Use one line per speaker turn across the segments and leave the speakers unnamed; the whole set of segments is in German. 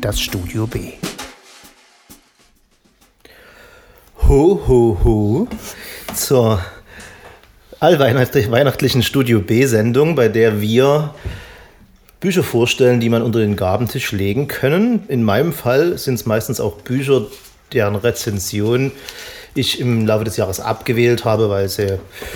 das Studio B. Ho, ho, ho zur allweihnachtlichen Studio B-Sendung, bei der wir Bücher vorstellen, die man unter den Gabentisch legen können. In meinem Fall sind es meistens auch Bücher, deren Rezension ich im Laufe des Jahres abgewählt habe, weil sie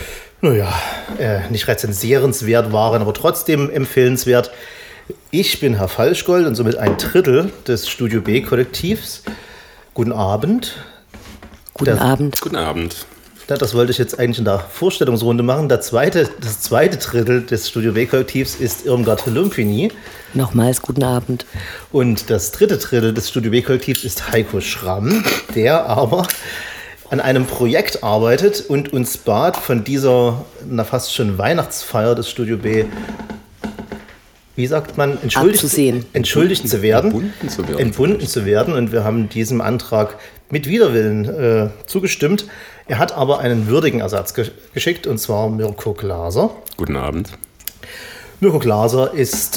nicht rezensierenswert waren, aber trotzdem empfehlenswert. Ich bin Herr Falschgold und somit ein Drittel des Studio B-Kollektivs. Guten Abend.
Guten Abend.
Guten Abend.
Das wollte ich jetzt eigentlich in der Vorstellungsrunde machen. Das zweite Drittel des Studio B-Kollektivs ist Irmgard Lumpini.
Nochmals guten Abend.
Und das dritte Drittel des Studio B-Kollektivs ist Heiko Schramm, der aber an einem Projekt arbeitet und uns bat, von dieser fast schon Weihnachtsfeier des Studio B, wie sagt man, entschuldigt zu werden. Entbunden zu werden. Und wir haben diesem Antrag mit Widerwillen zugestimmt. Er hat aber einen würdigen Ersatz geschickt, und zwar Mirko Glaser.
Guten Abend.
Mirko Glaser ist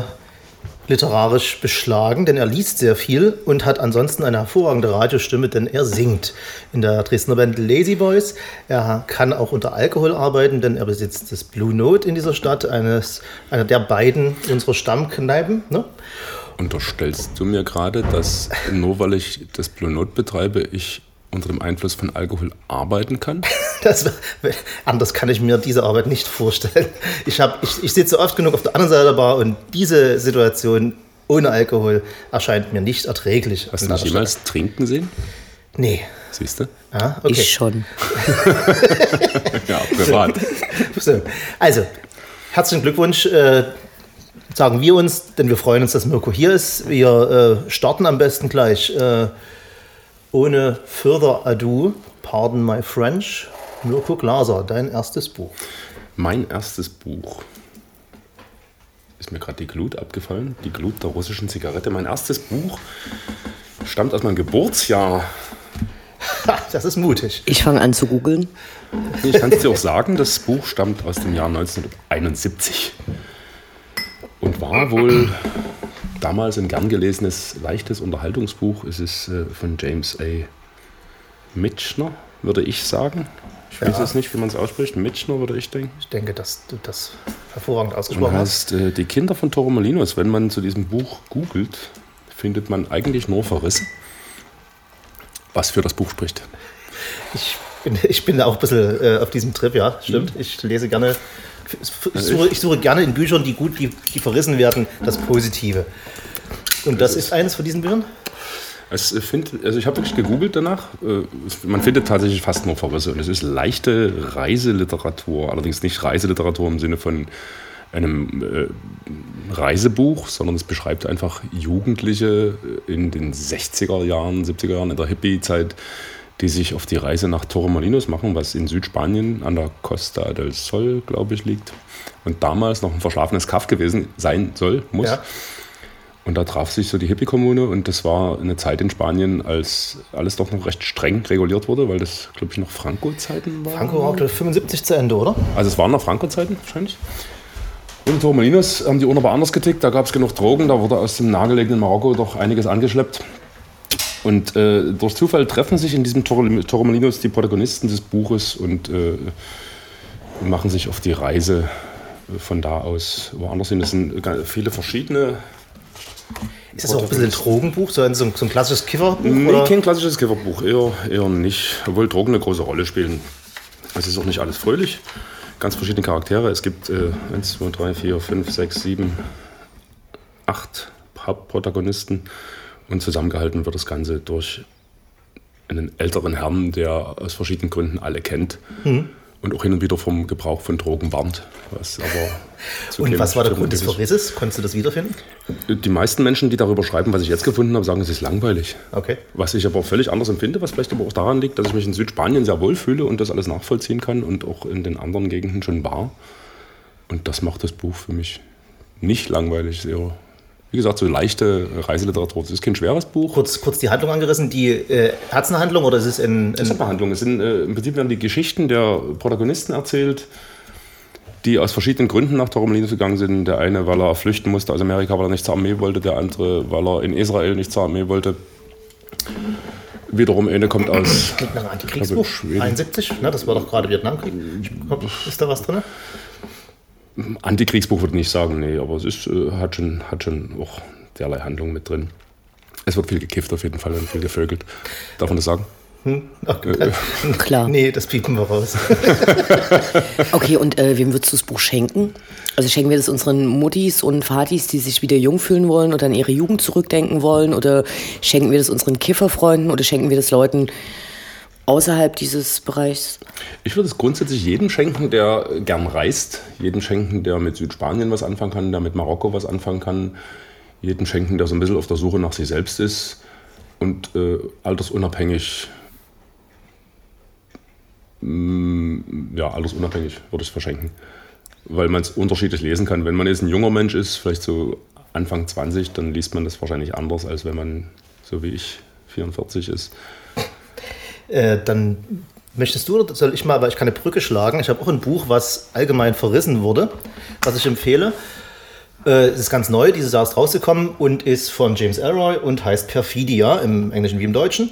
literarisch beschlagen, denn er liest sehr viel und hat ansonsten eine hervorragende Radiostimme, denn er singt in der Dresdner Band Lazy Boys. Er kann auch unter Alkohol arbeiten, denn er besitzt das Blue Note in dieser Stadt, einer der beiden unserer Stammkneipen. Ne?
Unterstellst du mir gerade, dass nur weil ich das Blue Note betreibe, ich unter dem Einfluss von Alkohol arbeiten kann?
Anders kann ich mir diese Arbeit nicht vorstellen. Ich sitze oft genug auf der anderen Seite der Bar und diese Situation ohne Alkohol erscheint mir nicht erträglich.
Hast du dich jemals trinken sehen?
Nee.
Siehst du?
Ah, okay.
Ich schon.
Ja, privat.
So. Also, herzlichen Glückwunsch, sagen wir uns, denn wir freuen uns, dass Mirko hier ist. Wir starten am besten gleich. Ohne further ado, pardon my French, Mirko Glaser, dein erstes Buch.
Mein erstes Buch. Ist mir gerade die Glut abgefallen, die Glut der russischen Zigarette. Mein erstes Buch stammt aus meinem Geburtsjahr.
Das ist mutig.
Ich fange an zu googeln.
Ich kann es dir auch sagen, das Buch stammt aus dem Jahr 1971 und war wohl damals ein gern gelesenes, leichtes Unterhaltungsbuch. Es ist von James A. Michener, würde ich sagen. Ich weiß jetzt nicht, wie man es ausspricht. Michener, würde ich denken.
Ich denke, dass du das hervorragend ausgesprochen hast.
Die Kinder von Torremolinos. Wenn man zu diesem Buch googelt, findet man eigentlich nur Verrisse, was für das Buch spricht.
Ich bin auch ein bisschen auf diesem Trip, ja, stimmt. Ich lese gerne. Ich suche gerne in Büchern, die verrissen werden, das Positive. Und das ist eines von diesen Büchern?
Ich habe wirklich gegoogelt danach. Man findet tatsächlich fast nur Verrisse. Und es ist leichte Reiseliteratur. Allerdings nicht Reiseliteratur im Sinne von einem Reisebuch, sondern es beschreibt einfach Jugendliche in den 60er Jahren, 70er Jahren, in der Hippie-Zeit, die sich auf die Reise nach Torremolinos machen, was in Südspanien an der Costa del Sol, glaube ich, liegt. Und damals noch ein verschlafenes Kaff gewesen sein muss. Ja. Und da traf sich so die Hippie-Kommune und das war eine Zeit in Spanien, als alles doch noch recht streng reguliert wurde, weil das, glaube ich, noch Franco-Zeiten waren.
Franco war 75 zu Ende, oder?
Also es waren noch Franco-Zeiten wahrscheinlich. Und in Torremolinos haben die Uhren aber anders getickt, da gab es genug Drogen, da wurde aus dem nahegelegenen Marokko doch einiges angeschleppt. Und durch Zufall treffen sich in diesem Torremolinos die Protagonisten des Buches und machen sich auf die Reise von da aus woanders hin. Das sind viele verschiedene.
Ist das auch ein bisschen ein Drogenbuch, so ein klassisches Kifferbuch?
Nee,
oder?
Kein klassisches Kifferbuch, eher nicht. Obwohl Drogen eine große Rolle spielen. Es ist auch nicht alles fröhlich. Ganz verschiedene Charaktere. Es gibt 1, 2, 3, 4, 5, 6, 7, 8 Hauptprotagonisten. Und zusammengehalten wird das Ganze durch einen älteren Herrn, der aus verschiedenen Gründen alle kennt und auch hin und wieder vom Gebrauch von Drogen warnt.
Und was war der Grund des Verrisses? Konntest du das wiederfinden?
Die meisten Menschen, die darüber schreiben, was ich jetzt gefunden habe, sagen, es ist langweilig.
Okay.
Was ich aber völlig anders empfinde, was vielleicht aber auch daran liegt, dass ich mich in Südspanien sehr wohl fühle und das alles nachvollziehen kann und auch in den anderen Gegenden schon war. Und das macht das Buch für mich nicht langweilig, sehr. Wie gesagt, so leichte Reiseliteratur. Es ist kein schweres Buch.
Kurz die Handlung angerissen. Hat es eine Handlung oder ist es in...
Es hat eine Handlung. Im Prinzip werden die Geschichten der Protagonisten erzählt, die aus verschiedenen Gründen nach Torremolinos gegangen sind. Der eine, weil er flüchten musste aus Amerika, weil er nicht zur Armee wollte. Der andere, weil er in Israel nicht zur Armee wollte. Wiederum eine kommt aus...
Mit einem Antikriegsbuch, 71, ne, das war doch gerade Vietnamkrieg. Ist da was drin?
Antikriegsbuch würde ich nicht sagen, nee, aber es ist, hat schon auch derlei Handlung mit drin. Es wird viel gekifft auf jeden Fall und viel gevögelt. Darf man das sagen?
Klar.
Nee, das piepen wir raus.
Okay, und wem würdest du das Buch schenken? Also schenken wir das unseren Muttis und Vatis, die sich wieder jung fühlen wollen oder an ihre Jugend zurückdenken wollen? Oder schenken wir das unseren Kifferfreunden oder schenken wir das Leuten außerhalb dieses Bereichs?
Ich würde es grundsätzlich jedem schenken, der gern reist. Jedem schenken, der mit Südspanien was anfangen kann, der mit Marokko was anfangen kann. Jedem schenken, der so ein bisschen auf der Suche nach sich selbst ist. Und altersunabhängig würde ich es verschenken. Weil man es unterschiedlich lesen kann. Wenn man jetzt ein junger Mensch ist, vielleicht so Anfang 20, dann liest man das wahrscheinlich anders, als wenn man, so wie ich, 44 ist.
Dann möchtest du oder soll ich mal, weil ich kann eine Brücke schlagen. Ich habe auch ein Buch, was allgemein verrissen wurde, was ich empfehle. Es ist ganz neu, dieses Jahr ist rausgekommen und ist von James Ellroy und heißt Perfidia, im Englischen wie im Deutschen.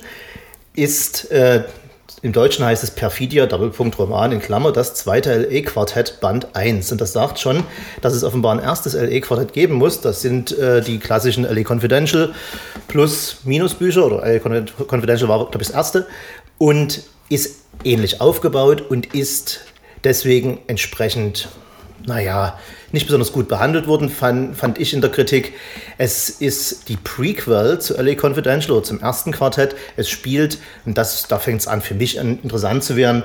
Im Deutschen heißt es Perfidia, Roman in Klammer, das zweite LE-Quartett Band 1. Und das sagt schon, dass es offenbar ein erstes LE-Quartett geben muss. Das sind die klassischen LE Confidential plus Minus-Bücher, oder LE Confidential war, glaube ich, das erste. Und ist ähnlich aufgebaut und ist deswegen entsprechend, nicht besonders gut behandelt worden, fand ich in der Kritik. Es ist die Prequel zu LA Confidential oder zum ersten Quartett. Es spielt, und da fängt es an für mich an interessant zu werden,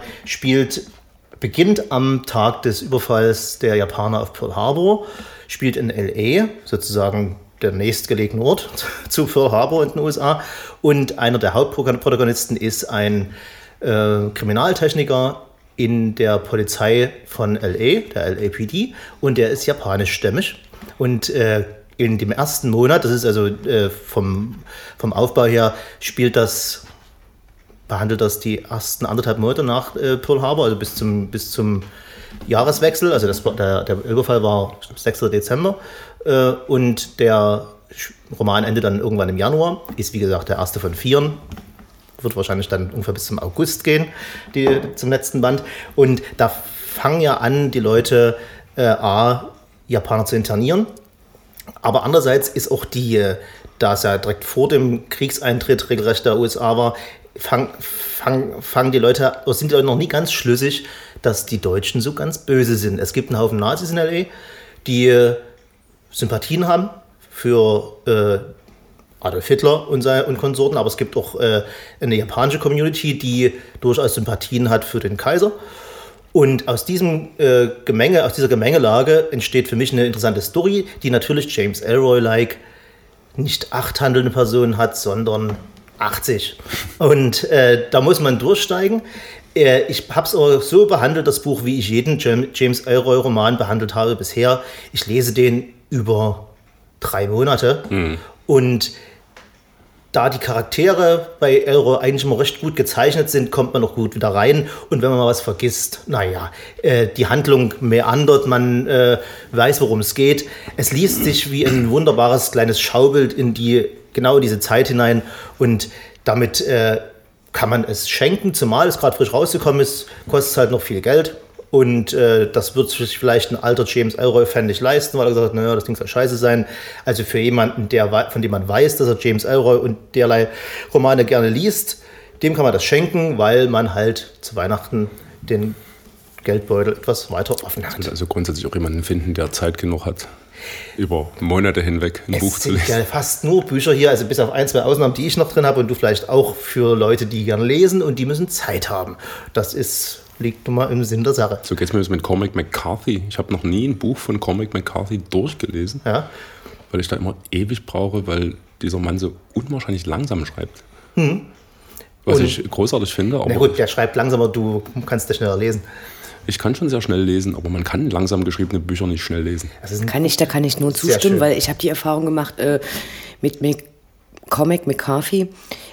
beginnt am Tag des Überfalls der Japaner auf Pearl Harbor, spielt in LA, sozusagen der nächstgelegene Ort zu Pearl Harbor in den USA. Und einer der Hauptprotagonisten ist ein Kriminaltechniker in der Polizei von LA, der LAPD, und der ist japanischstämmig. Und in dem ersten Monat, das ist also vom Aufbau her, behandelt das die ersten 1,5 Monate nach Pearl Harbor, also bis zum Jahreswechsel. Also der Überfall war 6. Dezember und der Roman endet dann irgendwann im Januar, ist wie gesagt der erste von 4. Wird wahrscheinlich dann ungefähr bis zum August gehen, zum letzten Band. Und da fangen ja an, die Leute Japaner zu internieren. Aber andererseits ist auch da es ja direkt vor dem Kriegseintritt regelrecht der USA war, fangen die Leute, oder sind die Leute noch nie ganz schlüssig, dass die Deutschen so ganz böse sind. Es gibt einen Haufen Nazis in L.A., die Sympathien haben für Adolf Hitler und Konsorten, aber es gibt auch eine japanische Community, die durchaus Sympathien hat für den Kaiser. Und aus dieser Gemengelage entsteht für mich eine interessante Story, die natürlich James Ellroy-like nicht 8 handelnde Personen hat, sondern 80. Und da muss man durchsteigen. Ich habe es aber so behandelt, das Buch, wie ich jeden James Ellroy-Roman behandelt habe bisher. Ich lese den über 3 Monate. Und da die Charaktere bei Ellroy eigentlich immer recht gut gezeichnet sind, kommt man auch gut wieder rein. Und wenn man mal was vergisst, die Handlung meandert, man weiß, worum es geht. Es liest sich wie ein wunderbares kleines Schaubild in genau diese Zeit hinein. Und damit kann man es schenken, zumal es gerade frisch rausgekommen ist, kostet es halt noch viel Geld. Und das wird sich vielleicht ein alter James Ellroy-Fan nicht leisten, weil er gesagt hat, das Ding soll scheiße sein. Also für jemanden, von dem man weiß, dass er James Ellroy und derlei Romane gerne liest, dem kann man das schenken, weil man halt zu Weihnachten den Geldbeutel etwas weiter offen hat.
Also grundsätzlich auch jemanden finden, der Zeit genug hat, über Monate hinweg ein Buch zu lesen. Es sind ja
fast nur Bücher hier, also bis auf 1, 2 Ausnahmen, die ich noch drin habe und du vielleicht auch, für Leute, die gerne lesen und die müssen Zeit haben. Das liegt nun mal im Sinn der Sache.
So geht es mir mit Cormac McCarthy. Ich habe noch nie ein Buch von Cormac McCarthy durchgelesen, weil ich da immer ewig brauche, weil dieser Mann so unwahrscheinlich langsam schreibt. Was ich großartig finde. Aber
na gut, der schreibt langsamer, du kannst das schneller lesen.
Ich kann schon sehr schnell lesen, aber man kann langsam geschriebene Bücher nicht schnell lesen.
Da kann ich nur zustimmen, weil ich habe die Erfahrung gemacht mit Cormac McCarthy.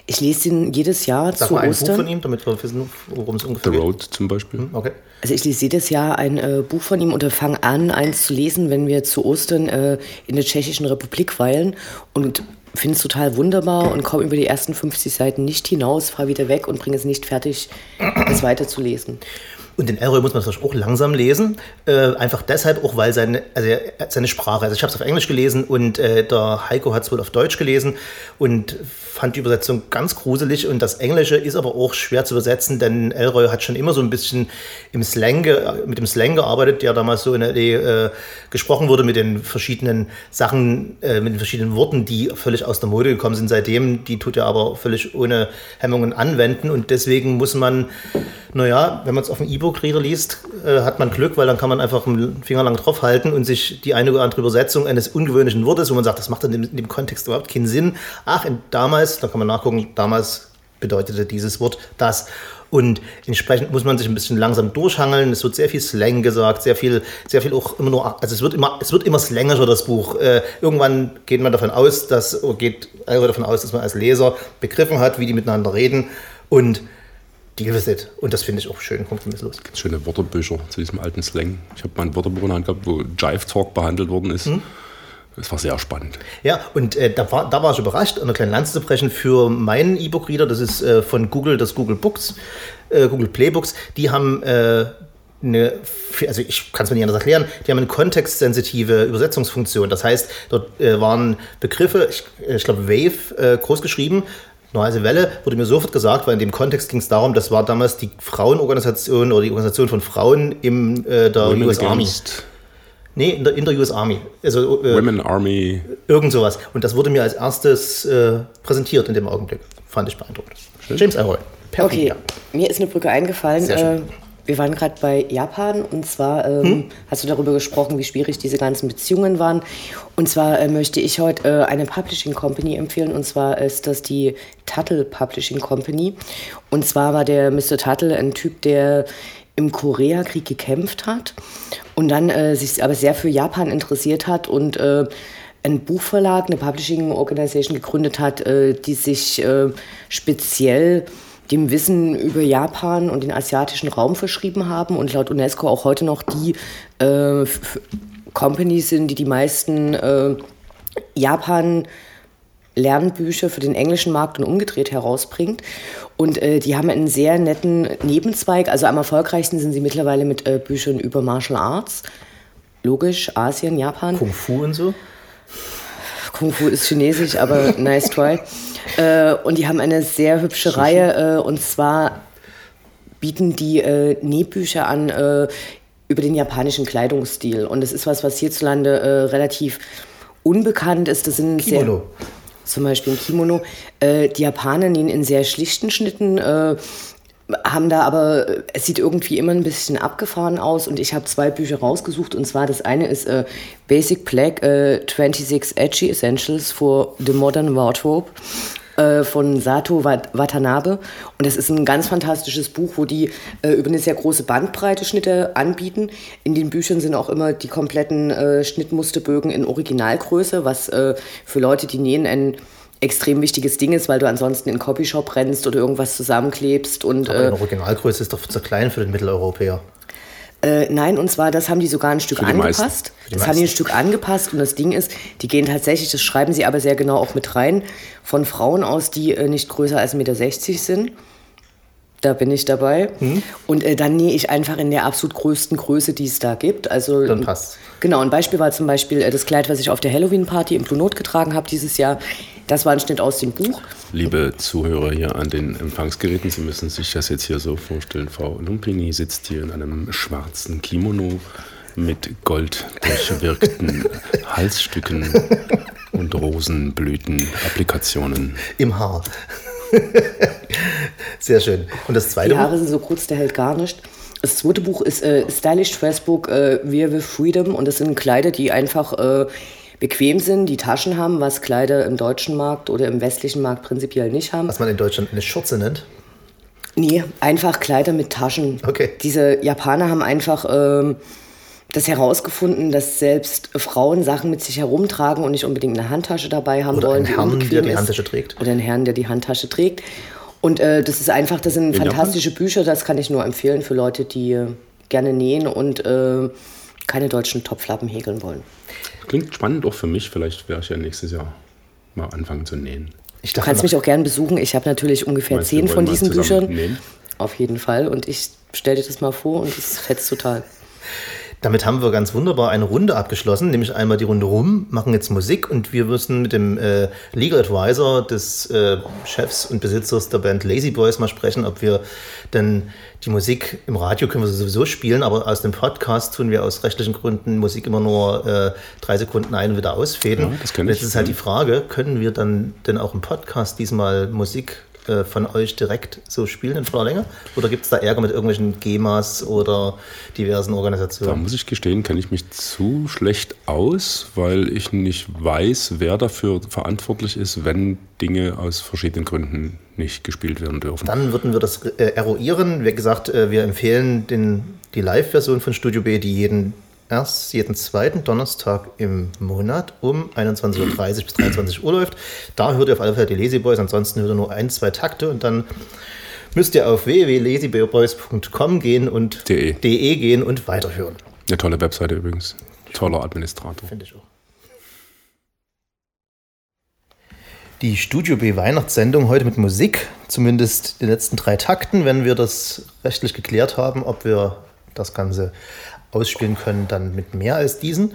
Ich lese ihn jedes Jahr
Sag
zu
mal ein
Ostern.
Buch von ihm, damit wir wissen, worum es ungefähr
The
geht.
Road zum Beispiel.
Okay.
Also ich lese jedes Jahr ein Buch von ihm und wir fangen an, eins zu lesen, wenn wir zu Ostern in der Tschechischen Republik weilen und finde es total wunderbar und komme über die ersten 50 Seiten nicht hinaus, fahre wieder weg und bringe es nicht fertig, es weiter zu lesen.
Und den Elroy muss man natürlich auch langsam lesen. Einfach deshalb auch, weil seine Sprache, also ich habe es auf Englisch gelesen und der Heiko hat es wohl auf Deutsch gelesen und fand die Übersetzung ganz gruselig. Und das Englische ist aber auch schwer zu übersetzen, denn Elroy hat schon immer so ein bisschen mit dem Slang gearbeitet, der damals so in der LA gesprochen wurde mit den verschiedenen Sachen, mit den verschiedenen Worten, die völlig aus der Mode gekommen sind seitdem. Die tut er aber völlig ohne Hemmungen anwenden und deswegen muss man, naja, wenn man es auf dem E-Book-Reader liest, hat man Glück, weil dann kann man einfach einen Finger lang draufhalten und sich die eine oder andere Übersetzung eines ungewöhnlichen Wortes, wo man sagt, das macht dann in dem Kontext überhaupt keinen Sinn. Ach, damals, da kann man nachgucken, damals bedeutete dieses Wort das. Und entsprechend muss man sich ein bisschen langsam durchhangeln. Es wird sehr viel Slang gesagt, sehr viel auch immer nur, also es wird immer slangischer, das Buch. Irgendwann geht Elroy davon aus, dass man als Leser begriffen hat, wie die miteinander reden und deal with it. Und das finde ich auch schön kompromisslos.
Ganz schöne Wörterbücher zu diesem alten Slang. Ich habe mal ein Wörterbuch in der Hand gehabt, wo Jive Talk behandelt worden ist. Das war sehr spannend.
Ja, und da war ich überrascht, eine kleine Lanze zu brechen für meinen E-Book-Reader. Das ist von Google, das Google Books, Google Play Books. Die haben also ich kann es mir nicht anders erklären, die haben eine kontextsensitive Übersetzungsfunktion. Das heißt, dort waren Begriffe, ich glaube Wave, groß geschrieben, Neue Welle, wurde mir sofort gesagt, weil in dem Kontext ging es darum, das war damals die Frauenorganisation oder die Organisation von Frauen in der
Women
US Army. Nee, in der US Army. Also,
Women Army.
Irgend sowas. Und das wurde mir als erstes präsentiert in dem Augenblick. Fand ich beeindruckend.
Schön.
James Elroy.
Okay, mir ist eine Brücke eingefallen.
Sehr schön.
Wir waren gerade bei Japan und zwar hast du darüber gesprochen, wie schwierig diese ganzen Beziehungen waren. Und zwar möchte ich heute eine Publishing Company empfehlen und zwar ist das die Tuttle Publishing Company. Und zwar war der Mr. Tuttle ein Typ, der im Koreakrieg gekämpft hat und dann sich aber sehr für Japan interessiert hat und einen Buchverlag, eine Publishing Organisation gegründet hat, die sich speziell dem Wissen über Japan und den asiatischen Raum verschrieben haben und laut UNESCO auch heute noch die Companies sind, die die meisten Japan-Lernbücher für den englischen Markt und umgedreht herausbringt. Und die haben einen sehr netten Nebenzweig. Also am erfolgreichsten sind sie mittlerweile mit Büchern über Martial Arts. Logisch, Asien, Japan.
Kung Fu und so.
Kung Fu ist chinesisch, aber nice try. Und die haben eine sehr hübsche Reihe. Und zwar bieten die Nähbücher an über den japanischen Kleidungsstil. Und das ist was hierzulande relativ unbekannt ist. Das sind
Kimono.
Zum Beispiel ein Kimono. Die Japaner nähen in sehr schlichten Schnitten, haben da aber, es sieht irgendwie immer ein bisschen abgefahren aus und ich habe 2 Bücher rausgesucht und zwar das eine ist Basic Black 26 Edgy Essentials for the Modern Wardrobe von Sato Watanabe und das ist ein ganz fantastisches Buch, wo die über eine sehr große Bandbreite Schnitte anbieten. In den Büchern sind auch immer die kompletten Schnittmusterbögen in Originalgröße, was für Leute, die nähen, ein extrem wichtiges Ding ist, weil du ansonsten in den Copyshop rennst oder irgendwas zusammenklebst. Und,
aber in Originalgröße ist doch zu klein für den Mitteleuropäer.
Nein, und zwar, das haben die sogar ein Stück angepasst. Das haben die ein Stück angepasst und das Ding ist, die gehen tatsächlich, das schreiben sie aber sehr genau auch mit rein, von Frauen aus, die nicht größer als 1,60 Meter sind. Da bin ich dabei. Und dann nähe ich einfach in der absolut größten Größe, die es da gibt. Also,
dann passt.
Genau, ein Beispiel war zum Beispiel das Kleid, was ich auf der Halloween-Party im Blue Note getragen habe dieses Jahr. Das war ein Schnitt aus dem Buch.
Liebe Zuhörer hier an den Empfangsgeräten, Sie müssen sich das jetzt hier so vorstellen. Frau Lumpini sitzt hier in einem schwarzen Kimono mit gold durchwirkten Halsstücken und Rosenblüten-Applikationen.
Im Haar. Sehr schön. Und das zweite
Die Haare sind so kurz, der hält gar nicht. Das zweite Buch ist Stylish Dressbook Wear with Freedom und das sind Kleider, die einfach bequem sind, die Taschen haben, was Kleider im deutschen Markt oder im westlichen Markt prinzipiell nicht haben.
Was man in Deutschland eine Schürze nennt?
Nee, einfach Kleider mit Taschen.
Okay.
Diese Japaner haben einfach das herausgefunden, dass selbst Frauen Sachen mit sich herumtragen und nicht unbedingt eine Handtasche dabei haben
Oder
wollen.
einen Herrn, der die Handtasche trägt.
Oder einen Herrn, der die Handtasche trägt. Und das sind fantastische Bücher, das kann ich nur empfehlen für Leute, die gerne nähen und keine deutschen Topflappen häkeln wollen.
Klingt spannend auch für mich. Vielleicht werde ich ja nächstes Jahr mal anfangen zu nähen.
Du kannst mich auch gerne besuchen. Ich habe natürlich ungefähr 10 von diesen Büchern.
Nähen?
Auf jeden Fall. Und ich stelle dir das mal vor und es fetzt total.
Damit haben wir ganz wunderbar eine Runde abgeschlossen, nämlich einmal die Runde rum, machen jetzt Musik und wir müssen mit dem Legal Advisor des Chefs und Besitzers der Band Lazy Boys mal sprechen, ob wir denn die Musik im Radio können wir sowieso spielen, aber aus dem Podcast tun wir aus rechtlichen Gründen Musik immer nur 3 Sekunden ein und wieder ausfäden.
Ja, das kenn ich.
Jetzt ist halt die Frage, können wir dann denn auch im Podcast diesmal Musik von euch direkt so spielen in voller Länge? Oder gibt es da Ärger mit irgendwelchen GEMAs oder diversen Organisationen?
Da muss ich gestehen, kenne ich mich zu schlecht aus, weil ich nicht weiß, wer dafür verantwortlich ist, wenn Dinge aus verschiedenen Gründen nicht gespielt werden dürfen.
Dann würden wir das eruieren. Wie gesagt, wir empfehlen die Live-Version von Studio B, die jeden zweiten Donnerstag im Monat um 21.30 Uhr bis 23 Uhr läuft. Da hört ihr auf alle Fälle die Lazy Boys, ansonsten hört ihr nur 1-2 Takte und dann müsst ihr auf www.lazyboys.com gehen und de gehen und weiterhören.
Eine tolle Webseite übrigens. Toller Administrator.
Finde ich auch. Die Studio B Weihnachtssendung heute mit Musik, zumindest die letzten 3 Takten, wenn wir das rechtlich geklärt haben, ob wir das Ganze ausspielen können, dann mit mehr als diesen.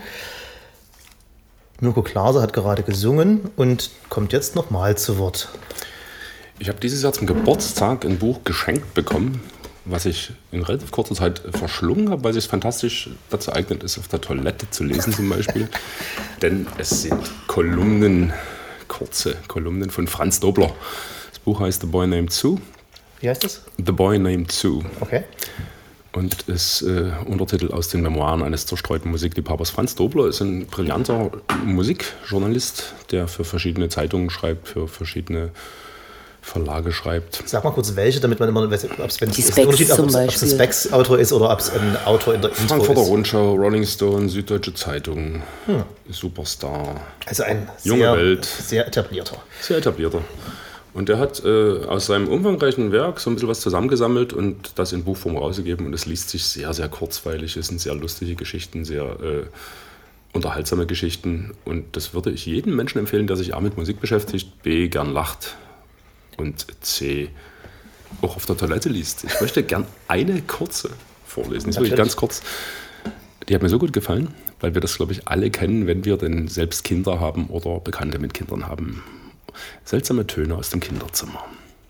Mirko Glaser hat gerade gesungen und kommt jetzt nochmal zu Wort.
Ich habe dieses Jahr zum Geburtstag ein Buch geschenkt bekommen, was ich in relativ kurzer Zeit verschlungen habe, weil es fantastisch dazu eignet ist, auf der Toilette zu lesen zum Beispiel. Denn es sind Kolumnen, kurze Kolumnen von Franz Dobler. Das Buch heißt The Boy Named Sue.
Wie heißt es?
The Boy Named Sue.
Okay.
Und ist Untertitel aus den Memoiren eines zerstreuten Musikliebhabers. Franz Dobler ist ein brillanter Musikjournalist, der für verschiedene Zeitungen schreibt, für verschiedene Verlage schreibt.
Sag mal kurz welche, damit man immer weiß, ob es ein
Specs-Autor
ist oder ob es ein Autor in der Intro
Frankfurter
ist.
Rundschau, Rolling Stone, Süddeutsche Zeitung, Superstar.
Also ein
Junge Welt.
Sehr etablierter.
Sehr etablierter. Und der hat aus seinem umfangreichen Werk so ein bisschen was zusammengesammelt und das in Buchform rausgegeben. Und es liest sich sehr, sehr kurzweilig. Es sind sehr lustige Geschichten, sehr unterhaltsame Geschichten. Und das würde ich jedem Menschen empfehlen, der sich A mit Musik beschäftigt, B gern lacht und C auch auf der Toilette liest. Ich möchte gern eine kurze vorlesen. Das ist wirklich ganz kurz. Die hat mir so gut gefallen, weil wir das, glaube ich, alle kennen, wenn wir denn selbst Kinder haben oder Bekannte mit Kindern haben. Seltsame Töne aus dem Kinderzimmer.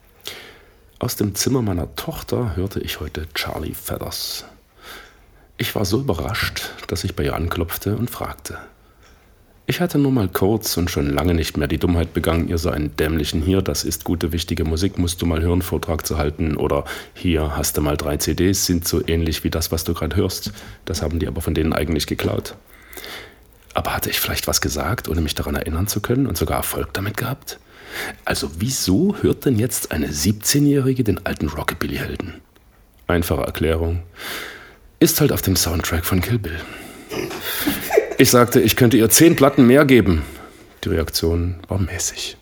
Aus dem Zimmer meiner Tochter hörte ich heute Charlie Feathers. Ich war so überrascht, dass ich bei ihr anklopfte und fragte. Ich hatte nur mal kurz und schon lange nicht mehr die Dummheit begangen, ihr so einen dämlichen "Hier, das ist gute, wichtige Musik, musst du mal hören" Vortrag zu halten oder "Hier, hast du mal 3 CDs, sind so ähnlich wie das, was du gerade hörst. Das haben die aber von denen eigentlich geklaut." Aber hatte ich vielleicht was gesagt, ohne mich daran erinnern zu können und sogar Erfolg damit gehabt? Also wieso hört denn jetzt eine 17-Jährige den alten Rockabilly-Helden? Einfache Erklärung. Ist halt auf dem Soundtrack von Kill Bill. Ich sagte, ich könnte ihr 10 Platten mehr geben. Die Reaktion war mäßig.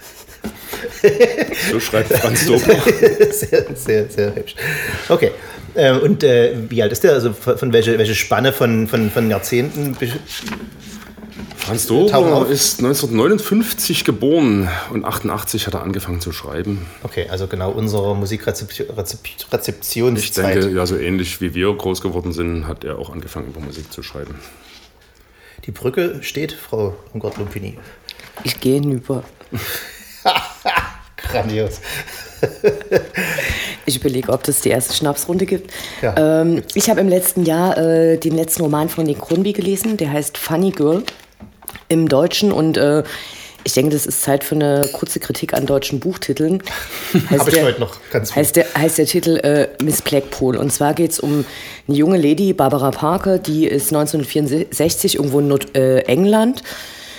So schreibt Franz Dobler.
Sehr, sehr, sehr hübsch. Okay. Und wie alt ist der? Also von welche Spanne von Jahrzehnten?
Franz Dobler ist 1959 geboren und 88 hat er angefangen zu schreiben.
Okay, also genau unsere Musikrezeptionszeit.
Ich denke, ja, so ähnlich wie wir groß geworden sind, hat er auch angefangen, über Musik zu schreiben.
Die Brücke steht, Frau Umgott-Lumpini.
Ich gehe hinüber.
Grandios.
Ich überlege, ob es die erste Schnapsrunde gibt.
Ja.
Ich habe im letzten Jahr den letzten Roman von Nick Hornby gelesen, der heißt Funny Girl im Deutschen und ich denke, das ist Zeit für eine kurze Kritik an deutschen Buchtiteln.
Habe ich heute noch ganz
heißt der Titel Miss Blackpool. Und zwar geht es um eine junge Lady, Barbara Parker, die ist 1964 irgendwo in England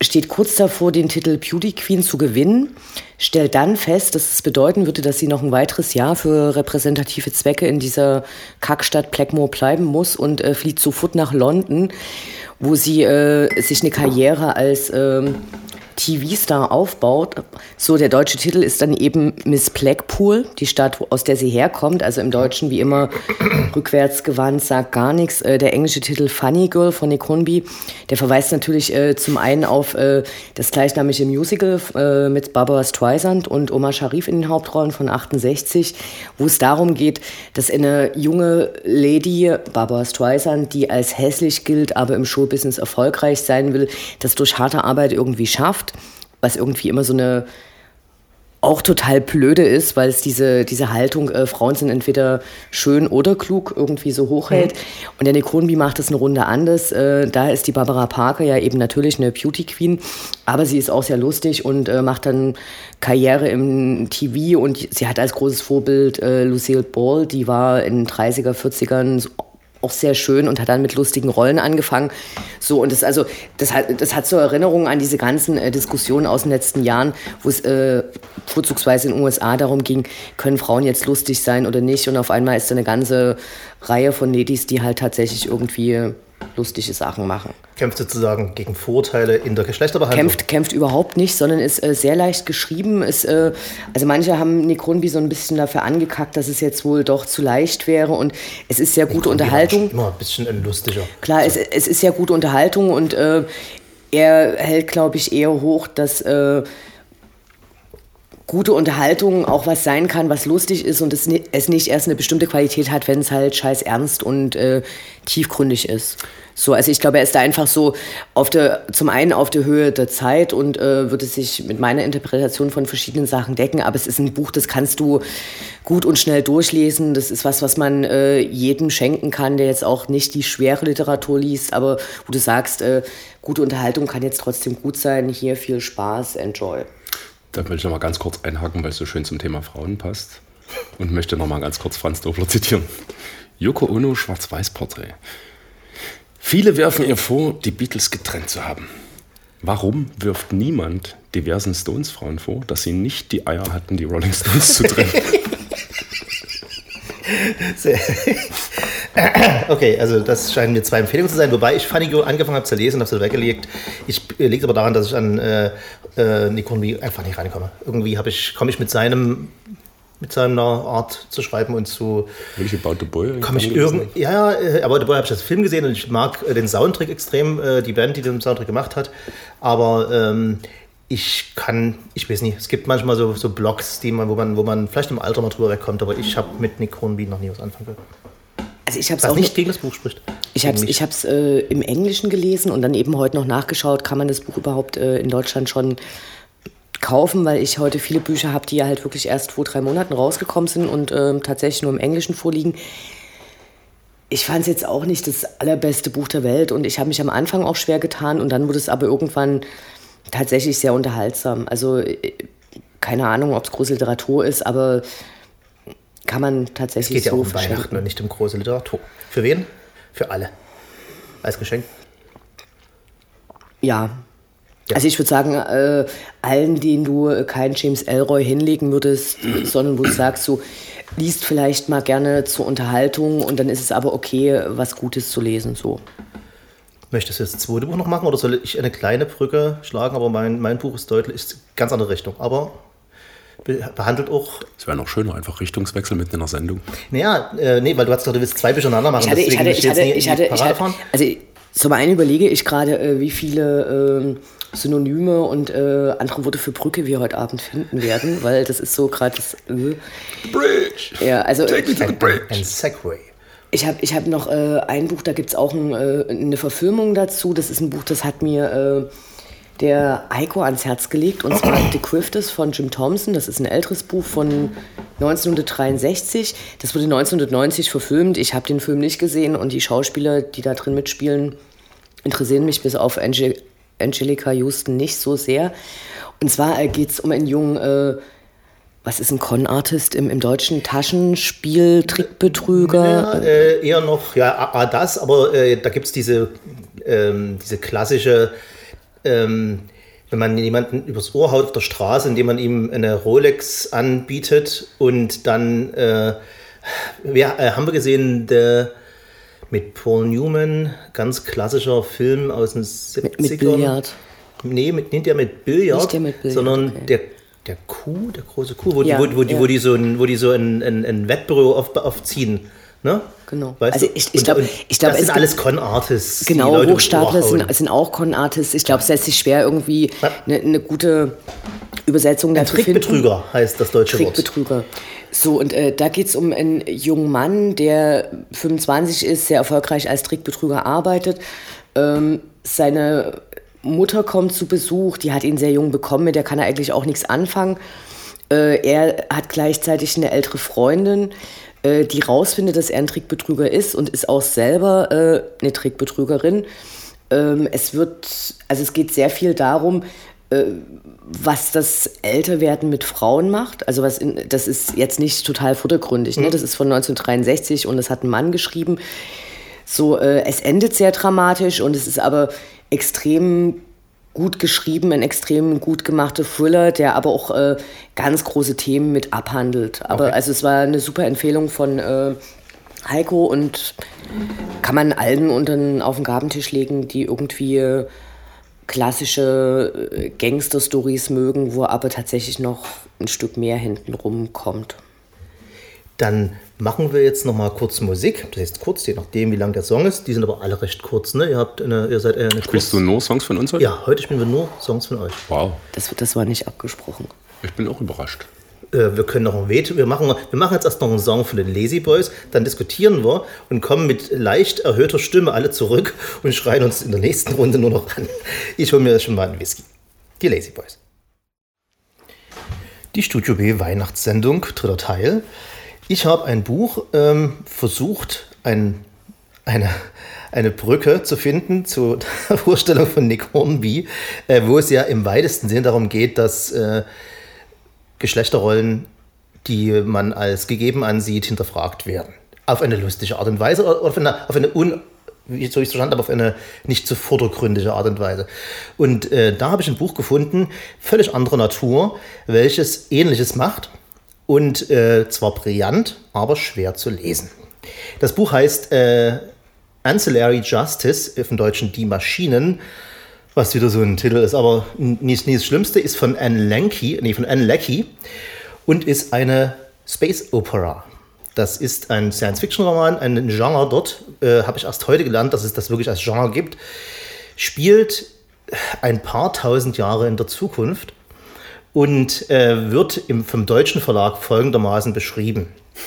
steht kurz davor, den Titel Beauty Queen zu gewinnen, stellt dann fest, dass es bedeuten würde, dass sie noch ein weiteres Jahr für repräsentative Zwecke in dieser Kackstadt Blackmore bleiben muss und flieht sofort nach London, wo sie sich eine Karriere als TV-Star aufbaut. So, der deutsche Titel ist dann eben Miss Blackpool, die Stadt, aus der sie herkommt. Also im Deutschen wie immer rückwärtsgewandt, sagt gar nichts. Der englische Titel Funny Girl von Nick Hornby, der verweist natürlich zum einen auf das gleichnamige Musical mit Barbara Streisand und Omar Sharif in den Hauptrollen von 68, wo es darum geht, dass eine junge Lady, Barbara Streisand, die als hässlich gilt, aber im Showbusiness erfolgreich sein will, das durch harte Arbeit irgendwie schafft, was irgendwie immer so eine auch total blöde ist, weil es diese Haltung, Frauen sind entweder schön oder klug, irgendwie so hochhält. Und der Nick Hornby macht das eine Runde anders. Da ist die Barbara Parker ja eben natürlich eine Beauty Queen, aber sie ist auch sehr lustig und macht dann Karriere im TV und sie hat als großes Vorbild Lucille Ball, die war in den 30er, 40ern auch sehr schön und hat dann mit lustigen Rollen angefangen. So, und das hat so Erinnerungen an diese ganzen Diskussionen aus den letzten Jahren, wo es vorzugsweise in den USA darum ging, können Frauen jetzt lustig sein oder nicht? Und auf einmal ist da eine ganze Reihe von Ladies, die halt tatsächlich irgendwie lustige Sachen machen.
Kämpft sozusagen gegen Vorurteile in der Geschlechterbehandlung?
Kämpft überhaupt nicht, sondern ist sehr leicht geschrieben. Also manche haben Nick Hornby so ein bisschen dafür angekackt, dass es jetzt wohl doch zu leicht wäre. Und es ist sehr gute Unterhaltung.
Immer ein bisschen lustiger.
Klar, so. Es ist sehr gute Unterhaltung und er hält, glaube ich, eher hoch, dass gute Unterhaltung auch was sein kann, was lustig ist und es nicht erst eine bestimmte Qualität hat, wenn es halt scheiß ernst und tiefgründig ist. So, also ich glaube, er ist da einfach so zum einen auf der Höhe der Zeit und würde sich mit meiner Interpretation von verschiedenen Sachen decken, aber es ist ein Buch, das kannst du gut und schnell durchlesen. Das ist was man jedem schenken kann, der jetzt auch nicht die schwere Literatur liest, aber wo du sagst, gute Unterhaltung kann jetzt trotzdem gut sein, hier viel Spaß, enjoy.
Da will ich noch mal ganz kurz einhaken, weil es so schön zum Thema Frauen passt und möchte noch mal ganz kurz Franz Dofler zitieren. Yoko Ono, Schwarz-Weiß-Porträt. Viele werfen ihr vor, die Beatles getrennt zu haben. Warum wirft niemand diversen Stones-Frauen vor, dass sie nicht die Eier hatten, die Rolling Stones zu trennen?
Okay, also das scheinen mir 2 Empfehlungen zu sein, wobei ich Funny Girl angefangen habe zu lesen und habe sie weggelegt. Liegt aber daran, dass ich an Nick Hornby einfach nicht reinkomme. Irgendwie komme ich mit seiner Art zu schreiben und zu...
Will ich About the Boy?
About the Boy habe ich als Film gesehen und ich mag den Soundtrack extrem, die Band, die den Soundtrack gemacht hat, aber ich weiß nicht, es gibt manchmal so Blogs, wo man vielleicht im Alter mal drüber wegkommt, aber ich habe mit Nick Hornby noch nie was anfangen können.
Also ich hab's
was
auch
nicht gegen das Buch spricht.
Ich habe es im Englischen gelesen und dann eben heute noch nachgeschaut, kann man das Buch überhaupt in Deutschland schon kaufen, weil ich heute viele Bücher habe, die ja halt wirklich erst vor 3 Monaten rausgekommen sind und tatsächlich nur im Englischen vorliegen. Ich fand es jetzt auch nicht das allerbeste Buch der Welt und ich habe mich am Anfang auch schwer getan und dann wurde es aber irgendwann tatsächlich sehr unterhaltsam. Also keine Ahnung, ob es große Literatur ist, aber kann man tatsächlich so verschenken. Es geht ja um Weihnachten
und nicht um große Literatur. Für wen? Für alle. Als Geschenk?
Ja. Also ich würde sagen, allen, denen du keinen James Ellroy hinlegen würdest, sondern wo du sagst, so liest vielleicht mal gerne zur Unterhaltung und dann ist es aber okay, was Gutes zu lesen. So.
Möchtest du das 2. Buch noch machen oder soll ich eine kleine Brücke schlagen? Aber mein Buch ist ganz andere Richtung. Aber behandelt auch...
Es wäre noch schöner, einfach Richtungswechsel mitten in der Sendung.
Naja, weil du hast gesagt, du willst 2 Bücher aneinander machen.
Also zum einen überlege ich gerade, wie viele Synonyme und andere Worte für Brücke wir heute Abend finden werden, weil das ist so gerade das...
Bridge!
Ja, also...
Take me to the bridge!
Ein Segway.
Ich hab noch ein Buch, da gibt es auch eine Verfilmung dazu. Das ist ein Buch, das hat mir der Eiko ans Herz gelegt. Und zwar The Grifters von Jim Thompson. Das ist ein älteres Buch von 1963. Das wurde 1990 verfilmt. Ich habe den Film nicht gesehen. Und die Schauspieler, die da drin mitspielen, interessieren mich bis auf Angelica Houston nicht so sehr. Und zwar geht es um einen jungen... was ist ein Con-Artist im Deutschen? Taschenspiel, Trickbetrüger?
Ja, eher noch, ja, das, aber da gibt es diese klassische wenn man jemanden übers Ohr haut auf der Straße, indem man ihm eine Rolex anbietet und dann, haben wir gesehen, mit Paul Newman, ganz klassischer Film aus den 70ern.
Mit Billard.
Nee, nicht der mit Billard,
Nicht der mit Billard,
sondern
okay.
der große Kuh, wo die so ein Wettbüro aufziehen. Ne?
Genau.
Weißt
also
du?
ich glaube,
das sind alles Con-Artists.
Genau, Hochstapler sind auch Con-Artists. Ich glaube, es lässt sich schwer irgendwie eine gute Übersetzung dafür finden.
Trickbetrüger heißt das deutsche Wort.
Trickbetrüger. So, und da geht es um einen jungen Mann, der 25 ist, sehr erfolgreich als Trickbetrüger arbeitet. Seine Mutter kommt zu Besuch, die hat ihn sehr jung bekommen, mit der kann er eigentlich auch nichts anfangen. Er hat gleichzeitig eine ältere Freundin, die rausfindet, dass er ein Trickbetrüger ist und ist auch selber eine Trickbetrügerin. Es geht sehr viel darum, was das Älterwerden mit Frauen macht. Also das ist jetzt nicht total vordergründig. Ne? Das ist von 1963 und das hat ein Mann geschrieben. So, es endet sehr dramatisch und es ist aber extrem gut geschrieben, ein extrem gut gemachter Thriller, der aber auch ganz große Themen mit abhandelt. Aber
okay.
Also es war eine super Empfehlung von Heiko und kann man allen auf den Gabentisch legen, die irgendwie klassische Gangster-Stories mögen, wo aber tatsächlich noch ein Stück mehr hinten rumkommt.
Dann machen wir jetzt noch mal kurz Musik. Das heißt kurz, je nachdem, wie lang der Song ist. Die sind aber alle recht kurz, ne? Ihr seid eine
Spielst du nur Songs von uns heute?
Ja, heute spielen wir nur Songs von euch.
Wow.
Das war nicht abgesprochen.
Ich bin auch überrascht.
Wir können noch ein Veto. Wir machen jetzt erst noch einen Song von den Lazy Boys, dann diskutieren wir und kommen mit leicht erhöhter Stimme alle zurück und schreien uns in der nächsten Runde nur noch an. Ich hole mir schon mal einen Whisky. Die Lazy Boys. Die Studio B Weihnachtssendung, 3. Teil. Ich habe ein Buch versucht, eine Brücke zu finden zu der Vorstellung von Nick Hornby, wo es ja im weitesten Sinne darum geht, dass Geschlechterrollen, die man als gegeben ansieht, hinterfragt werden. Auf eine lustige Art und Weise oder auf eine wie soll ich es verstanden habe, auf eine nicht zu vordergründige Art und Weise. Und da habe ich ein Buch gefunden, völlig anderer Natur, welches Ähnliches macht und zwar brillant, aber schwer zu lesen. Das Buch heißt Ancillary Justice, im Deutschen Die Maschinen, was wieder so ein Titel ist, aber nicht das Schlimmste, ist von Anne Leckie und ist eine Space Opera. Das ist ein Science-Fiction-Roman, ein Genre dort, habe ich erst heute gelernt, dass es das wirklich als Genre gibt, spielt ein paar tausend Jahre in der Zukunft und wird vom deutschen Verlag folgendermaßen beschrieben.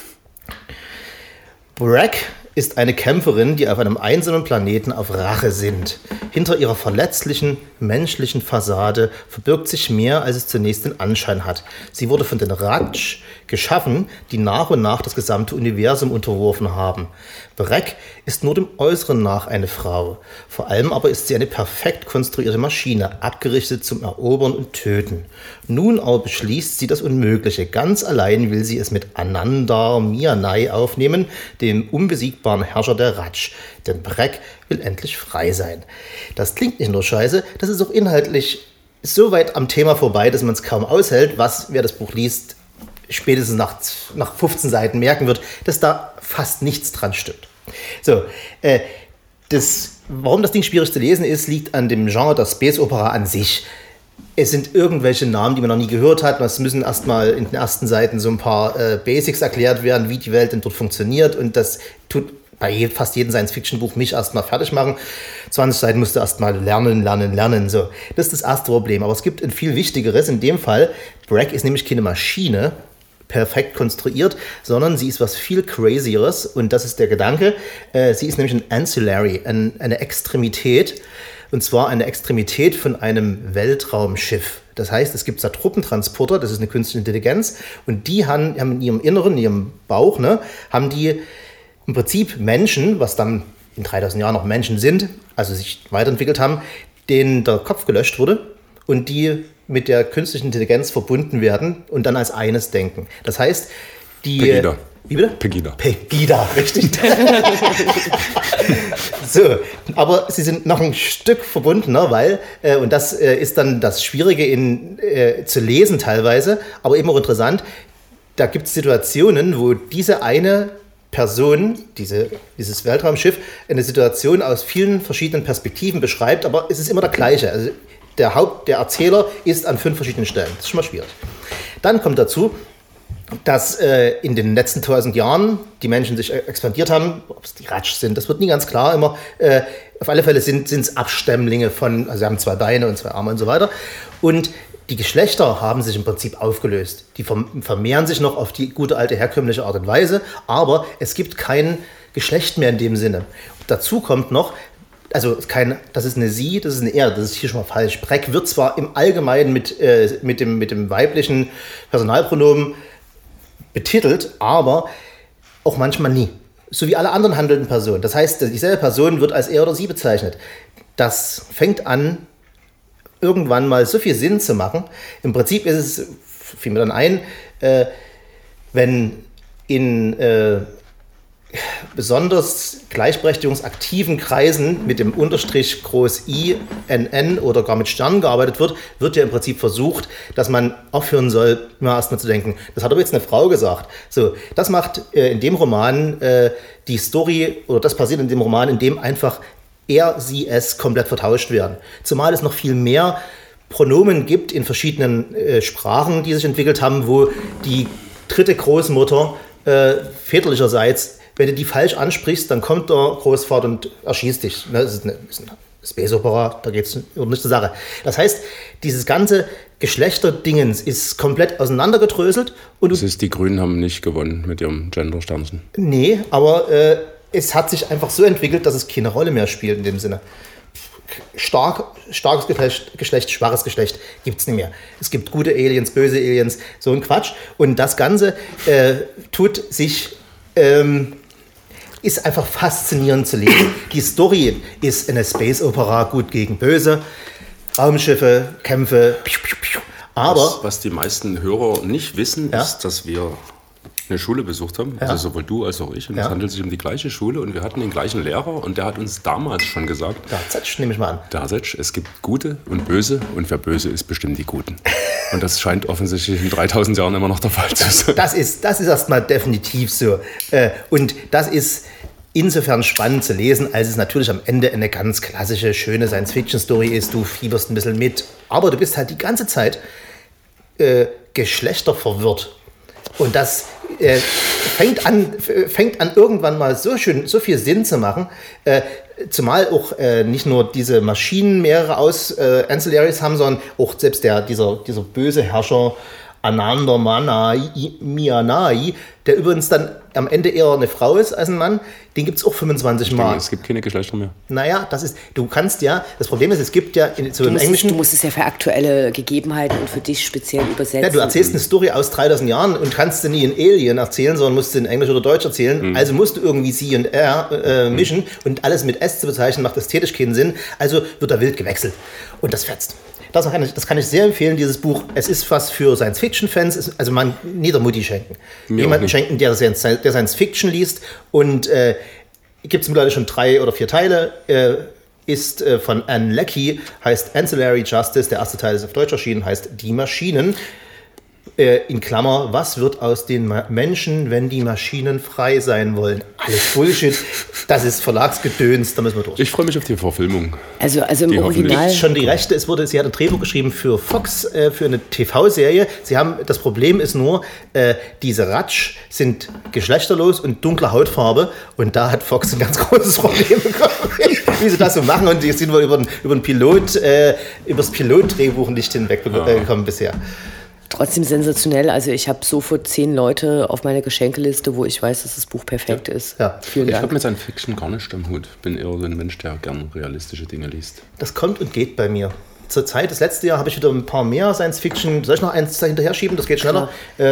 Brack ist eine Kämpferin, die auf einem einsamen Planeten auf Rache sinnt. Hinter ihrer verletzlichen, menschlichen Fassade verbirgt sich mehr, als es zunächst den Anschein hat. Sie wurde von den Radsch geschaffen, die nach und nach das gesamte Universum unterworfen haben. Brack ist nur dem Äußeren nach eine Frau. Vor allem aber ist sie eine perfekt konstruierte Maschine, abgerichtet zum Erobern und Töten. Nun aber beschließt sie das Unmögliche. Ganz allein will sie es mit Anandar Mianai aufnehmen, dem unbesiegbaren Herrscher der Radsch. Denn Brack will endlich frei sein. Das klingt nicht nur scheiße, das ist auch inhaltlich so weit am Thema vorbei, dass man es kaum aushält, wer das Buch liest, spätestens nach 15 Seiten merken wird, dass da fast nichts dran stimmt. So, warum das Ding schwierig zu lesen ist, liegt an dem Genre der Space Opera an sich. Es sind irgendwelche Namen, die man noch nie gehört hat. Es müssen erstmal in den ersten Seiten so ein paar Basics erklärt werden, wie die Welt denn dort funktioniert. Und das tut bei fast jedem Science-Fiction-Buch mich erstmal fertig machen. 20 Seiten musst du erstmal lernen. So. Das ist das erste Problem. Aber es gibt ein viel wichtigeres. In dem Fall, Brack ist nämlich keine Maschine, perfekt konstruiert, sondern sie ist was viel Crazieres. Und das ist der Gedanke. Sie ist nämlich ein Ancillary, eine Extremität. Und zwar eine Extremität von einem Weltraumschiff. Das heißt, es gibt da Truppentransporter, das ist eine künstliche Intelligenz. Und die haben in ihrem Inneren, in ihrem Bauch, haben die im Prinzip Menschen, was dann in 3000 Jahren noch Menschen sind, also sich weiterentwickelt haben, denen der Kopf gelöscht wurde und die mit der künstlichen Intelligenz verbunden werden und dann als eines denken. Das heißt,
Pegida.
Wie bitte? Pegida, richtig. So, aber sie sind noch ein Stück verbundener, weil, und das ist dann das Schwierige zu lesen teilweise, aber eben auch interessant, da gibt es Situationen, wo diese eine Person, dieses Weltraumschiff, eine Situation aus vielen verschiedenen Perspektiven beschreibt, aber es ist immer der gleiche. Also der Erzähler ist an 5 verschiedenen Stellen. Das ist schon mal schwierig. Dann kommt dazu, dass in den letzten 1000 Jahren die Menschen sich expandiert haben. Ob es die Ratsch sind, das wird nie ganz klar immer. Auf alle Fälle sind es Abstämmlinge von, also sie haben 2 Beine und 2 Arme und so weiter. Und die Geschlechter haben sich im Prinzip aufgelöst. Die vermehren sich noch auf die gute alte herkömmliche Art und Weise, aber es gibt kein Geschlecht mehr in dem Sinne. Dazu kommt noch, also das ist eine Sie, das ist eine Er, das ist hier schon mal falsch. Breck wird zwar im Allgemeinen mit dem weiblichen Personalpronomen betitelt, aber auch manchmal nie. So wie alle anderen handelnden Personen. Das heißt, dieselbe Person wird als er oder sie bezeichnet. Das fängt an, irgendwann mal so viel Sinn zu machen. Im Prinzip ist es, fiel mir dann ein, wenn in besonders gleichberechtigungsaktiven Kreisen mit dem Unterstrich groß I, NN oder gar mit Sternen gearbeitet wird ja im Prinzip versucht, dass man aufhören soll, mal erstmal zu denken, das hat aber jetzt eine Frau gesagt. So, das macht in dem Roman die Story, oder das passiert in dem Roman, in dem einfach er, sie, es komplett vertauscht werden. Zumal es noch viel mehr Pronomen gibt in verschiedenen Sprachen, die sich entwickelt haben, wo die dritte Großmutter väterlicherseits, wenn du die falsch ansprichst, dann kommt der Großvater und erschießt dich. Das ist eine Space Opera, da geht es nicht zur Sache. Das heißt, dieses ganze Geschlechterdingens ist komplett auseinandergedröselt. Und
die Grünen haben nicht gewonnen mit ihrem Gender-Sternchen.
Nee, aber es hat sich einfach so entwickelt, dass es keine Rolle mehr spielt in dem Sinne. Starkes Geschlecht, schwaches Geschlecht gibt es nicht mehr. Es gibt gute Aliens, böse Aliens, so ein Quatsch. Und das Ganze ist einfach faszinierend zu lesen. Die Story ist eine Space-Opera, gut gegen böse, Raumschiffe, Kämpfe, aber...
Was die meisten Hörer nicht wissen, ist, dass wir eine Schule besucht haben, also sowohl du als auch ich, und es handelt sich um die gleiche Schule und wir hatten den gleichen Lehrer und der hat uns damals schon gesagt,
Darzetsch, nehme ich mal an.
Es gibt Gute und Böse und wer böse ist, bestimmt die Guten. Und das scheint offensichtlich in 3000 Jahren immer noch der Fall zu sein.
Das ist erstmal definitiv so. Und das ist insofern spannend zu lesen, als es natürlich am Ende eine ganz klassische, schöne Science-Fiction-Story ist. Du fieberst ein bisschen mit, aber du bist halt die ganze Zeit geschlechterverwirrt. Und das fängt an irgendwann mal so viel Sinn zu machen, zumal auch nicht nur diese Maschinen mehrere Ancillaries haben, sondern auch selbst dieser böse Herrscher Ananda Mianai, der übrigens dann am Ende eher eine Frau ist als ein Mann, den gibt es auch 25 Mal.
Es gibt keine Geschlechter mehr.
Naja, das Problem ist, es gibt ja im Englischen...
Du musst es ja für aktuelle Gegebenheiten und für dich speziell übersetzen.
Ja, du erzählst eine Story aus 3000 Jahren und kannst sie nie in Alien erzählen, sondern musst sie in Englisch oder Deutsch erzählen. Also musst du irgendwie sie und er mischen und alles mit S zu bezeichnen, macht ästhetisch keinen Sinn. Also wird da wild gewechselt. Und das fetzt. Das kann ich sehr empfehlen, dieses Buch. Es ist was für Science-Fiction-Fans. Also man nie der Mutti schenken. Jemanden schenken, der Science-Fiction liest. Und gibt es mittlerweile schon 3 oder 4 Teile. Ist von Anne Leckie, heißt Ancillary Justice. Der erste Teil ist auf Deutsch erschienen, heißt Die Maschinen. In Klammer, was wird aus den Menschen, wenn die Maschinen frei sein wollen? Alles Bullshit. Das ist Verlagsgedöns, da müssen wir durch.
Ich freue mich auf die Verfilmung.
Also im Original...
Schon die Rechte, sie hat ein Drehbuch geschrieben für Fox, für eine TV-Serie. Das Problem ist nur, diese Ratsch sind geschlechterlos und dunkler Hautfarbe und da hat Fox ein ganz großes Problem bekommen, wie sie das so machen und die sind wohl über das Pilotdrehbuch nicht hinweggekommen bisher.
Trotzdem sensationell. Also ich habe sofort 10 Leute auf meiner Geschenkeliste, wo ich weiß, dass das Buch perfekt ist.
Ja.
Vielen Dank.
Ich habe mit Science Fiction gar nicht am Hut. Ich bin eher so ein Mensch, der gern realistische Dinge liest.
Das kommt und geht bei mir. Zur Zeit, das letzte Jahr, habe ich wieder ein paar mehr Science Fiction. Soll ich noch eins hinterher schieben? Das geht schneller.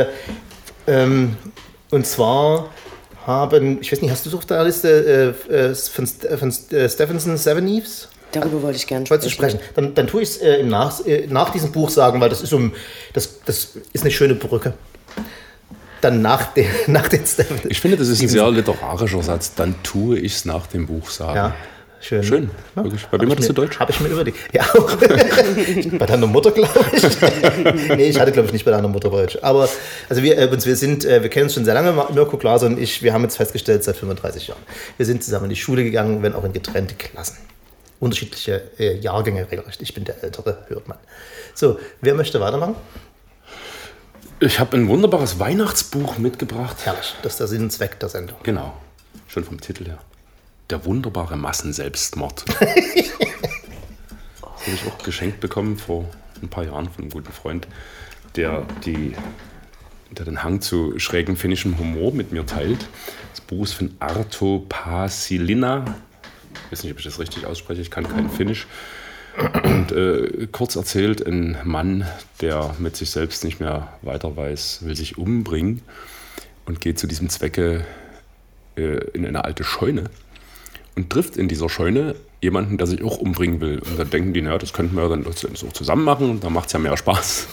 Und zwar ich weiß nicht, hast du so auf der Liste von Stephenson Seven Eves?
Darüber wollte ich gerne
sprechen. Dann tue ich es nach diesem Buch sagen, weil das ist eine schöne Brücke. dann nach den
Ich finde, das ist ein sehr literarischer Satz. Dann tue ich es nach dem Buchsagen.
Ja. Schön.
Ja, wirklich. Bei wem hattest du Deutsch?
Habe ich mir überlegt. Ja, auch. Bei deiner Mutter, glaube ich. Nee, ich hatte, glaube ich, nicht bei deiner Mutter Deutsch. Aber also wir kennen uns schon sehr lange, Mirko Glaser und ich. Wir haben jetzt festgestellt, seit 35 Jahren. Wir sind zusammen in die Schule gegangen, wenn auch in getrennte Klassen. Unterschiedliche Jahrgänge regelrecht. Ich bin der Ältere, hört man. So, wer möchte weitermachen?
Ich habe ein wunderbares Weihnachtsbuch mitgebracht.
Herrlich, das ist der Sinn und Zweck der Sendung.
Genau, schon vom Titel her. Der wunderbare Massenselbstmord. Das habe ich auch geschenkt bekommen vor ein paar Jahren von einem guten Freund, der den Hang zu schrägen finnischem Humor mit mir teilt. Das Buch ist von Arto Paasilinna. Ich weiß nicht, ob ich das richtig ausspreche, ich kann kein Finnisch. Und kurz erzählt, ein Mann, der mit sich selbst nicht mehr weiter weiß, will sich umbringen und geht zu diesem Zwecke in eine alte Scheune und trifft in dieser Scheune jemanden, der sich auch umbringen will. Und dann denken die, naja, das könnten wir dann auch zusammen machen, da macht es ja mehr Spaß.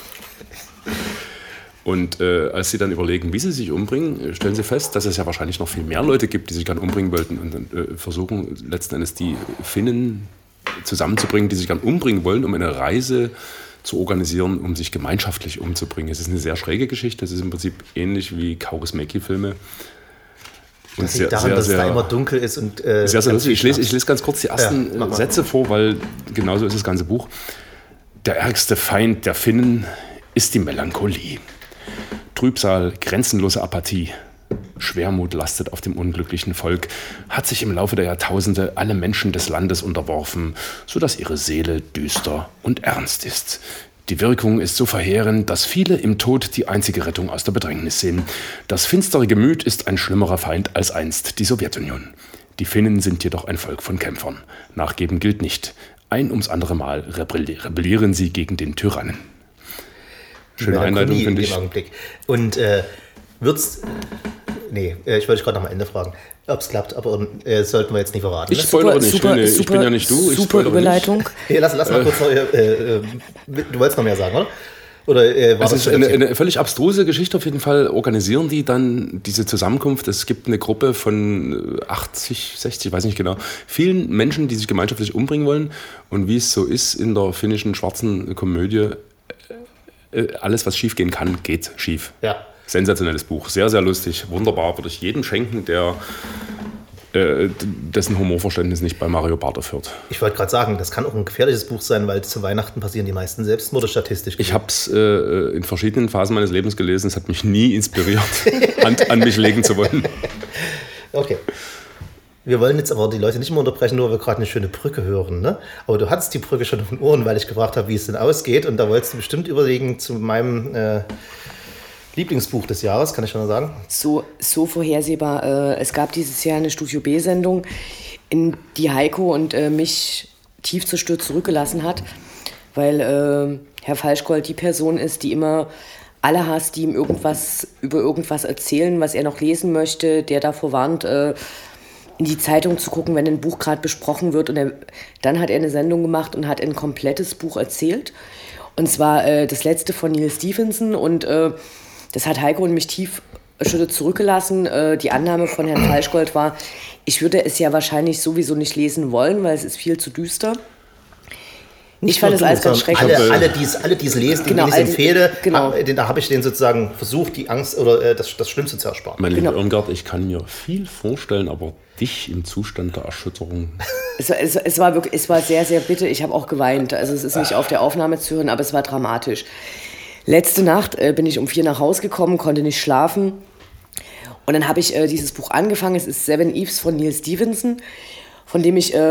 Und als sie dann überlegen, wie sie sich umbringen, stellen sie fest, dass es ja wahrscheinlich noch viel mehr Leute gibt, die sich gerne umbringen wollten. Und dann versuchen letzten Endes die Finnen zusammenzubringen, die sich gerne umbringen wollen, um eine Reise zu organisieren, um sich gemeinschaftlich umzubringen. Es ist eine sehr schräge Geschichte. Es ist im Prinzip ähnlich wie Kaurismäki-Filme.
Das liegt daran, dass es da immer dunkel ist. Und,
sehr lustig. Ich lese ganz kurz die ersten Sätze vor, weil genauso ist das ganze Buch. Der ärgste Feind der Finnen ist die Melancholie. Trübsal, grenzenlose Apathie. Schwermut lastet auf dem unglücklichen Volk, hat sich im Laufe der Jahrtausende alle Menschen des Landes unterworfen, sodass ihre Seele düster und ernst ist. Die Wirkung ist so verheerend, dass viele im Tod die einzige Rettung aus der Bedrängnis sehen. Das finstere Gemüt ist ein schlimmerer Feind als einst die Sowjetunion. Die Finnen sind jedoch ein Volk von Kämpfern. Nachgeben gilt nicht. Ein ums andere Mal rebellieren sie gegen den Tyrannen. Schöne Einleitung, finde ich.
Und ich wollte dich gerade noch am Ende fragen, ob es klappt, aber sollten wir jetzt nicht verraten.
Ich spoilere nicht, ich bin ja nicht du.
Super Überleitung.
Lass mal kurz noch, du wolltest noch mehr sagen, oder?
Es ist eine völlig abstruse Geschichte auf jeden Fall. Organisieren die dann diese Zusammenkunft? Es gibt eine Gruppe von 80, 60, weiß nicht genau, vielen Menschen, die sich gemeinschaftlich umbringen wollen. Und wie es so ist in der finnischen schwarzen Komödie, alles, was schief gehen kann, geht schief.
Ja.
Sensationelles Buch, sehr, sehr lustig, wunderbar. Würde ich jedem schenken, dessen Humorverständnis nicht bei Mario Barth aufhört.
Ich wollte gerade sagen, das kann auch ein gefährliches Buch sein, weil zu Weihnachten passieren die meisten Selbstmorde statistisch.
Ich habe es in verschiedenen Phasen meines Lebens gelesen. Es hat mich nie inspiriert, Hand an mich legen zu wollen.
Okay. Wir wollen jetzt aber die Leute nicht mehr unterbrechen, nur weil wir gerade eine schöne Brücke hören. Ne? Aber du hattest die Brücke schon auf den Ohren, weil ich gefragt habe, wie es denn ausgeht. Und da wolltest du bestimmt überlegen zu meinem Lieblingsbuch des Jahres, kann ich schon mal sagen.
So vorhersehbar. Es gab dieses Jahr eine Studio B-Sendung, in die Heiko und mich tief zerstört zurückgelassen hat, weil Herr Falschgold die Person ist, die immer alle hasst, die ihm über irgendwas erzählen, was er noch lesen möchte, der davor warnt, in die Zeitung zu gucken, wenn ein Buch gerade besprochen wird. Und dann hat er eine Sendung gemacht und hat ein komplettes Buch erzählt. Und zwar das letzte von Neil Stephenson. Und das hat Heiko und mich tief erschüttert zurückgelassen. Die Annahme von Herrn Falschgold war, ich würde es ja wahrscheinlich sowieso nicht lesen wollen, weil es ist viel zu düster. Ich fand es alles ganz schrecklich.
Alle, die es lesen, denen ich es empfehle, da habe ich denen sozusagen versucht, die Angst oder das Schlimmste zu ersparen.
Mein lieber Irmgard, ich kann mir viel vorstellen, aber dich im Zustand der Erschütterung.
Es war sehr, sehr bitter. Ich habe auch geweint. Also es ist nicht auf der Aufnahme zu hören, aber es war dramatisch. Letzte Nacht bin ich um 4 nach Hause gekommen, konnte nicht schlafen. Und dann habe ich dieses Buch angefangen. Es ist Seven Eves von Neil Stephenson, von dem ich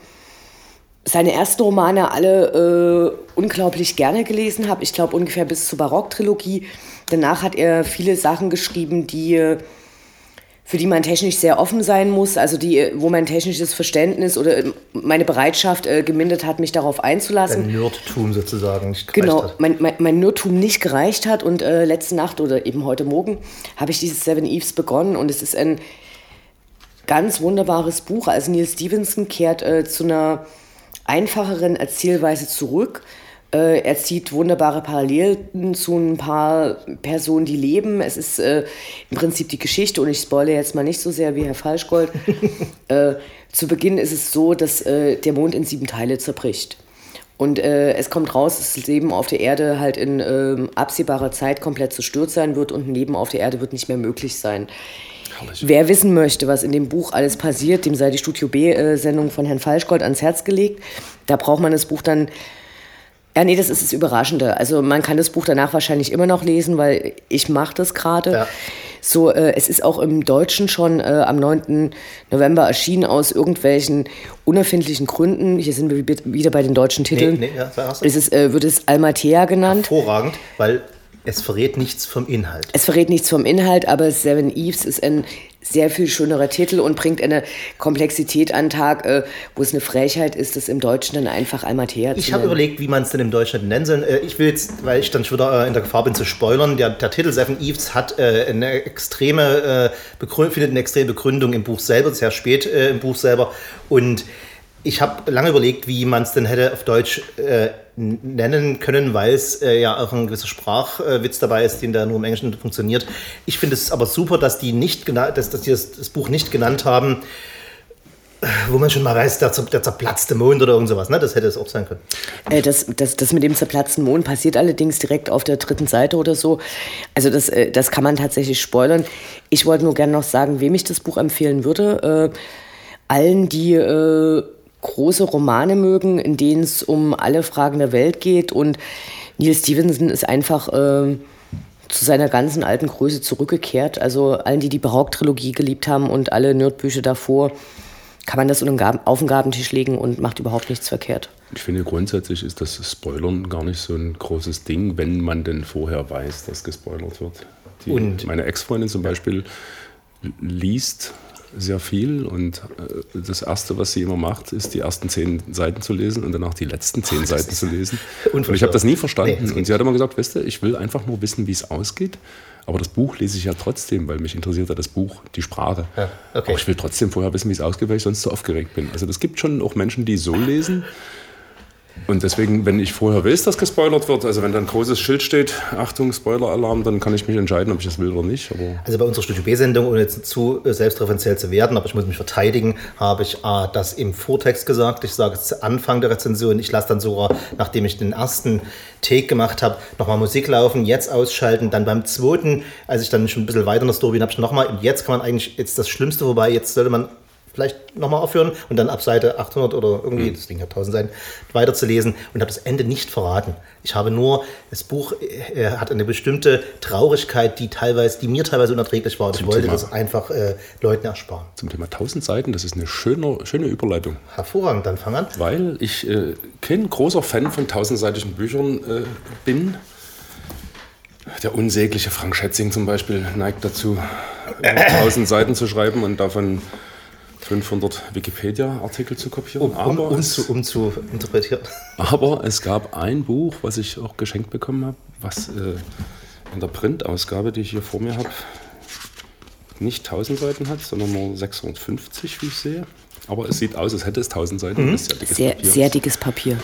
seine ersten Romane alle unglaublich gerne gelesen habe. Ich glaube ungefähr bis zur Barock-Trilogie. Danach hat er viele Sachen geschrieben, für die man technisch sehr offen sein muss, also wo mein technisches Verständnis oder meine Bereitschaft gemindert hat, mich darauf einzulassen.
Dein Nerdtum sozusagen nicht gereicht hat.
Genau, mein Nerdtum nicht gereicht hat und letzte Nacht oder eben heute Morgen habe ich dieses Seven Eves begonnen und es ist ein ganz wunderbares Buch. Also Neil Stephenson kehrt zu einer einfacheren Erzählweise zurück, Er zieht wunderbare Parallelen zu ein paar Personen, die leben. Es ist im Prinzip die Geschichte, und ich spoilere jetzt mal nicht so sehr wie Herr Falschgold. Zu Beginn ist es so, dass der Mond in 7 Teile zerbricht. Und es kommt raus, dass das Leben auf der Erde halt in absehbarer Zeit komplett zerstört sein wird, und ein Leben auf der Erde wird nicht mehr möglich sein. Herrlich. Wer wissen möchte, was in dem Buch alles passiert, dem sei die Studio B-Sendung von Herrn Falschgold ans Herz gelegt. Da braucht man das Buch dann... Ja, nee, das ist das Überraschende. Also man kann das Buch danach wahrscheinlich immer noch lesen, weil ich mache das gerade. Ja. So, es ist auch im Deutschen schon am 9. November erschienen, aus irgendwelchen unerfindlichen Gründen. Hier sind wir wieder bei den deutschen Titeln. Wird es Almatea genannt.
Hervorragend, weil es verrät nichts vom Inhalt.
Es verrät nichts vom Inhalt, aber Seven Eves ist ein sehr viel schönerer Titel und bringt eine Komplexität an den Tag, wo es eine Frechheit ist, das im Deutschen dann einfach Almatea zu nennen.
Ich habe überlegt, wie man es denn im Deutschen nennen soll. Ich will jetzt, weil ich dann schon wieder in der Gefahr bin zu spoilern, der Titel Seven Eves hat findet eine extreme Begründung im Buch selber, sehr spät im Buch selber. Und ich habe lange überlegt, wie man es denn hätte auf Deutsch nennen können, weil es ja auch ein gewisser Sprachwitz dabei ist, den da nur im Englischen funktioniert. Ich finde es aber super, dass die das Buch nicht genannt haben, wo man schon mal weiß, der zerplatzte Mond oder irgend sowas. Ne? Das hätte es auch sein können.
Das mit dem zerplatzten Mond passiert allerdings direkt auf der 3. Seite oder so. Also das kann man tatsächlich spoilern. Ich wollte nur gerne noch sagen, wem ich das Buch empfehlen würde. Allen, die große Romane mögen, in denen es um alle Fragen der Welt geht, und Neil Stephenson ist einfach zu seiner ganzen alten Größe zurückgekehrt. Also allen, die Barock-Trilogie geliebt haben und alle Nerdbücher davor, kann man das auf den Gabentisch legen und macht überhaupt nichts verkehrt.
Ich finde, grundsätzlich ist das Spoilern gar nicht so ein großes Ding, wenn man denn vorher weiß, dass gespoilert wird. Meine Ex-Freundin zum Beispiel liest sehr viel, und das Erste, was sie immer macht, ist, die ersten 10 Seiten zu lesen und danach die letzten 10 Seiten zu lesen. Und ich habe das nie verstanden. Nee, und sie hat immer gesagt, weißt du, ich will einfach nur wissen, wie es ausgeht, aber das Buch lese ich ja trotzdem, weil mich interessiert ja das Buch, die Sprache. Ja, okay. Aber ich will trotzdem vorher wissen, wie es ausgeht, weil ich sonst so aufgeregt bin. Also das gibt schon auch Menschen, die so lesen. Und deswegen, wenn ich vorher weiß, dass gespoilert wird, also wenn da ein großes Schild steht, Achtung, Spoiler-Alarm, dann kann ich mich entscheiden, ob ich das will oder nicht. Aber
also bei unserer Studio B-Sendung, ohne jetzt zu selbstreferenziell zu werden, aber ich muss mich verteidigen, habe ich das im Vortext gesagt. Ich sage es zu Anfang der Rezension. Ich lasse dann sogar, nachdem ich den ersten Take gemacht habe, nochmal Musik laufen, jetzt ausschalten. Dann beim zweiten, als ich dann schon ein bisschen weiter in der Story bin, habe ich nochmal, und jetzt kann man eigentlich, jetzt das Schlimmste vorbei, jetzt sollte man vielleicht nochmal aufhören und dann ab Seite 800 oder irgendwie, das Ding hat 1000 Seiten, weiterzulesen, und habe das Ende nicht verraten. Ich habe nur, das Buch hat eine bestimmte Traurigkeit, die mir teilweise unerträglich war. Und ich wollte das einfach Leuten ersparen.
Zum Thema 1000 Seiten, das ist eine schöne Überleitung.
Hervorragend, dann fang an.
Weil ich kein großer Fan von 1000-seitigen Büchern bin. Der unsägliche Frank Schätzing zum Beispiel neigt dazu, 1000 Seiten zu schreiben und davon 500 Wikipedia-Artikel zu kopieren.
Um zu interpretieren.
Aber es gab ein Buch, was ich auch geschenkt bekommen habe, was in der Printausgabe, die ich hier vor mir habe, nicht 1000 Seiten hat, sondern nur 650, wie ich sehe. Aber es sieht aus, als hätte es 1000 Seiten. Das ist
sehr dickes Papier.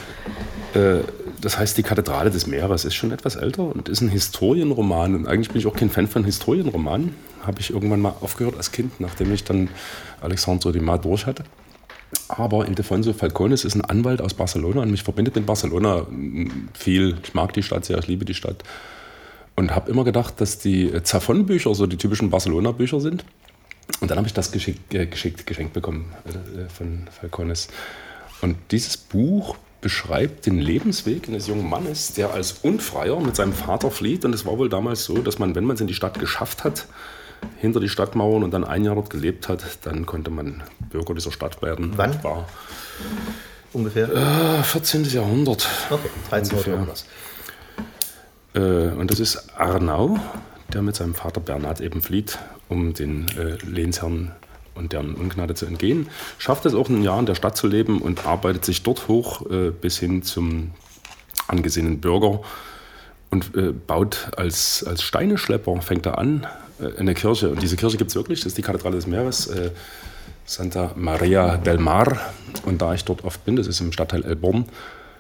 Das heißt, die Kathedrale des Meeres ist schon etwas älter und ist ein Historienroman. Und eigentlich bin ich auch kein Fan von Historienromanen. Habe ich irgendwann mal aufgehört als Kind, nachdem ich dann Alexandre Dumas durch hatte. Aber Ildefonso Falcones ist ein Anwalt aus Barcelona und mich verbindet mit Barcelona viel. Ich mag die Stadt sehr, ich liebe die Stadt. Und habe immer gedacht, dass die Zafón-Bücher so die typischen Barcelona-Bücher sind. Und dann habe ich das geschenkt bekommen von Falcones. Und dieses Buch beschreibt den Lebensweg eines jungen Mannes, der als Unfreier mit seinem Vater flieht. Und es war wohl damals so, dass man, wenn man es in die Stadt geschafft hat, hinter die Stadtmauern und dann ein Jahr dort gelebt hat, dann konnte man Bürger dieser Stadt werden.
Wann?
War
ungefähr?
14. Jahrhundert.
Okay, 1300 irgendwas.
Und das ist Arnau, der mit seinem Vater Bernhard eben flieht, um den Lehnsherren und deren Ungnade zu entgehen. Schafft es auch ein Jahr in der Stadt zu leben und arbeitet sich dort hoch bis hin zum angesehenen Bürger und baut als Steineschlepper, fängt er an, eine Kirche. Und diese Kirche gibt es wirklich, das ist die Kathedrale des Meeres, Santa Maria del Mar. Und da ich dort oft bin, das ist im Stadtteil Elborn,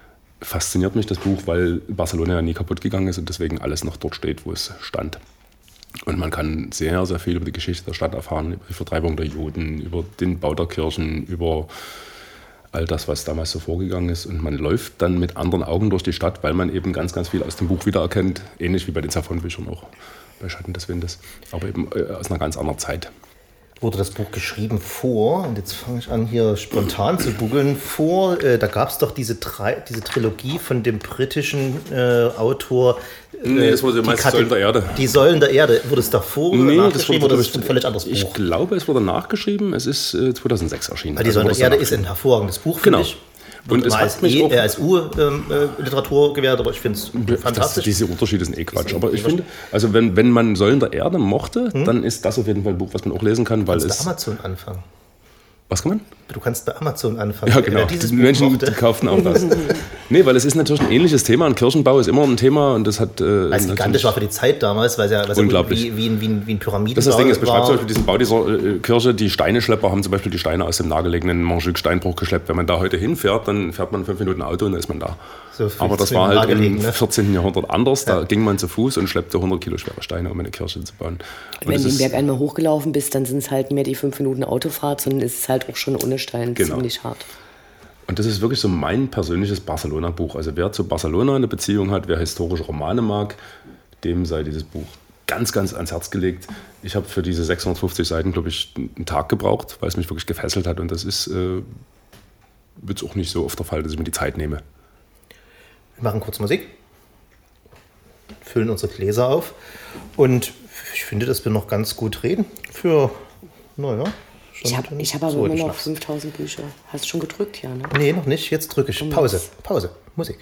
fasziniert mich das Buch, weil Barcelona ja nie kaputt gegangen ist und deswegen alles noch dort steht, wo es stand. Und man kann sehr, sehr viel über die Geschichte der Stadt erfahren, über die Vertreibung der Juden, über den Bau der Kirchen, über all das, was damals so vorgegangen ist. Und man läuft dann mit anderen Augen durch die Stadt, weil man eben ganz, ganz viel aus dem Buch wiedererkennt, ähnlich wie bei den Savon-Büchern auch, bei Schatten des Windes, aber eben aus einer ganz anderen Zeit.
Wurde das Buch geschrieben vor, und jetzt fange ich an, hier spontan zu googeln, da gab es doch diese Trilogie von dem britischen Autor.
Nee, das wurde meist Säulen der Erde.
Die Säulen der Erde. Wurde es davor nachgeschrieben oder ist es ein völlig anderes Buch?
Ich glaube, es wurde nachgeschrieben. Es ist 2006 erschienen.
Weil die Säulen der Erde ist ein hervorragendes Buch, finde ich. Und es hat mich auch als U-Literatur gewährt, aber ich finde es fantastisch.
Diese Unterschiede sind Quatsch. Aber ich finde, also wenn man Säulen der Erde mochte, dann ist das auf jeden Fall ein Buch, was man auch lesen kann. Weil
bei Amazon anfangen.
Was kann man?
Du kannst bei Amazon anfangen.
Ja, genau. Die Menschen kaufen auch das. Nee, weil es ist natürlich ein ähnliches Thema. Und Kirchenbau ist immer ein Thema. Und das hat.
Weil es gigantisch war für die Zeit damals, weil es ja
unglaublich.
Wie ein Pyramidenbau.
Das ist das Ding, es beschreibt zum Beispiel diesen Bau dieser Kirche. Die Steineschlepper haben zum Beispiel die Steine aus dem nahegelegenen Montjuic-Steinbruch geschleppt. Wenn man da heute hinfährt, dann fährt man 5 Minuten Auto und dann ist man da. So, aber das war halt im 14. Jahrhundert anders. Da ging man zu Fuß und schleppte 100 Kilo schwere Steine, um eine Kirche zu bauen. Und
wenn du den Berg einmal hochgelaufen bist, dann sind es halt nicht mehr die 5 Minuten Autofahrt, sondern es ist halt auch schon ohne Stein ziemlich hart.
Und das ist wirklich so mein persönliches Barcelona-Buch. Also wer zu Barcelona eine Beziehung hat, wer historische Romane mag, dem sei dieses Buch ganz, ganz ans Herz gelegt. Ich habe für diese 650 Seiten, glaube ich, einen Tag gebraucht, weil es mich wirklich gefesselt hat. Und das ist jetzt auch nicht so oft der Fall, dass ich mir die Zeit nehme.
Wir machen kurz Musik, füllen unsere Gläser auf und ich finde, dass wir noch ganz gut reden für,
Ich habe aber immer noch 5000 Bücher. Hast du schon gedrückt, ja, ne?
Nee, noch nicht. Jetzt drücke ich. Pause, Musik.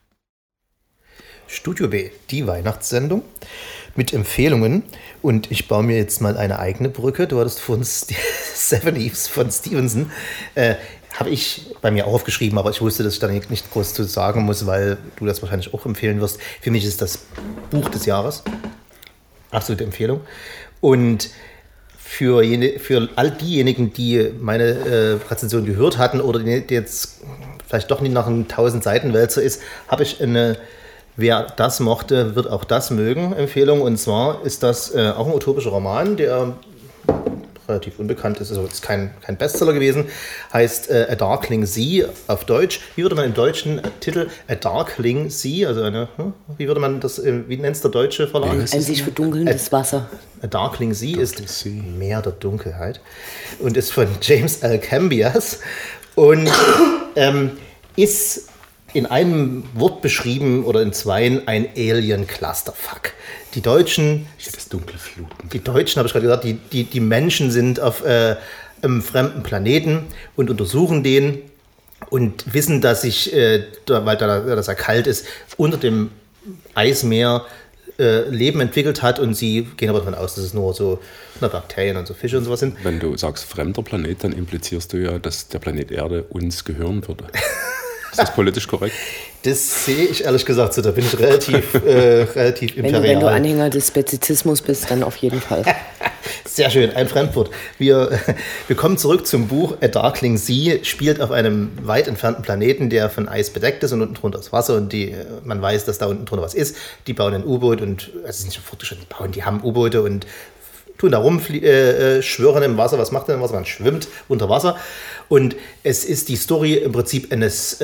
Studio B, die Weihnachtssendung mit Empfehlungen. Und ich baue mir jetzt mal eine eigene Brücke. Du hattest von Seven Eves von Stevenson. Habe ich bei mir aufgeschrieben, aber ich wusste, dass ich da nicht groß zu sagen muss, weil du das wahrscheinlich auch empfehlen wirst. Für mich ist das Buch des Jahres. Absolute Empfehlung. Und für all diejenigen, die meine Rezension gehört hatten oder die jetzt vielleicht doch nicht nach einem 1000-Seiten-Wälzer ist, habe ich eine Wer das mochte, wird auch das mögen Empfehlung. Und zwar ist das auch ein utopischer Roman, der relativ unbekannt ist, also ist kein Bestseller gewesen, heißt A Darkling Sea auf Deutsch. Wie würde man im deutschen Titel A Darkling Sea, also wie würde man das, wie nennt es der deutsche Verlag?
Ein sich verdunkelndes Wasser.
A Darkling Sea ist Meer der Dunkelheit und ist von James L. Cambias und ist in einem Wort beschrieben oder in zweien ein Alien-Clusterfuck. Die Deutschen, habe ich gerade gesagt, die Menschen sind auf einem fremden Planeten und untersuchen den und wissen, dass sich, weil das ja kalt ist, unter dem Eismeer Leben entwickelt hat und sie gehen aber davon aus, dass es nur so Bakterien und so Fische und sowas sind.
Wenn du sagst fremder Planet, dann implizierst du ja, dass der Planet Erde uns gehören würde. Ist das politisch korrekt?
Das sehe ich ehrlich gesagt so, da bin ich relativ imperial.
Wenn du Anhänger des Spezizismus bist, dann auf jeden Fall.
Sehr schön, ein Fremdwort. Wir kommen zurück zum Buch. A Darkling Sea spielt auf einem weit entfernten Planeten, der von Eis bedeckt ist und unten drunter ist Wasser und man weiß, dass da unten drunter was ist. Die bauen ein U-Boot und, also sind schon fortgeschritten, die haben U-Boote und tun da rum, schwören im Wasser. Was macht denn im Wasser? Man schwimmt unter Wasser. Und es ist die Story im Prinzip eines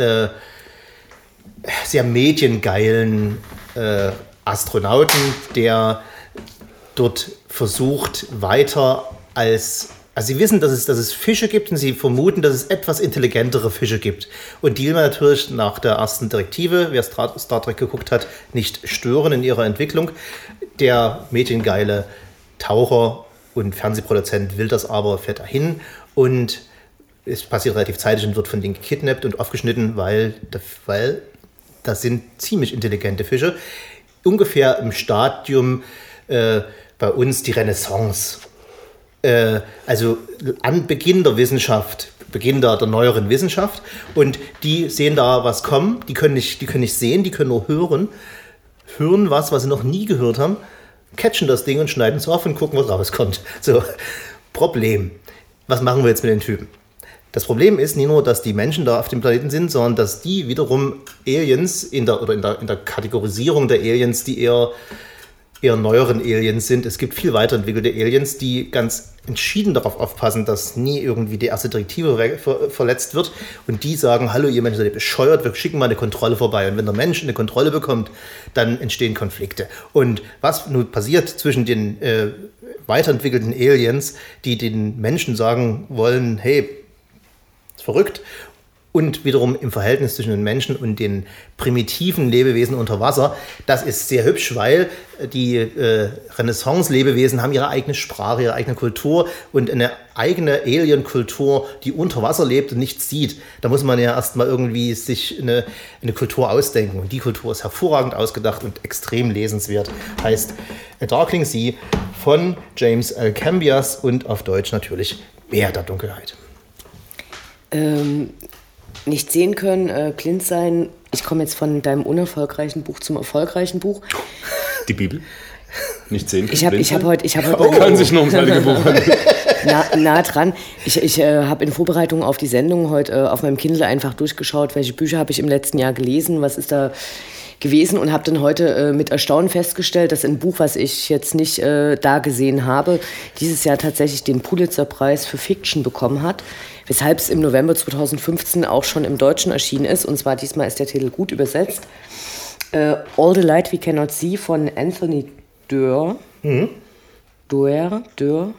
sehr mediengeilen Astronauten, der dort versucht, weiter also sie wissen, dass es Fische gibt und sie vermuten, dass es etwas intelligentere Fische gibt. Und die will man natürlich nach der ersten Direktive, wer Star Trek geguckt hat, nicht stören in ihrer Entwicklung. Der mediengeile Taucher und Fernsehproduzent will das aber, fährt dahin und es passiert relativ zeitig und wird von denen gekidnappt und aufgeschnitten, weil das sind ziemlich intelligente Fische. Ungefähr im Stadium bei uns die Renaissance. Also an Beginn der Wissenschaft, Beginn der neueren Wissenschaft. Und die sehen da was kommen. Die können nicht sehen, die können nur hören. Hören was sie noch nie gehört haben, catchen das Ding und schneiden es auf und gucken, was rauskommt. So, Problem. Was machen wir jetzt mit den Typen? Das Problem ist nicht nur, dass die Menschen da auf dem Planeten sind, sondern dass die wiederum Aliens in der Kategorisierung der Aliens, die eher neueren Aliens sind. Es gibt viel weiterentwickelte Aliens, die ganz entschieden darauf aufpassen, dass nie irgendwie die erste Direktive verletzt wird. Und die sagen, hallo, ihr Menschen seid bescheuert, wir schicken mal eine Kontrolle vorbei. Und wenn der Mensch eine Kontrolle bekommt, dann entstehen Konflikte. Und was nun passiert zwischen den weiterentwickelten Aliens, die den Menschen sagen wollen, hey, ist verrückt, und wiederum im Verhältnis zwischen den Menschen und den primitiven Lebewesen unter Wasser, das ist sehr hübsch, weil die Renaissance-Lebewesen haben ihre eigene Sprache, ihre eigene Kultur und eine eigene Alien-Kultur, die unter Wasser lebt und nichts sieht. Da muss man ja erstmal irgendwie sich eine Kultur ausdenken. Und die Kultur ist hervorragend ausgedacht und extrem lesenswert. Heißt A Darkling Sea von James L. Cambias und auf Deutsch natürlich Meer der Dunkelheit.
Nicht sehen können, blind sein. Ich komme jetzt von deinem unerfolgreichen Buch zum erfolgreichen Buch.
Die Bibel? Nicht sehen können,
Ich habe heute
kann sich noch ums heilige Buch handeln.
nah dran. Ich habe in Vorbereitung auf die Sendung heute auf meinem Kindle einfach durchgeschaut, welche Bücher habe ich im letzten Jahr gelesen, was ist da gewesen, und habe dann heute mit Erstaunen festgestellt, dass ein Buch, was ich jetzt nicht da gesehen habe, dieses Jahr tatsächlich den Pulitzer-Preis für Fiction bekommen hat, weshalb es im November 2015 auch schon im Deutschen erschienen ist, und zwar diesmal ist der Titel gut übersetzt. All the Light We Cannot See von Anthony Doerr. Doerr.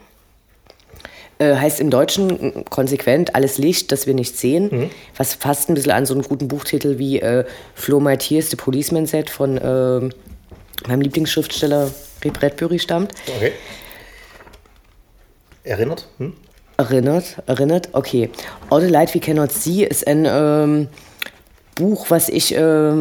Heißt im Deutschen konsequent Alles Licht, das wir nicht sehen, was fast ein bisschen an so einen guten Buchtitel wie Flo My Tears, The Policeman Said von meinem Lieblingsschriftsteller Ray Bradbury stammt.
Okay. Erinnert?
Erinnert, okay. All the Light We Cannot See ist ein Buch, was ich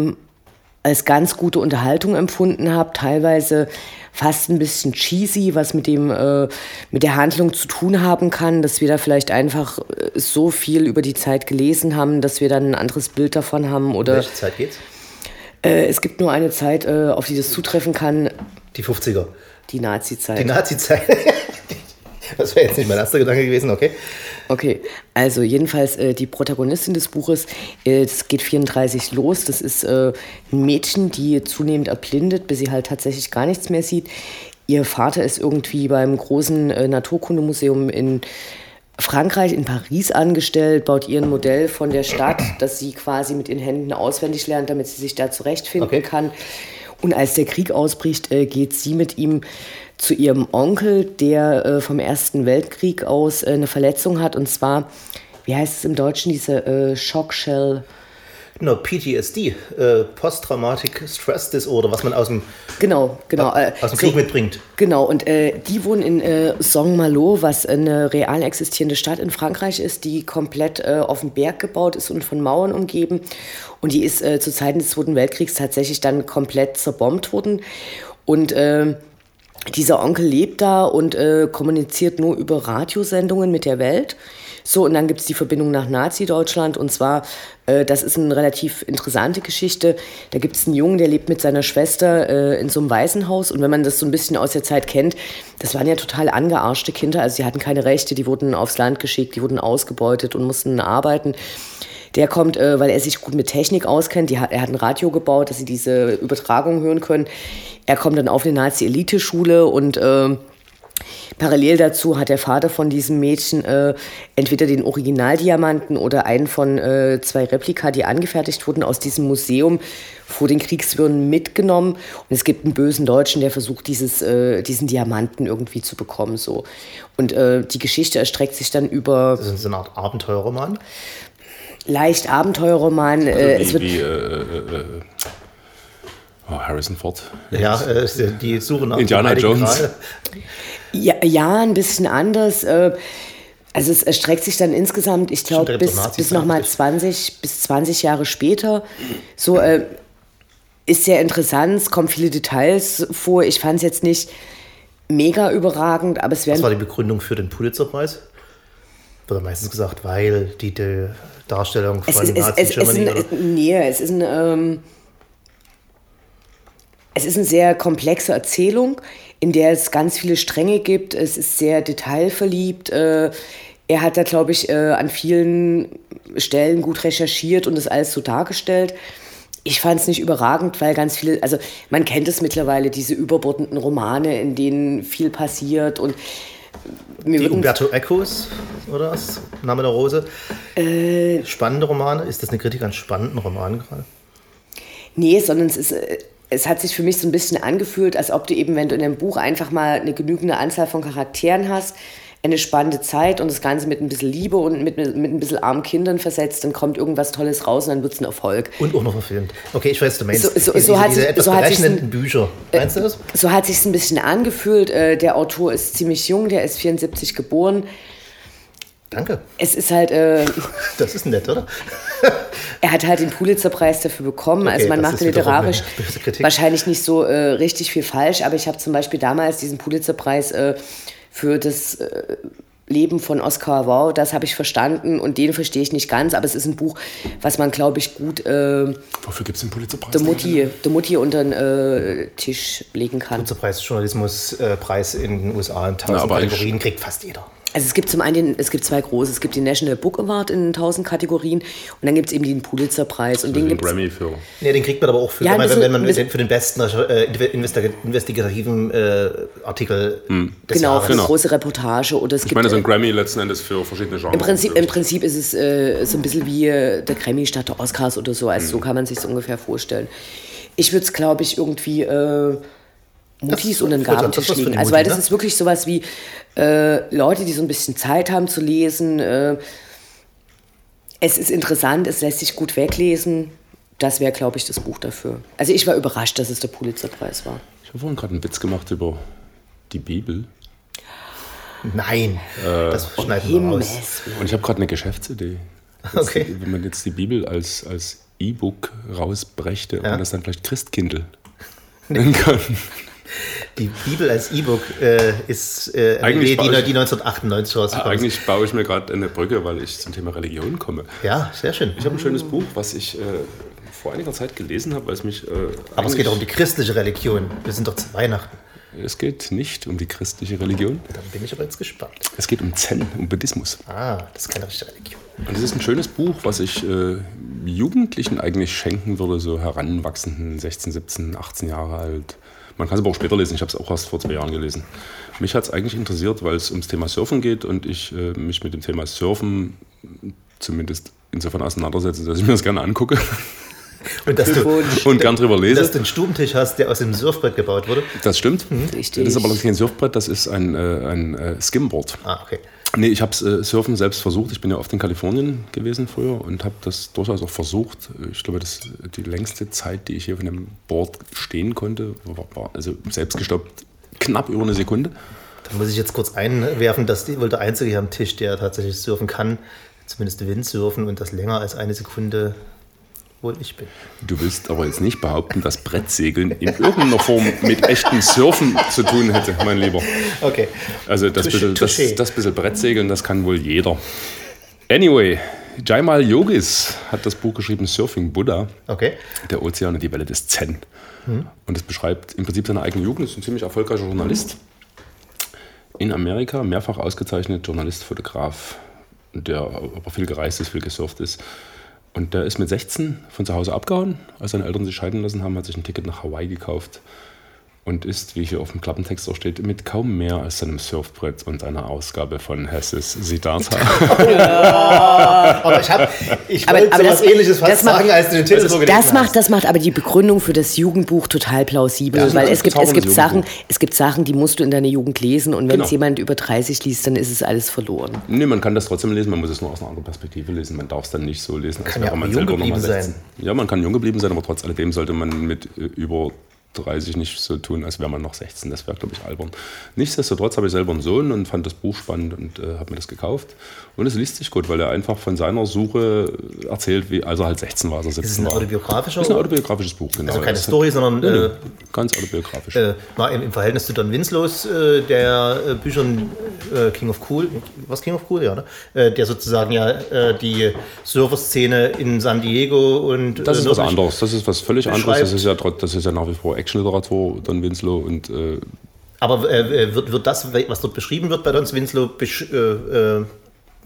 als ganz gute Unterhaltung empfunden habe, teilweise fast ein bisschen cheesy, was mit der Handlung zu tun haben kann, dass wir da vielleicht einfach so viel über die Zeit gelesen haben, dass wir dann ein anderes Bild davon haben. Oder
welche Zeit geht's?
Es gibt nur eine Zeit, auf die das zutreffen kann.
Die 50er.
Die Nazi-Zeit.
Die Nazi-Zeit. Das wäre jetzt nicht mein erster Gedanke gewesen, okay.
Okay, also jedenfalls die Protagonistin des Buches, es geht 34 los, das ist ein Mädchen, die zunehmend erblindet, bis sie halt tatsächlich gar nichts mehr sieht. Ihr Vater ist irgendwie beim großen Naturkundemuseum in Frankreich, in Paris angestellt, baut ihr ein Modell von der Stadt, das sie quasi mit ihren Händen auswendig lernt, damit sie sich da zurechtfinden kann. Und als der Krieg ausbricht, geht sie mit ihm zu ihrem Onkel, der vom Ersten Weltkrieg aus eine Verletzung hat. Und zwar, wie heißt es im Deutschen, diese Shock-Shell?
Genau, PTSD, Post-Traumatic Stress Disorder, was man aus dem Krieg mitbringt.
Genau, und die wohnen in Saint-Malo, was eine real existierende Stadt in Frankreich ist, die komplett auf dem Berg gebaut ist und von Mauern umgeben. Und die ist zu Zeiten des Zweiten Weltkriegs tatsächlich dann komplett zerbombt worden. Und dieser Onkel lebt da und kommuniziert nur über Radiosendungen mit der Welt. So, und dann gibt es die Verbindung nach Nazi-Deutschland, und zwar, das ist eine relativ interessante Geschichte. Da gibt es einen Jungen, der lebt mit seiner Schwester in so einem Waisenhaus, und wenn man das so ein bisschen aus der Zeit kennt, das waren ja total angearschte Kinder, also sie hatten keine Rechte, die wurden aufs Land geschickt, die wurden ausgebeutet und mussten arbeiten. Der kommt, weil er sich gut mit Technik auskennt, er hat ein Radio gebaut, dass sie diese Übertragung hören können. Er kommt dann auf eine Nazi-Elite-Schule und parallel dazu hat der Vater von diesem Mädchen entweder den Originaldiamanten oder einen von 2 Replika, die angefertigt wurden, aus diesem Museum vor den Kriegswirren mitgenommen. Und es gibt einen bösen Deutschen, der versucht, diesen Diamanten irgendwie zu bekommen. So. Und die Geschichte erstreckt sich dann über...
Das ist so eine Art Abenteuerroman?
Leicht Abenteuerroman.
Also Harrison Ford.
Ja, die Suche nach
Indiana Jones.
Ja, ein bisschen anders. Also es erstreckt sich dann insgesamt, ich glaube, bis nochmal 20 Jahre später. So ist sehr interessant, es kommen viele Details vor. Ich fand es jetzt nicht mega überragend, aber es wäre...
Was war die Begründung für den Pulitzerpreis? Wurde meistens gesagt, weil die Darstellung von Nazi-Germany...
Es ist eine sehr komplexe Erzählung, in der es ganz viele Stränge gibt. Es ist sehr detailverliebt. Er hat da, glaube ich, an vielen Stellen gut recherchiert und das alles so dargestellt. Ich fand es nicht überragend, weil ganz viele, also man kennt es mittlerweile, diese überbordenden Romane, in denen viel passiert und
die Umberto Ecos, oder was? Name der Rose. Spannende Romane? Ist das eine Kritik an spannenden Romanen gerade?
Nee, sondern es hat sich für mich so ein bisschen angefühlt, als ob du eben, wenn du in einem Buch einfach mal eine genügende Anzahl von Charakteren hast, eine spannende Zeit und das Ganze mit ein bisschen Liebe und mit ein bisschen armen Kindern versetzt, dann kommt irgendwas Tolles raus und dann wird es ein Erfolg.
Und auch noch verfilmt. Okay, ich weiß, was du meinst.
Diese
etwas berechnenden Bücher. Meinst du das?
So hat es sich ein bisschen angefühlt. Der Autor ist ziemlich jung, der ist 74 geboren.
Danke.
Es ist halt...
das ist nett, oder?
Er hat halt den Pulitzer-Preis dafür bekommen. Okay, also man macht literarisch wahrscheinlich nicht so richtig viel falsch, aber ich habe zum Beispiel damals diesen Pulitzer-Preis für das Leben von Oscar Wilde, das habe ich verstanden und den verstehe ich nicht ganz, aber es ist ein Buch, was man, glaube ich, gut
wofür gibt es den Pulitzer-Preis?
Der Mutti unter den Tisch legen kann.
Pulitzer-Preis, Journalismuspreis in den USA in 1000 Kategorien kriegt fast jeder.
Also es gibt zum einen, es gibt zwei große, es gibt den National Book Award in 1000 Kategorien und dann gibt es eben den Pulitzer-Preis. Und den
Grammy für...
Nee, den kriegt man aber auch für, wenn man für den besten investigativen Artikel des Jahres.
Für eine große Reportage. Oder
ich meine, so ein Grammy letzten Endes für verschiedene Genres.
Im Prinzip ist es so ein bisschen wie der Grammy statt der Oscars oder so. Also so kann man sich es ungefähr vorstellen. Ich würde es, glaube ich, irgendwie... Mutis und einen Gabentisch legen. Also weil das ist wirklich sowas wie Leute, die so ein bisschen Zeit haben zu lesen. Es ist interessant, es lässt sich gut weglesen. Das wäre, glaube ich, das Buch dafür. Also ich war überrascht, dass es der Pulitzer-Preis war.
Ich habe vorhin gerade einen Witz gemacht über die Bibel.
Nein, das schneiden wir raus.
Und ich habe gerade eine Geschäftsidee.
Okay.
Wenn man jetzt die Bibel als E-Book rausbrächte, und das dann vielleicht Christkindl nennen kann.
Die Bibel als E-Book ist eine Idee, die 1998 rausgekommen ist.
Eigentlich baue ich mir gerade eine Brücke, weil ich zum Thema Religion komme.
Ja, sehr schön.
Ich habe ein schönes Buch, was ich vor einiger Zeit gelesen habe, weil es mich...
aber es geht auch um die christliche Religion. Wir sind doch zu Weihnachten.
Es geht nicht um die christliche Religion.
Dann bin ich aber jetzt gespannt.
Es geht um Zen, um Buddhismus.
Ah, das ist keine richtige Religion.
Und es ist ein schönes Buch, was ich Jugendlichen eigentlich schenken würde, so heranwachsenden, 16, 17, 18 Jahre alt. Man kann es aber auch später lesen, ich habe es auch erst vor 2 Jahren gelesen. Mich hat es eigentlich interessiert, weil es ums Thema Surfen geht und ich mich mit dem Thema Surfen zumindest insofern auseinandersetze, dass ich mir das gerne angucke. Und gern drüber lese.
Dass du einen Stubentisch hast, der aus dem Surfbrett gebaut wurde.
Das stimmt. Richtig. Das ist aber kein Surfbrett, das ist ein Skimboard.
Ah, okay.
Nee, ich habe Surfen selbst versucht. Ich bin ja oft in Kalifornien gewesen früher und habe das durchaus auch versucht. Ich glaube, die längste Zeit, die ich hier auf einem Board stehen konnte, war also selbst gestoppt knapp über eine Sekunde.
Da muss ich jetzt kurz einwerfen, dass ich wohl der Einzige hier am Tisch, der tatsächlich surfen kann, zumindest Windsurfen und das länger als eine Sekunde wohl ich bin.
Du willst aber jetzt nicht behaupten, dass Brettsegeln in irgendeiner Form mit echtem Surfen zu tun hätte, mein Lieber.
Okay.
Also das bisschen Brettsegeln, das kann wohl jeder. Anyway, Jaimal Yogis hat das Buch geschrieben, Surfing Buddha.
Okay.
Der Ozean und die Welle des Zen. Und es beschreibt im Prinzip seine eigene Jugend. Er ist ein ziemlich erfolgreicher Journalist. In Amerika, mehrfach ausgezeichnet, Journalist, Fotograf, der aber viel gereist ist, viel gesurft ist. Und der ist mit 16 von zu Hause abgehauen, als seine Eltern sich scheiden lassen haben, hat sich ein Ticket nach Hawaii gekauft und ist, wie hier auf dem Klappentext auch steht, mit kaum mehr als seinem Surfbrett und einer Ausgabe von Hesses Siddhartha.
Ja, aber ich wollte sowas Ähnliches fast sagen, als du den Titel so gelesen hast.
Das macht aber die Begründung für das Jugendbuch total plausibel, ja, weil es gibt Sachen, die musst du in deiner Jugend lesen und wenn es jemand über 30 liest, dann ist es alles verloren.
Nee, man kann das trotzdem lesen, man muss es nur aus einer anderen Perspektive lesen, man darf es dann nicht so lesen, als wäre man selber nochmal 16. Ja, man kann jung geblieben sein, aber trotz alledem sollte man mit über 30 nicht so tun, als wäre man noch 16. Das wäre, glaube ich, albern. Nichtsdestotrotz habe ich selber einen Sohn und fand das Buch spannend und habe mir das gekauft. Und es liest sich gut, weil er einfach von seiner Suche erzählt, wie als er halt 16 war, als er 17 war.
Ist es ein autobiografischer?
Das ist ein autobiografisches Buch, genau.
Also keine Story, sondern...
ganz autobiografisch.
Im Verhältnis zu Don Winslows, der Büchern King of Cool, was King of Cool, ja, ne? Der sozusagen ja die Surfer-Szene in San Diego und...
Das ist was anderes, das ist was völlig anderes. Das ist ja nach wie vor Actionliteratur, Don Winslow und...
Aber wird das, was dort beschrieben wird bei Don Winslow,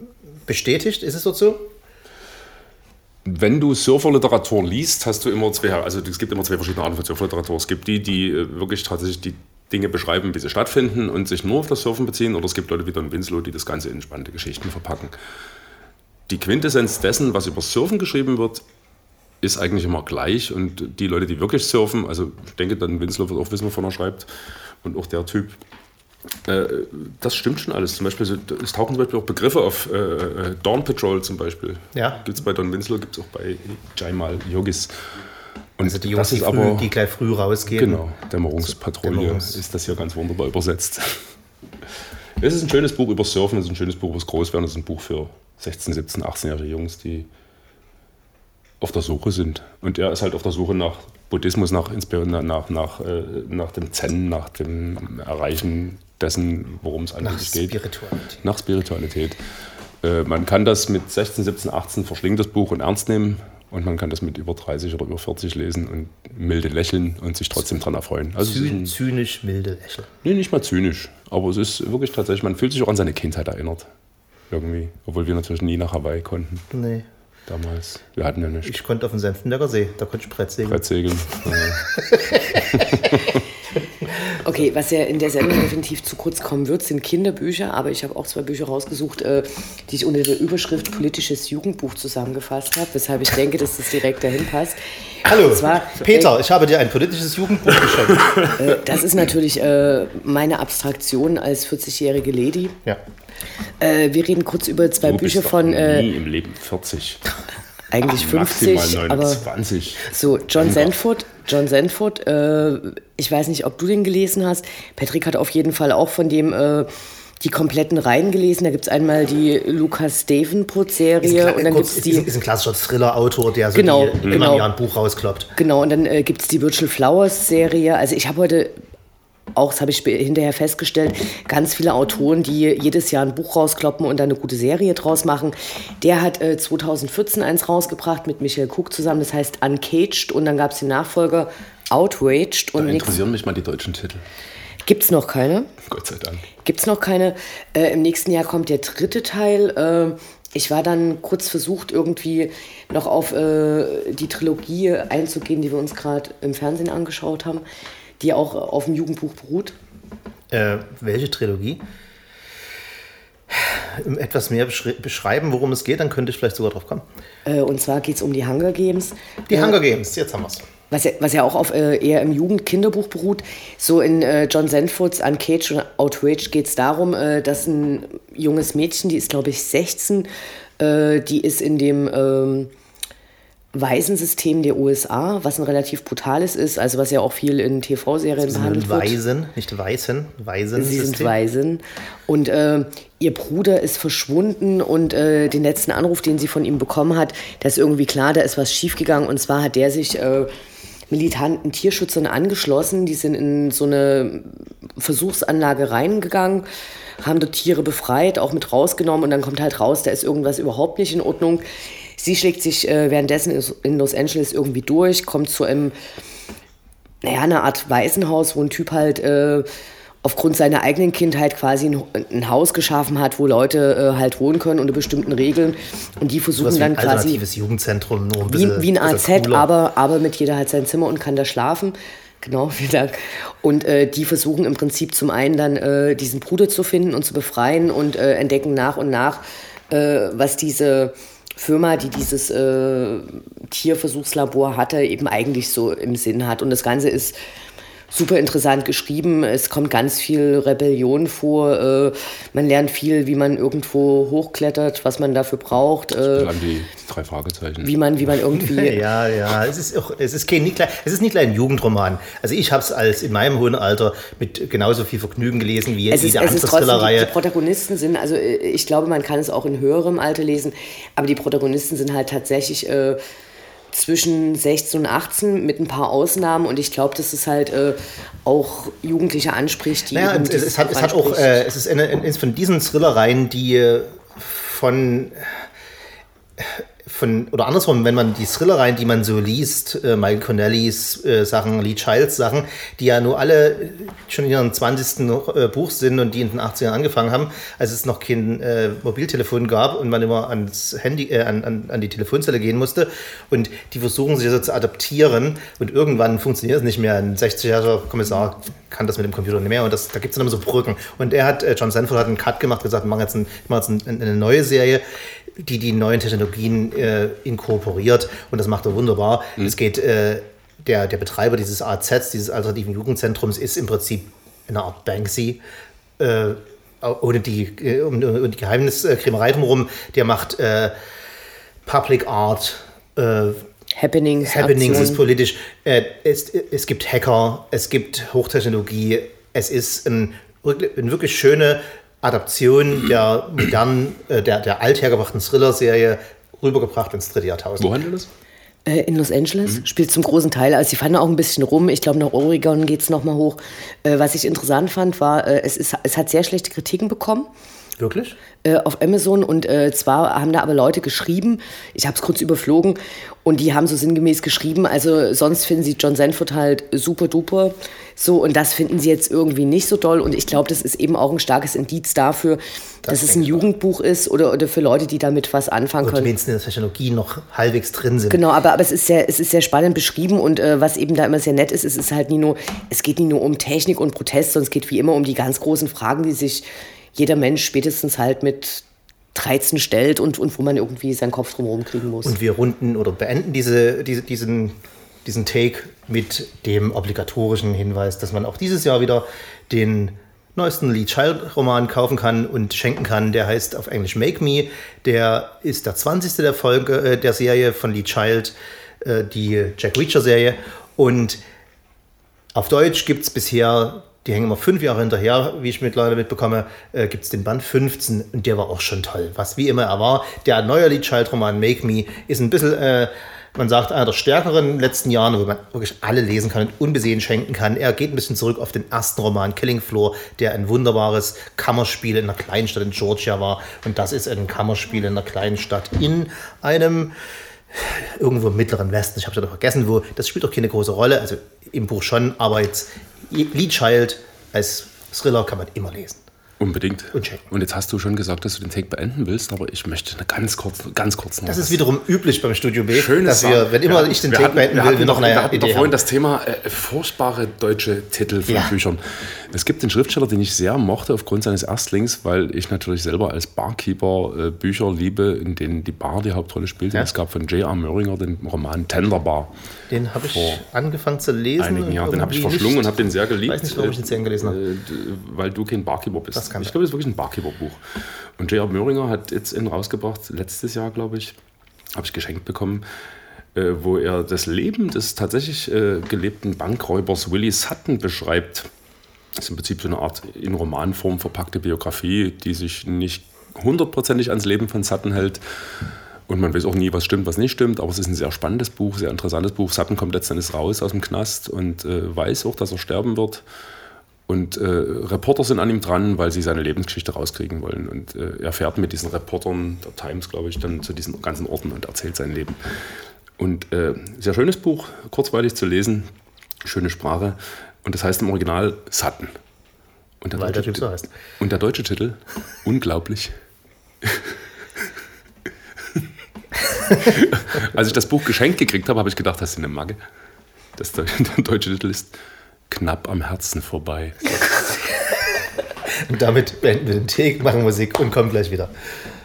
bestätigt? Ist es dort so?
Wenn du Surferliteratur liest, hast du immer es gibt immer zwei verschiedene Arten von Surferliteratur. Es gibt die wirklich tatsächlich die Dinge beschreiben, wie sie stattfinden und sich nur auf das Surfen beziehen, oder es gibt Leute wie Don Winslow, die das Ganze in spannende Geschichten verpacken. Die Quintessenz dessen, was über Surfen geschrieben wird, ist eigentlich immer gleich, und die Leute, die wirklich surfen, also ich denke, Don Winslow wird auch wissen, wovon er schreibt, und auch der Typ, das stimmt schon alles. Zum Beispiel, es tauchen zum Beispiel auch Begriffe auf, Dawn Patrol zum Beispiel.
Ja.
Gibt es bei Don Winslow, gibt es auch bei Jaimal Yogis. Und
also die Jungs, die gleich früh rausgehen.
Genau, Dämmerungspatrouille ist das hier ganz wunderbar übersetzt. Es ist ein schönes Buch über Surfen, es ist ein schönes Buch über das Großwerden, es ist ein Buch für 16-, 17-, 18-jährige Jungs, die auf der Suche sind. Und er ist halt auf der Suche nach Buddhismus, nach dem Zen, nach dem Erreichen dessen, worum es eigentlich geht. Nach Spiritualität. Man kann das mit 16, 17, 18 verschlingen, das Buch, und ernst nehmen. Und man kann das mit über 30 oder über 40 lesen und milde lächeln und sich trotzdem dran erfreuen. Also
zynisch milde lächeln.
Nee, nicht mal zynisch. Aber es ist wirklich tatsächlich, man fühlt sich auch an seine Kindheit erinnert. Irgendwie. Obwohl wir natürlich nie nach Hawaii konnten.
Nee.
Damals. Wir hatten ja nichts.
Ich konnte auf dem Senftenberger See, da konnte ich Brettsegeln.
Okay, was ja in der Sendung definitiv zu kurz kommen wird, sind Kinderbücher, aber ich habe auch 2 Bücher rausgesucht, die ich unter der Überschrift Politisches Jugendbuch zusammengefasst habe, weshalb ich denke, dass das direkt dahin passt.
Hallo, Peter, ich habe dir ein politisches Jugendbuch geschenkt.
Das ist natürlich meine Abstraktion als 40-jährige Lady.
Ja.
Wir reden kurz über 2 Bücher von...
nie im Leben 40.
Eigentlich 50,
maximal 29.
Aber so, John Sanford, ich weiß nicht, ob du den gelesen hast. Patrick hat auf jeden Fall auch von dem die kompletten Reihen gelesen. Da gibt es einmal die Lucas Davenport-Serie. Und dann gibt's
ist ein klassischer Thriller-Autor, der so
immer
ein Buch rauskloppt.
Genau, und dann gibt es die Virtual Flowers-Serie. Also ich habe heute... Auch, das habe ich hinterher festgestellt, ganz viele Autoren, die jedes Jahr ein Buch rauskloppen und dann eine gute Serie draus machen. Der hat 2014 eins rausgebracht mit Michael Cook zusammen, das heißt Uncaged, und dann gab es den Nachfolger Outraged. Und
da interessieren mich mal die deutschen Titel.
Gibt's noch keine?
Gott sei Dank.
Gibt's noch keine. Im nächsten Jahr kommt der 3. Teil. Ich war dann kurz versucht, irgendwie noch auf die Trilogie einzugehen, die wir uns gerade im Fernsehen angeschaut haben, die auch auf dem Jugendbuch beruht.
Welche Trilogie? Etwas mehr beschreiben, worum es geht, dann könnte ich vielleicht sogar drauf kommen.
Und zwar geht es um die Hunger Games.
Die Hunger Games, jetzt haben wir es.
Was ja auch auf eher im Jugend-Kinderbuch beruht. So in John Sanfords Uncaged und Outraged geht es darum, dass ein junges Mädchen, die ist glaube ich 16, die ist in dem... Waisensystem der USA, was ein relativ brutales ist, also was ja auch viel in TV-Serien behandelt wird.
Waisen, nicht Weißen, Waisensystem.
Sie sind Waisen. Und ihr Bruder ist verschwunden, und den letzten Anruf, den sie von ihm bekommen hat, da ist irgendwie klar, da ist was schiefgegangen, und zwar hat der sich militanten Tierschützern angeschlossen, die sind in so eine Versuchsanlage reingegangen, haben dort Tiere befreit, auch mit rausgenommen, und dann kommt halt raus, da ist irgendwas überhaupt nicht in Ordnung. Sie schlägt sich währenddessen in Los Angeles irgendwie durch, kommt zu einer Art Waisenhaus, wo ein Typ halt aufgrund seiner eigenen Kindheit quasi ein Haus geschaffen hat, wo Leute halt wohnen können unter bestimmten Regeln. Und die versuchen dann quasi...
alternatives Jugendzentrum, nur ein bisschen
wie ein AZ, aber mit jeder halt sein Zimmer und kann da schlafen. Genau, vielen Dank. Und die versuchen im Prinzip zum einen dann diesen Bruder zu finden und zu befreien und entdecken nach und nach, was diese Firma, die dieses Tierversuchslabor hatte, eben eigentlich so im Sinn hat. Und das Ganze ist super interessant geschrieben. Es kommt ganz viel Rebellion vor. Man lernt viel, wie man irgendwo hochklettert, was man dafür braucht.
Die 3 Fragezeichen.
Wie man irgendwie...
Ja. Es ist nicht ein Jugendroman. Also ich habe es in meinem hohen Alter mit genauso viel Vergnügen gelesen wie jede andere Thrillerreihe.
Die Protagonisten sind, also ich glaube, man kann es auch in höherem Alter lesen, aber die Protagonisten sind halt tatsächlich... zwischen 16 und 18 mit ein paar Ausnahmen, und ich glaube, dass es halt auch Jugendliche anspricht. Die
es ist von diesen Thrillereien, die von oder andersrum, wenn man die Thrillereien, die man so liest, Michael Connellys Sachen, Lee Childs Sachen, die ja nur alle schon in ihrem 20. Buch sind und die in den 80ern angefangen haben, als es noch kein Mobiltelefon gab und man immer ans Handy, an die Telefonzelle gehen musste, und die versuchen sich so zu adaptieren und irgendwann funktioniert es nicht mehr. Ein 60-jähriger Kommissar kann das mit dem Computer nicht mehr, und da gibt es dann immer so Brücken. Und John Sanford hat einen Cut gemacht, gesagt, wir machen jetzt eine neue Serie, die neuen Technologien inkorporiert, und das macht er wunderbar. Es geht, der Betreiber dieses AZs, dieses alternativen Jugendzentrums, ist im Prinzip eine Art Banksy, ohne die Geheimniskrämerei drumherum. Der macht Public Art,
Happenings
ist politisch. Es gibt Hacker, es gibt Hochtechnologie. Es ist eine wirklich schöne Adaption der modernen, der althergebrachten Thriller-Serie rübergebracht ins 3. Jahrtausend.
Wo handelt das?
In Los Angeles, spielt zum großen Teil. Also sie fahren auch ein bisschen rum. Ich glaube, nach Oregon geht es nochmal hoch. Was ich interessant fand, war, es hat sehr schlechte Kritiken bekommen.
Wirklich?
Auf Amazon, und zwar haben da aber Leute geschrieben, ich habe es kurz überflogen, und die haben so sinngemäß geschrieben, also sonst finden sie John Sanford halt super duper, so, und das finden sie jetzt irgendwie nicht so doll, und ich glaube, das ist eben auch ein starkes Indiz dafür, dass es ein Jugendbuch ist oder für Leute, die damit was anfangen können.
Und wenigstens in der Technologie noch halbwegs drin sind.
Genau, aber es ist sehr spannend beschrieben, und was eben da immer sehr nett ist, es geht nie nur um Technik und Protest, sondern es geht wie immer um die ganz großen Fragen, die sich jeder Mensch spätestens halt mit 13 stellt und wo man irgendwie seinen Kopf drumherum kriegen muss.
Und wir beenden diesen Take mit dem obligatorischen Hinweis, dass man auch dieses Jahr wieder den neuesten Lee Child-Roman kaufen kann und schenken kann. Der heißt auf Englisch Make Me. Der ist der 20. der Folge der Serie von Lee Child, die Jack Reacher-Serie. Und auf Deutsch gibt es bisher, die hängen immer 5 Jahre hinterher, wie ich mittlerweile mitbekomme, gibt es den Band 15, und der war auch schon toll. Was wie immer er war. Der neue Lee Child-Roman Make Me ist ein bisschen, man sagt, einer der stärkeren letzten Jahren, wo man wirklich alle lesen kann und unbesehen schenken kann. Er geht ein bisschen zurück auf den ersten Roman Killing Floor, der ein wunderbares Kammerspiel in einer kleinen Stadt in Georgia war. Und das ist ein Kammerspiel in einer kleinen Stadt in einem irgendwo im mittleren Westen. Ich habe es ja vergessen, wo. Das spielt auch keine große Rolle, also im Buch schon, aber jetzt Lee Child als Thriller kann man immer lesen.
Unbedingt. Und jetzt hast du schon gesagt, dass du den Take beenden willst, aber ich möchte ganz kurz noch.
Das ist wiederum üblich beim Studio B,
Schönes
dass wir, wenn immer ich den Take beenden will, wir noch eine
Idee haben. Vorhin das Thema furchtbare deutsche Titel von Büchern. Es gibt einen Schriftsteller, den ich sehr mochte aufgrund seines Erstlings, weil ich natürlich selber als Barkeeper Bücher liebe, in denen die Bar die Hauptrolle spielt. Es gab von J.R. Möhringer den Roman Tender Bar.
Den habe ich angefangen zu lesen.
Einigen Jahren. Den habe ich verschlungen und habe den sehr geliebt.
Ich weiß nicht, warum ich den sehr gelesen habe.
Weil du kein Barkeeper bist. Ich glaube, das ist wirklich ein Barkeeper-Buch. Und J.R. Möhringer hat jetzt einen rausgebracht, letztes Jahr, glaube ich, habe ich geschenkt bekommen, wo er das Leben des tatsächlich gelebten Bankräubers Willie Sutton beschreibt. Das ist im Prinzip so eine Art in Romanform verpackte Biografie, die sich nicht 100%ig ans Leben von Sutton hält. Und man weiß auch nie, was stimmt, was nicht stimmt. Aber es ist ein sehr spannendes Buch, sehr interessantes Buch. Sutton kommt letztendlich raus aus dem Knast und weiß auch, dass er sterben wird. Und Reporter sind an ihm dran, weil sie seine Lebensgeschichte rauskriegen wollen. Und er fährt mit diesen Reportern der Times, glaube ich, dann zu diesen ganzen Orten und erzählt sein Leben. Und sehr schönes Buch, kurzweilig zu lesen, schöne Sprache. Und das heißt im Original Sutton. Und
weil der Typ so heißt.
Und der deutsche Titel, unglaublich. Als ich das Buch geschenkt gekriegt habe, habe ich gedacht, hast du eine Magge? Der deutsche Titel ist Knapp am Herzen vorbei.
Und damit beenden wir den Take, machen Musik und kommen gleich wieder.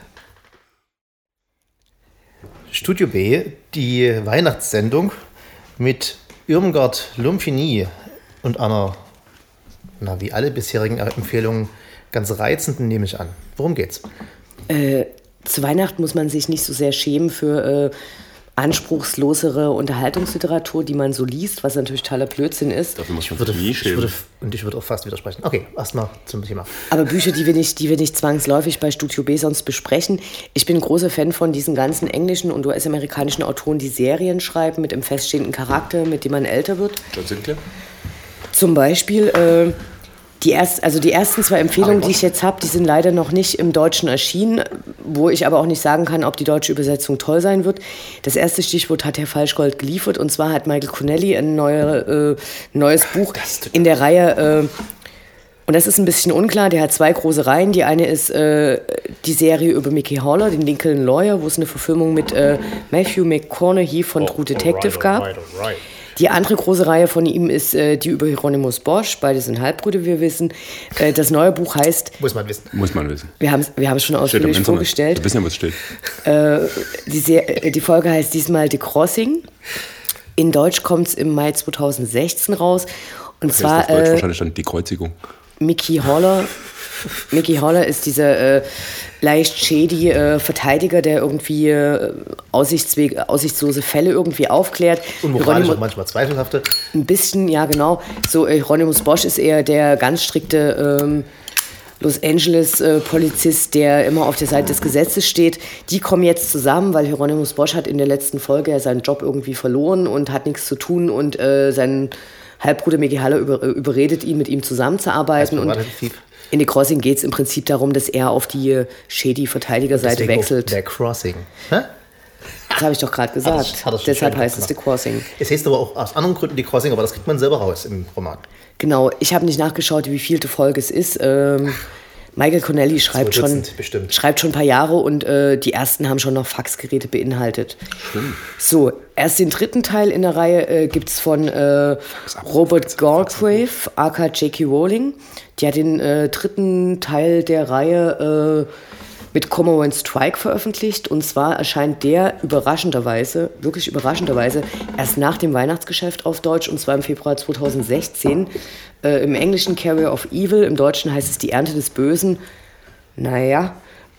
Studio B, die Weihnachtssendung mit Irmgard Lumpini und einer, wie alle bisherigen Empfehlungen, ganz reizenden, nehme ich an. Worum geht's?
Zu Weihnachten muss man sich nicht so sehr schämen für anspruchslosere Unterhaltungsliteratur, die man so liest, was natürlich totaler Blödsinn ist.
Dafür muss man sich nie schämen.
Ich würde auch fast widersprechen. Okay, erstmal zum Thema.
Aber Bücher, die wir nicht zwangsläufig bei Studio B sonst besprechen. Ich bin ein großer Fan von diesen ganzen englischen und US-amerikanischen Autoren, die Serien schreiben mit einem feststehenden Charakter, mit dem man älter wird.
John Sinclair?
Zum Beispiel die ersten 2 Empfehlungen, die ich jetzt habe, die sind leider noch nicht im Deutschen erschienen. wo ich aber auch nicht sagen kann, ob die deutsche Übersetzung toll sein wird. Das erste Stichwort hat Herr Falschgold geliefert, und zwar hat Michael Connelly ein neues Buch in der Reihe, und das ist ein bisschen unklar, der hat 2 große Reihen. Die eine ist die Serie über Mickey Haller, den Lincoln Lawyer, wo es eine Verfilmung mit Matthew McConaughey von True Detective gab. Die andere große Reihe von ihm ist die über Hieronymus Bosch. Beide sind Halbbrüder, wie wir wissen. Das neue Buch heißt...
Muss man wissen.
Muss man wissen.
Wir haben es schon ausführlich vorgestellt.
Wir wissen ja, was steht.
Die Folge heißt diesmal The Crossing. In Deutsch kommt es im Mai 2016 raus. Und zwar...
Auf Deutsch wahrscheinlich dann Die Kreuzigung.
Mickey Haller ist dieser leicht shady Verteidiger, der irgendwie aussichtslose Fälle irgendwie aufklärt.
Und moralisch und manchmal zweifelhafte.
Ein bisschen, ja genau. So Hieronymus Bosch ist eher der ganz strikte Los Angeles-Polizist, der immer auf der Seite des Gesetzes steht. Die kommen jetzt zusammen, weil Hieronymus Bosch hat in der letzten Folge ja seinen Job irgendwie verloren und hat nichts zu tun, und sein Halbbruder Mickey Haller überredet ihn, mit ihm zusammenzuarbeiten. Und in The Crossing geht es im Prinzip darum, dass er auf die shady Verteidigerseite wechselt.
The Crossing. Hä?
Das habe ich doch gerade gesagt. Deshalb heißt es The Crossing.
Es heißt aber auch aus anderen Gründen The Crossing, aber das kriegt man selber raus im Roman.
Genau, ich habe nicht nachgeschaut, wie vielte Folge es ist. Michael Connelly schreibt schon ein paar Jahre, und die ersten haben schon noch Faxgeräte beinhaltet. Schlimm. So, erst den 3. Teil in der Reihe gibt es von Robert Galbraith, aka J.K. Rowling. Die hat den 3. Teil der Reihe mit Cormoran Strike veröffentlicht, und zwar erscheint der wirklich überraschenderweise, erst nach dem Weihnachtsgeschäft auf Deutsch, und zwar im Februar 2016. Im Englischen Carrier of Evil, im Deutschen heißt es Die Ernte des Bösen. Naja,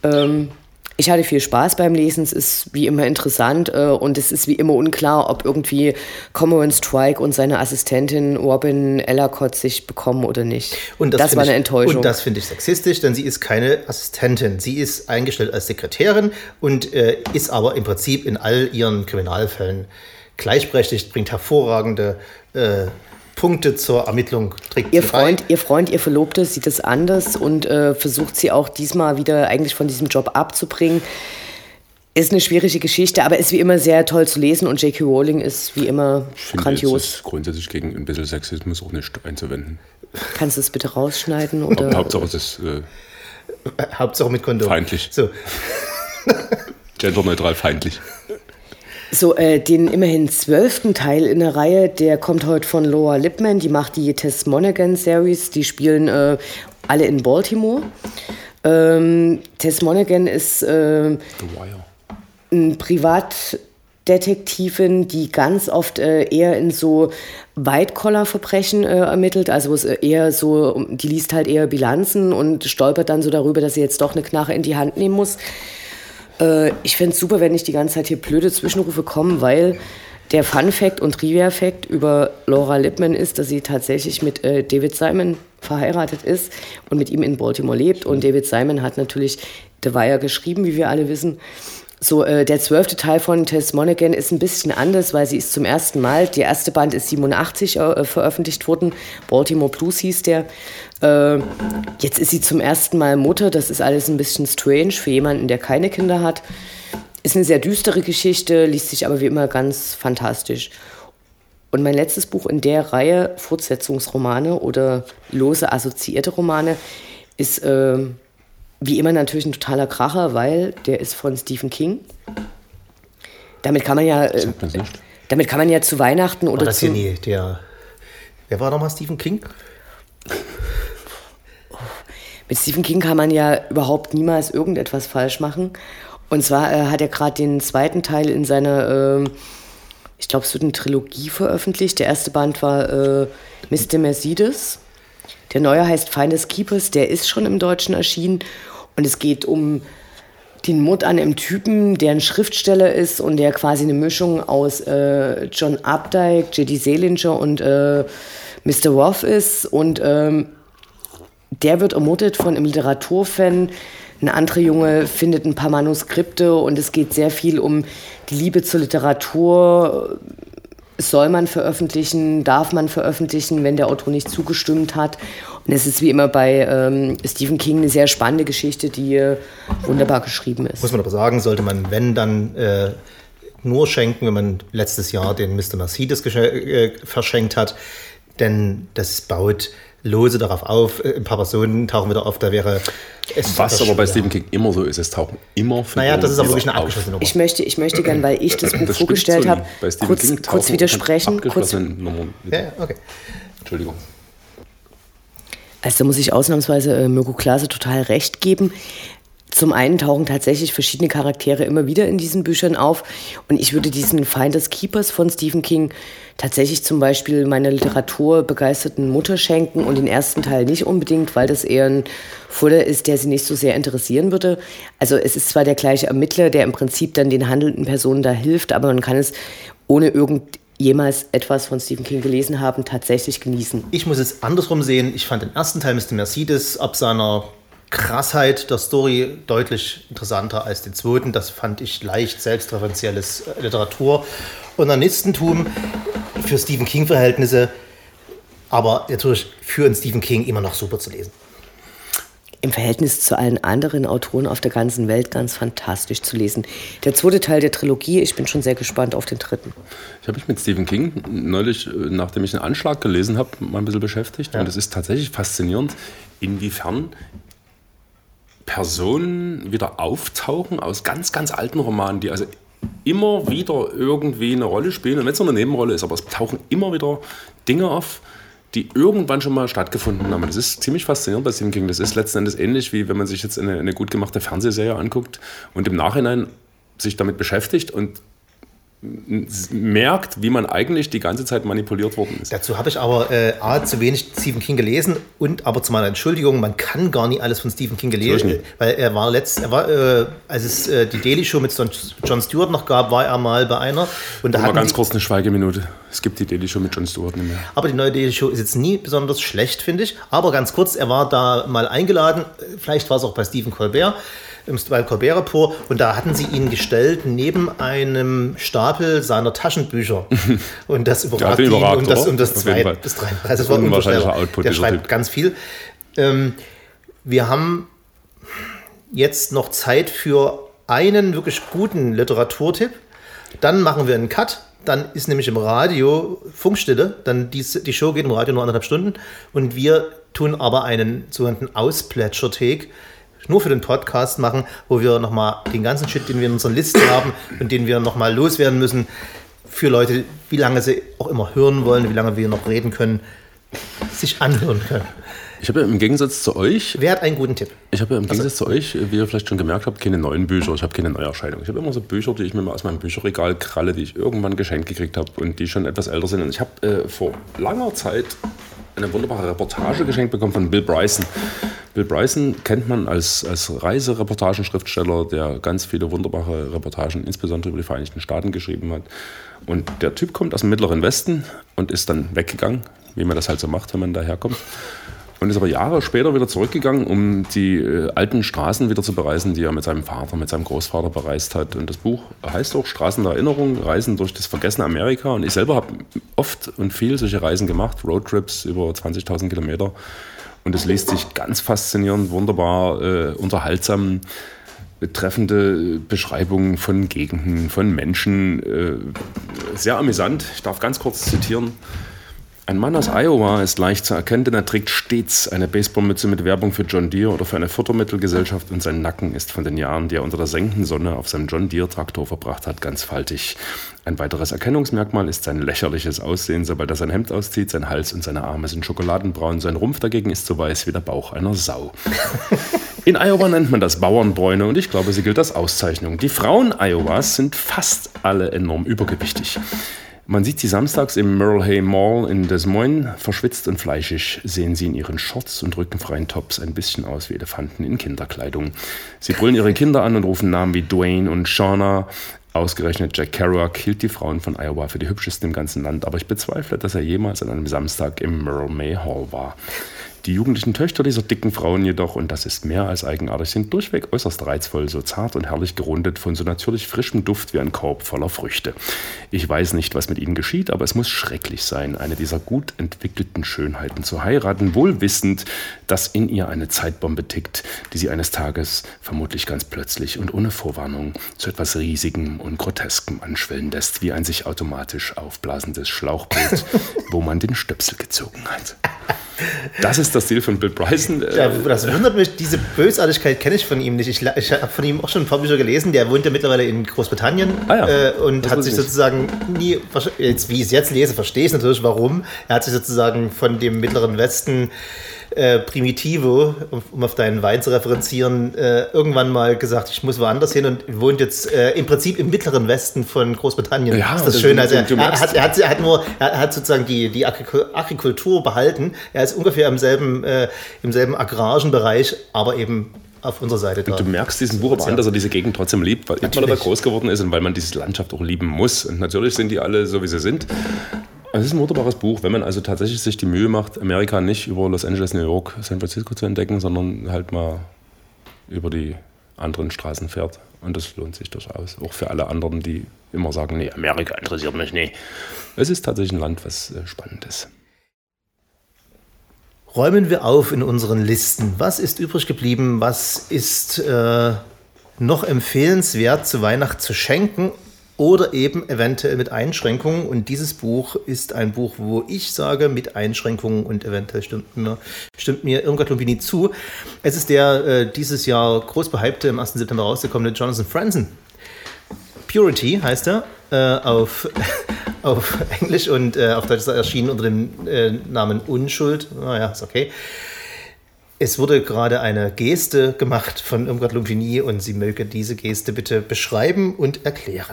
ich hatte viel Spaß beim Lesen, es ist wie immer interessant, und es ist wie immer unklar, ob irgendwie Cormoran Strike und seine Assistentin Robin Ellacott sich bekommen oder nicht.
Und das war eine Enttäuschung. Und das finde ich sexistisch, denn sie ist keine Assistentin. Sie ist eingestellt als Sekretärin und ist aber im Prinzip in all ihren Kriminalfällen gleichberechtigt, bringt hervorragende Punkte zur Ermittlung.
Ihr Freund, ihr Verlobter sieht es anders und versucht sie auch diesmal wieder eigentlich von diesem Job abzubringen. Ist eine schwierige Geschichte, aber ist wie immer sehr toll zu lesen, und J.K. Rowling ist wie immer grandios.
Es ist grundsätzlich gegen ein bisschen Sexismus auch nicht einzuwenden.
Kannst du es bitte rausschneiden? Oder?
Hauptsache es ist
Hauptsache mit Kondom.
Feindlich.
So.
Genderneutral feindlich.
So, den immerhin 12. Teil in der Reihe, der kommt heute von Laura Lippman. Die macht die Tess Monaghan-Series. Die spielen alle in Baltimore. Tess Monaghan ist eine Privatdetektivin, die ganz oft eher in so White-Collar-Verbrechen ermittelt. Also es eher so, die liest halt eher Bilanzen und stolpert dann so darüber, dass sie jetzt doch eine Knarre in die Hand nehmen muss. Ich fände es super, wenn nicht die ganze Zeit hier blöde Zwischenrufe kommen, weil der Fun-Fact und Trivia-Fact über Laura Lippman ist, dass sie tatsächlich mit David Simon verheiratet ist und mit ihm in Baltimore lebt. Und David Simon hat natürlich The Wire geschrieben, wie wir alle wissen. So, der 12. Teil von Tess Monaghan ist ein bisschen anders, weil sie ist zum ersten Mal, der erste Band ist 87 veröffentlicht worden, Baltimore Blues hieß der. Jetzt ist sie zum ersten Mal Mutter, das ist alles ein bisschen strange für jemanden, der keine Kinder hat. Ist eine sehr düstere Geschichte, liest sich aber wie immer ganz fantastisch. Und mein letztes Buch in der Reihe, Fortsetzungsromane oder lose assoziierte Romane, ist wie immer natürlich ein totaler Kracher, weil der ist von Stephen King. Damit kann man ja zu Weihnachten oder
das hier nie, wer war nochmal Stephen King?
Mit Stephen King kann man ja überhaupt niemals irgendetwas falsch machen. Und zwar hat er gerade den 2. Teil in seiner, ich glaube, es wird eine Trilogie veröffentlicht. Der erste Band war Mr. Mercedes. Der neue heißt Finders Keepers, der ist schon im Deutschen erschienen. Und es geht um den Mord an einem Typen, der ein Schriftsteller ist und der quasi eine Mischung aus John Updike, J.D. Salinger und Mr. Roth ist. Und der wird ermordet von einem Literaturfan. Ein anderer Junge findet ein paar Manuskripte und es geht sehr viel um die Liebe zur Literatur. Soll man veröffentlichen? Darf man veröffentlichen, wenn der Autor nicht zugestimmt hat? Und es ist wie immer bei Stephen King eine sehr spannende Geschichte, die wunderbar geschrieben ist.
Muss man aber sagen, sollte man, wenn dann nur schenken, wenn man letztes Jahr den Mr. Mercedes verschenkt hat, denn das baut lose darauf auf, ein paar Personen tauchen wieder auf, da wäre es.
Was aber bei Stephen King immer so ist, es tauchen immer Figuren.
Naja, das ist aber wirklich eine abgeschlossene Nummer.
Ich möchte gern, weil ich das Buch vorgestellt habe, kurz widersprechen.
Ja, okay.
Entschuldigung.
Also da muss ich ausnahmsweise Mirko Klase total recht geben. Zum einen tauchen tatsächlich verschiedene Charaktere immer wieder in diesen Büchern auf. Und ich würde diesen Finders Keepers von Stephen King tatsächlich zum Beispiel meiner literaturbegeisterten Mutter schenken und den ersten Teil nicht unbedingt, weil das eher ein Thriller ist, der sie nicht so sehr interessieren würde. Also es ist zwar der gleiche Ermittler, der im Prinzip dann den handelnden Personen da hilft, aber man kann es ohne jemals etwas von Stephen King gelesen haben, tatsächlich genießen.
Ich muss es andersrum sehen. Ich fand den ersten Teil Mr. Mercedes ab seiner Krassheit der Story deutlich interessanter als den zweiten. Das fand ich leicht selbstreferenzielles Literatur. Und Onistentum für Stephen King-Verhältnisse, aber natürlich für einen Stephen King immer noch super zu lesen.
Im Verhältnis zu allen anderen Autoren auf der ganzen Welt ganz fantastisch zu lesen. Der zweite Teil der Trilogie, ich bin schon sehr gespannt auf den dritten.
Ich habe mich mit Stephen King neulich, nachdem ich einen Anschlag gelesen habe, mal ein bisschen beschäftigt. Ja. Und es ist tatsächlich faszinierend, inwiefern Personen wieder auftauchen aus ganz, ganz alten Romanen, die also immer wieder irgendwie eine Rolle spielen. Und wenn es nur eine Nebenrolle ist, aber es tauchen immer wieder Dinge auf, die irgendwann schon mal stattgefunden haben. Das ist ziemlich faszinierend bei Stephen King. Das ist letzten Endes ähnlich, wie wenn man sich jetzt eine gut gemachte Fernsehserie anguckt und im Nachhinein sich damit beschäftigt und merkt, wie man eigentlich die ganze Zeit manipuliert worden ist.
Dazu habe ich aber zu wenig Stephen King gelesen und aber zu meiner Entschuldigung, man kann gar nicht alles von Stephen King gelesen, weil er war als es die Daily Show mit Jon Stewart noch gab, war er mal bei einer und da
mal ganz kurz eine Schweigeminute. Es gibt die Daily Show mit Jon Stewart nicht mehr.
Aber die neue Daily Show ist jetzt nie besonders schlecht, finde ich. Aber ganz kurz, er war da mal eingeladen, vielleicht war es auch bei Stephen Colbert, beim Colbert Report, und da hatten sie ihn gestellt neben einem Stapel seiner Taschenbücher. Und das überragt ihn um das zweite bis drei. Also das war unwahrscheinlicher Output. Der schreibt ganz viel. Wir haben jetzt noch Zeit für einen wirklich guten Literaturtipp. Dann machen wir einen Cut. Dann ist nämlich im Radio Funkstille. Dann die Show geht im Radio nur 1,5 Stunden. Und wir tun aber einen sogenannten Ausplätscher-Take nur für den Podcast machen, wo wir nochmal den ganzen Shit, den wir in unseren Listen haben und den wir nochmal loswerden müssen, für Leute, wie lange sie auch immer hören wollen, wie lange wir noch reden können, sich anhören können.
Ich habe ja im Gegensatz zu euch...
Wer hat einen guten Tipp?
Ich habe ja im Gegensatz zu euch, wie ihr vielleicht schon gemerkt habt, keine neuen Bücher. Ich habe keine Neuerscheinungen. Ich habe immer so Bücher, die ich mir mal aus meinem Bücherregal kralle, die ich irgendwann geschenkt gekriegt habe und die schon etwas älter sind. Und ich habe vor langer Zeit eine wunderbare Reportage geschenkt bekommen von Bill Bryson. Bill Bryson kennt man als Reisereportagenschriftsteller, der ganz viele wunderbare Reportagen, insbesondere über die Vereinigten Staaten, geschrieben hat. Und der Typ kommt aus dem Mittleren Westen und ist dann weggegangen, wie man das halt so macht, wenn man daherkommt. Und ist aber Jahre später wieder zurückgegangen, um die alten Straßen wieder zu bereisen, die er mit seinem Vater, mit seinem Großvater bereist hat. Und das Buch heißt auch Straßen der Erinnerung, Reisen durch das vergessene Amerika. Und ich selber habe oft und viel solche Reisen gemacht, Roadtrips über 20.000 Kilometer. Und es liest sich ganz faszinierend, wunderbar, unterhaltsam, treffende Beschreibungen von Gegenden, von Menschen. Sehr amüsant. Ich darf ganz kurz zitieren. Ein Mann aus Iowa ist leicht zu erkennen, denn er trägt stets eine Baseballmütze mit Werbung für John Deere oder für eine Futtermittelgesellschaft und sein Nacken ist von den Jahren, die er unter der sengenden Sonne auf seinem John Deere Traktor verbracht hat, ganz faltig. Ein weiteres Erkennungsmerkmal ist sein lächerliches Aussehen, sobald er sein Hemd auszieht, sein Hals und seine Arme sind schokoladenbraun, sein Rumpf dagegen ist so weiß wie der Bauch einer Sau. In Iowa nennt man das Bauernbräune und ich glaube, sie gilt als Auszeichnung. Die Frauen Iowas sind fast alle enorm übergewichtig. Man sieht sie samstags im Merle Hay Mall in Des Moines. Verschwitzt und fleischig sehen sie in ihren Shorts und rückenfreien Tops ein bisschen aus wie Elefanten in Kinderkleidung. Sie brüllen ihre Kinder an und rufen Namen wie Dwayne und Shauna. Ausgerechnet Jack Kerouac hielt die Frauen von Iowa für die hübschesten im ganzen Land, aber ich bezweifle, dass er jemals an einem Samstag im Merle May Hall war. Die jugendlichen Töchter dieser dicken Frauen jedoch, und das ist mehr als eigenartig, sind durchweg äußerst reizvoll, so zart und herrlich gerundet, von so natürlich frischem Duft wie ein Korb voller Früchte. Ich weiß nicht, was mit ihnen geschieht, aber es muss schrecklich sein, eine dieser gut entwickelten Schönheiten zu heiraten, wohl wissend, dass in ihr eine Zeitbombe tickt, die sie eines Tages vermutlich ganz plötzlich und ohne Vorwarnung zu etwas Riesigem und Groteskem anschwellen lässt, wie ein sich automatisch aufblasendes Schlauchboot, wo man den Stöpsel gezogen hat. Das ist der Stil von Bill Bryson.
Ja, das wundert mich, diese Bösartigkeit kenne ich von ihm nicht. Ich habe von ihm auch schon ein paar Bücher gelesen. Der wohnt ja mittlerweile in Großbritannien und hat sich sozusagen nie, jetzt, wie ich es jetzt lese, verstehe ich natürlich warum. Er hat sich sozusagen von dem Mittleren Westen Primitivo, um auf deinen Wein zu referenzieren, irgendwann mal gesagt, ich muss woanders hin und wohnt jetzt im Prinzip im Mittleren Westen von Großbritannien.
Ja,
ist das schön. Also er hat sozusagen die Agrikultur behalten. Er ist ungefähr im selben agrarischen Bereich, aber eben auf unserer Seite da.
Und du merkst diesen Buch aber an, dass er diese Gegend trotzdem liebt, weil er da groß geworden ist und weil man diese Landschaft auch lieben muss. Und natürlich sind die alle so, wie sie sind. Es ist ein wunderbares Buch, wenn man also tatsächlich sich die Mühe macht, Amerika nicht über Los Angeles, New York, San Francisco zu entdecken, sondern halt mal über die anderen Straßen fährt. Und das lohnt sich durchaus. Auch für alle anderen, die immer sagen, nee, Amerika interessiert mich nicht. Es ist tatsächlich ein Land, was spannend ist.
Räumen wir auf in unseren Listen. Was ist übrig geblieben? Was ist noch empfehlenswert zu Weihnachten zu schenken? Oder eben eventuell mit Einschränkungen. Und dieses Buch ist ein Buch, wo ich sage, mit Einschränkungen und eventuell stimmt mir Irmgard Lumpini zu. Es ist der dieses Jahr groß behypte, am 1. September rausgekommene Jonathan Franzen. Purity heißt er auf Englisch und auf Deutsch ist er erschienen unter dem Namen Unschuld. Naja, ist okay. Es wurde gerade eine Geste gemacht von Irmgard Lumpini und sie möge diese Geste bitte beschreiben und erklären.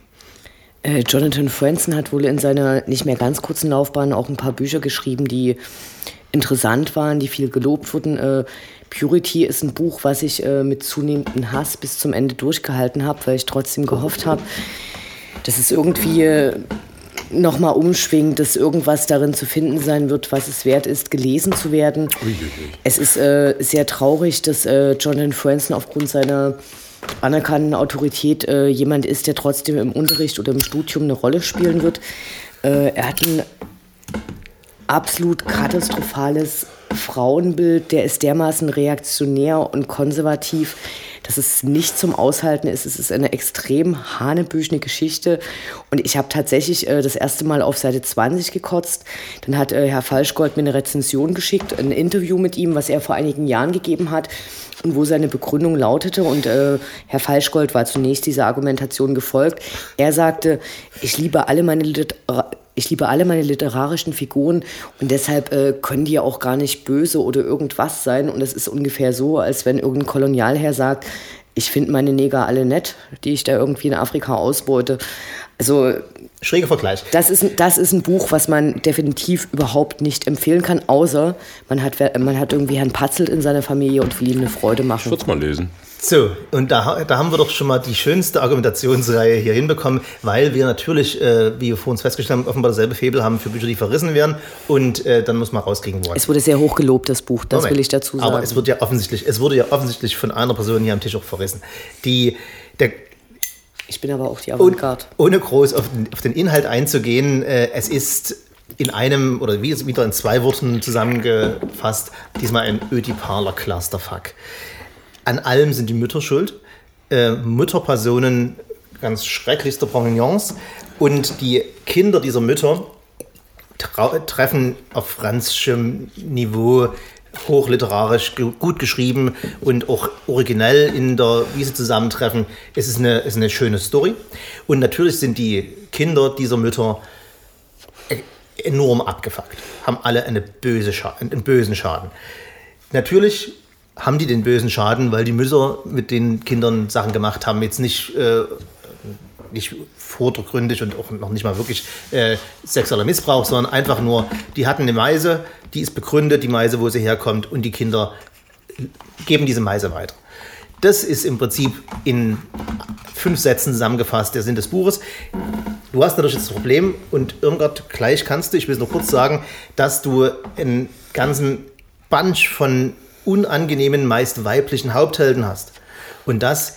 Jonathan Franzen hat wohl in seiner nicht mehr ganz kurzen Laufbahn auch ein paar Bücher geschrieben, die interessant waren, die viel gelobt wurden. Purity ist ein Buch, was ich mit zunehmendem Hass bis zum Ende durchgehalten habe, weil ich trotzdem gehofft habe, dass es irgendwie nochmal umschwingt, dass irgendwas darin zu finden sein wird, was es wert ist, gelesen zu werden. Es ist sehr traurig, dass Jonathan Franzen aufgrund seiner anerkannten Autorität jemand ist, der trotzdem im Unterricht oder im Studium eine Rolle spielen wird. Er hat ein absolut katastrophales Frauenbild, der ist dermaßen reaktionär und konservativ, dass es nicht zum Aushalten ist. Es ist eine extrem hanebüchene Geschichte und ich habe tatsächlich das erste Mal auf Seite 20 gekotzt. Dann hat Herr Falschgold mir eine Rezension geschickt, ein Interview mit ihm, was er vor einigen Jahren gegeben hat und wo seine Begründung lautete und Herr Falschgold war zunächst dieser Argumentation gefolgt. Er sagte, ich liebe alle meine literarischen Figuren und deshalb können die ja auch gar nicht böse oder irgendwas sein. Und es ist ungefähr so, als wenn irgendein Kolonialherr sagt, ich finde meine Neger alle nett, die ich da irgendwie in Afrika ausbeute. Also
schräger Vergleich.
Das ist ein Buch, was man definitiv überhaupt nicht empfehlen kann, außer man hat irgendwie Herrn Patzelt in seiner Familie und will ihm eine Freude machen.
Ich würde es mal lesen.
So, und da haben wir doch schon mal die schönste Argumentationsreihe hier hinbekommen, weil wir natürlich, wie wir vor uns festgestellt haben, offenbar dasselbe Faible haben für Bücher, die verrissen werden und dann muss man rauskriegen wollen.
Es wurde sehr hoch gelobt, das Buch, das will ich dazu sagen.
Aber es wurde ja offensichtlich von einer Person hier am Tisch auch verrissen.
Ich bin aber auch die Avantgarde.
Ohne groß auf den Inhalt einzugehen, es ist in einem oder wieder in 2 Worten zusammengefasst, diesmal ein ödipaler Clusterfuck. An allem sind die Mütter schuld. Mütterpersonen ganz schrecklichster Provenienz. Und die Kinder dieser Mütter treffen auf französischem Niveau hochliterarisch, gut geschrieben und auch originell wie sie zusammentreffen. Es ist eine schöne Story. Und natürlich sind die Kinder dieser Mütter enorm abgefuckt. Haben alle einen bösen Schaden. Natürlich haben die den bösen Schaden, weil die Mütter mit den Kindern Sachen gemacht haben, jetzt nicht vordergründig und auch noch nicht mal wirklich sexueller Missbrauch, sondern einfach nur, die hatten eine Meise, die ist begründet, die Meise, wo sie herkommt, und die Kinder geben diese Meise weiter. Das ist im Prinzip in 5 Sätzen zusammengefasst der Sinn des Buches. Du hast natürlich das Problem, und Irmgard, gleich kannst du, ich will es nur kurz sagen, dass du einen ganzen Bunch von unangenehmen, meist weiblichen Haupthelden hast. Und das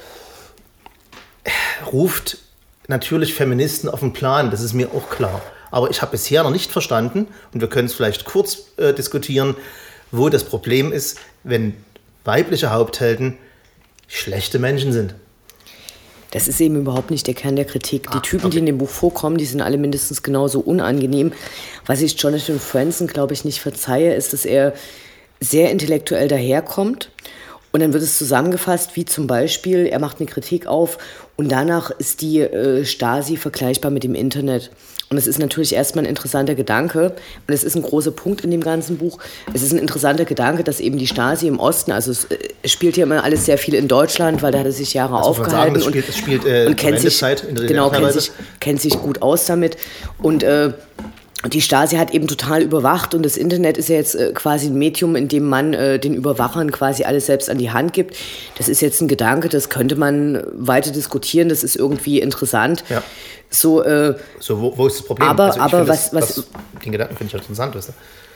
ruft natürlich Feministen auf den Plan, das ist mir auch klar. Aber ich habe bisher noch nicht verstanden, und wir können es vielleicht kurz diskutieren, wo das Problem ist, wenn weibliche Haupthelden schlechte Menschen sind.
Das ist eben überhaupt nicht der Kern der Kritik. Die Typen, die in dem Buch vorkommen, die sind alle mindestens genauso unangenehm. Was ich Jonathan Franzen, glaube ich, nicht verzeihe, ist, dass er sehr intellektuell daherkommt. Und dann wird es zusammengefasst, wie zum Beispiel, er macht eine Kritik auf und danach ist die Stasi vergleichbar mit dem Internet. Und es ist natürlich erstmal ein interessanter Gedanke und es ist ein großer Punkt in dem ganzen Buch. Es ist ein interessanter Gedanke, dass eben die Stasi im Osten, also es spielt ja immer alles sehr viel in Deutschland, weil da hat es sich Jahre aufgehalten
sagen, es spielt und kennt sich,
in der genau, kennt sich gut aus damit und die Stasi hat eben total überwacht und das Internet ist ja jetzt quasi ein Medium, in dem man den Überwachern quasi alles selbst an die Hand gibt. Das ist jetzt ein Gedanke, das könnte man weiter diskutieren, das ist irgendwie interessant. Ja. So,
wo ist das Problem?
Aber
den Gedanken finde ich interessant, weißt du?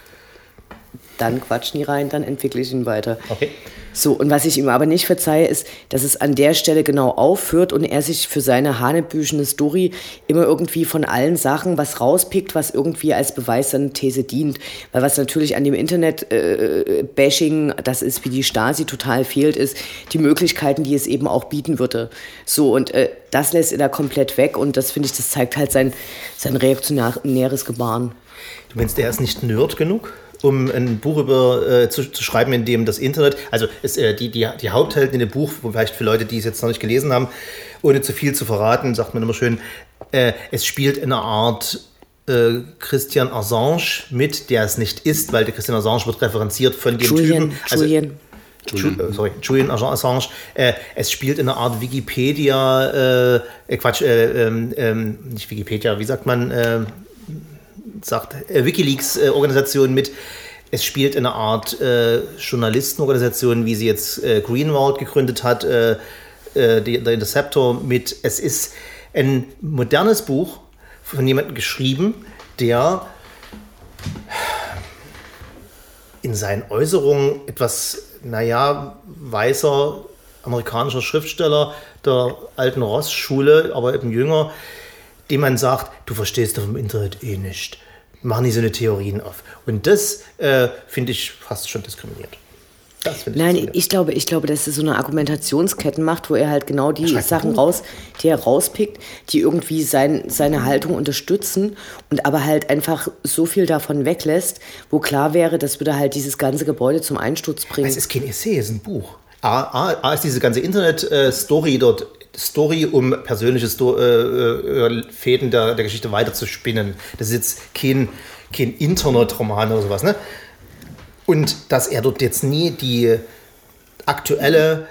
Dann quatsch nie rein, dann entwickle ich ihn weiter.
Okay.
So, und was ich ihm aber nicht verzeihe, ist, dass es an der Stelle genau aufhört und er sich für seine hanebüchene Story immer irgendwie von allen Sachen was rauspickt, was irgendwie als Beweis seiner These dient. Weil was natürlich an dem Internet-Bashing, das ist, wie die Stasi total fehlt, ist die Möglichkeiten, die es eben auch bieten würde. So, und das lässt er da komplett weg und das, finde ich, das zeigt halt sein reaktionäres Gebaren.
Du meinst, er ist nicht nerd genug, um ein Buch zu schreiben, in dem das Internet, also die Haupthelden in dem Buch, vielleicht für Leute, die es jetzt noch nicht gelesen haben, ohne zu viel zu verraten, sagt man immer schön, es spielt in einer Art Christian Assange mit, der es nicht ist, weil der Christian Assange wird referenziert von dem Typen. Julian Assange. Es spielt in einer Art Wikipedia, nicht Wikipedia, wie sagt man, Wikileaks-Organisation mit. Es spielt in einer Art Journalistenorganisation, wie sie jetzt Greenwald gegründet hat, der Interceptor mit. Es ist ein modernes Buch von jemandem geschrieben, der in seinen Äußerungen etwas, weißer amerikanischer Schriftsteller der alten Ross-Schule, aber eben jünger, dem man sagt, du verstehst doch im Internet eh nicht. Machen die so eine Theorien auf. Und das finde ich fast schon diskriminiert.
Ich glaube, dass er so eine Argumentationsketten macht, wo er halt genau die Sachen die er rauspickt, die irgendwie seine Haltung unterstützen und aber halt einfach so viel davon weglässt, wo klar wäre, das würde halt dieses ganze Gebäude zum Einsturz bringen.
Es ist kein Essay, es ist ein Buch. A ist diese ganze Internet-Story dort, um persönliche Fäden der Geschichte weiter zu spinnen. Das ist jetzt kein Internet-Roman oder sowas, ne? Und dass er dort jetzt nie die aktuelle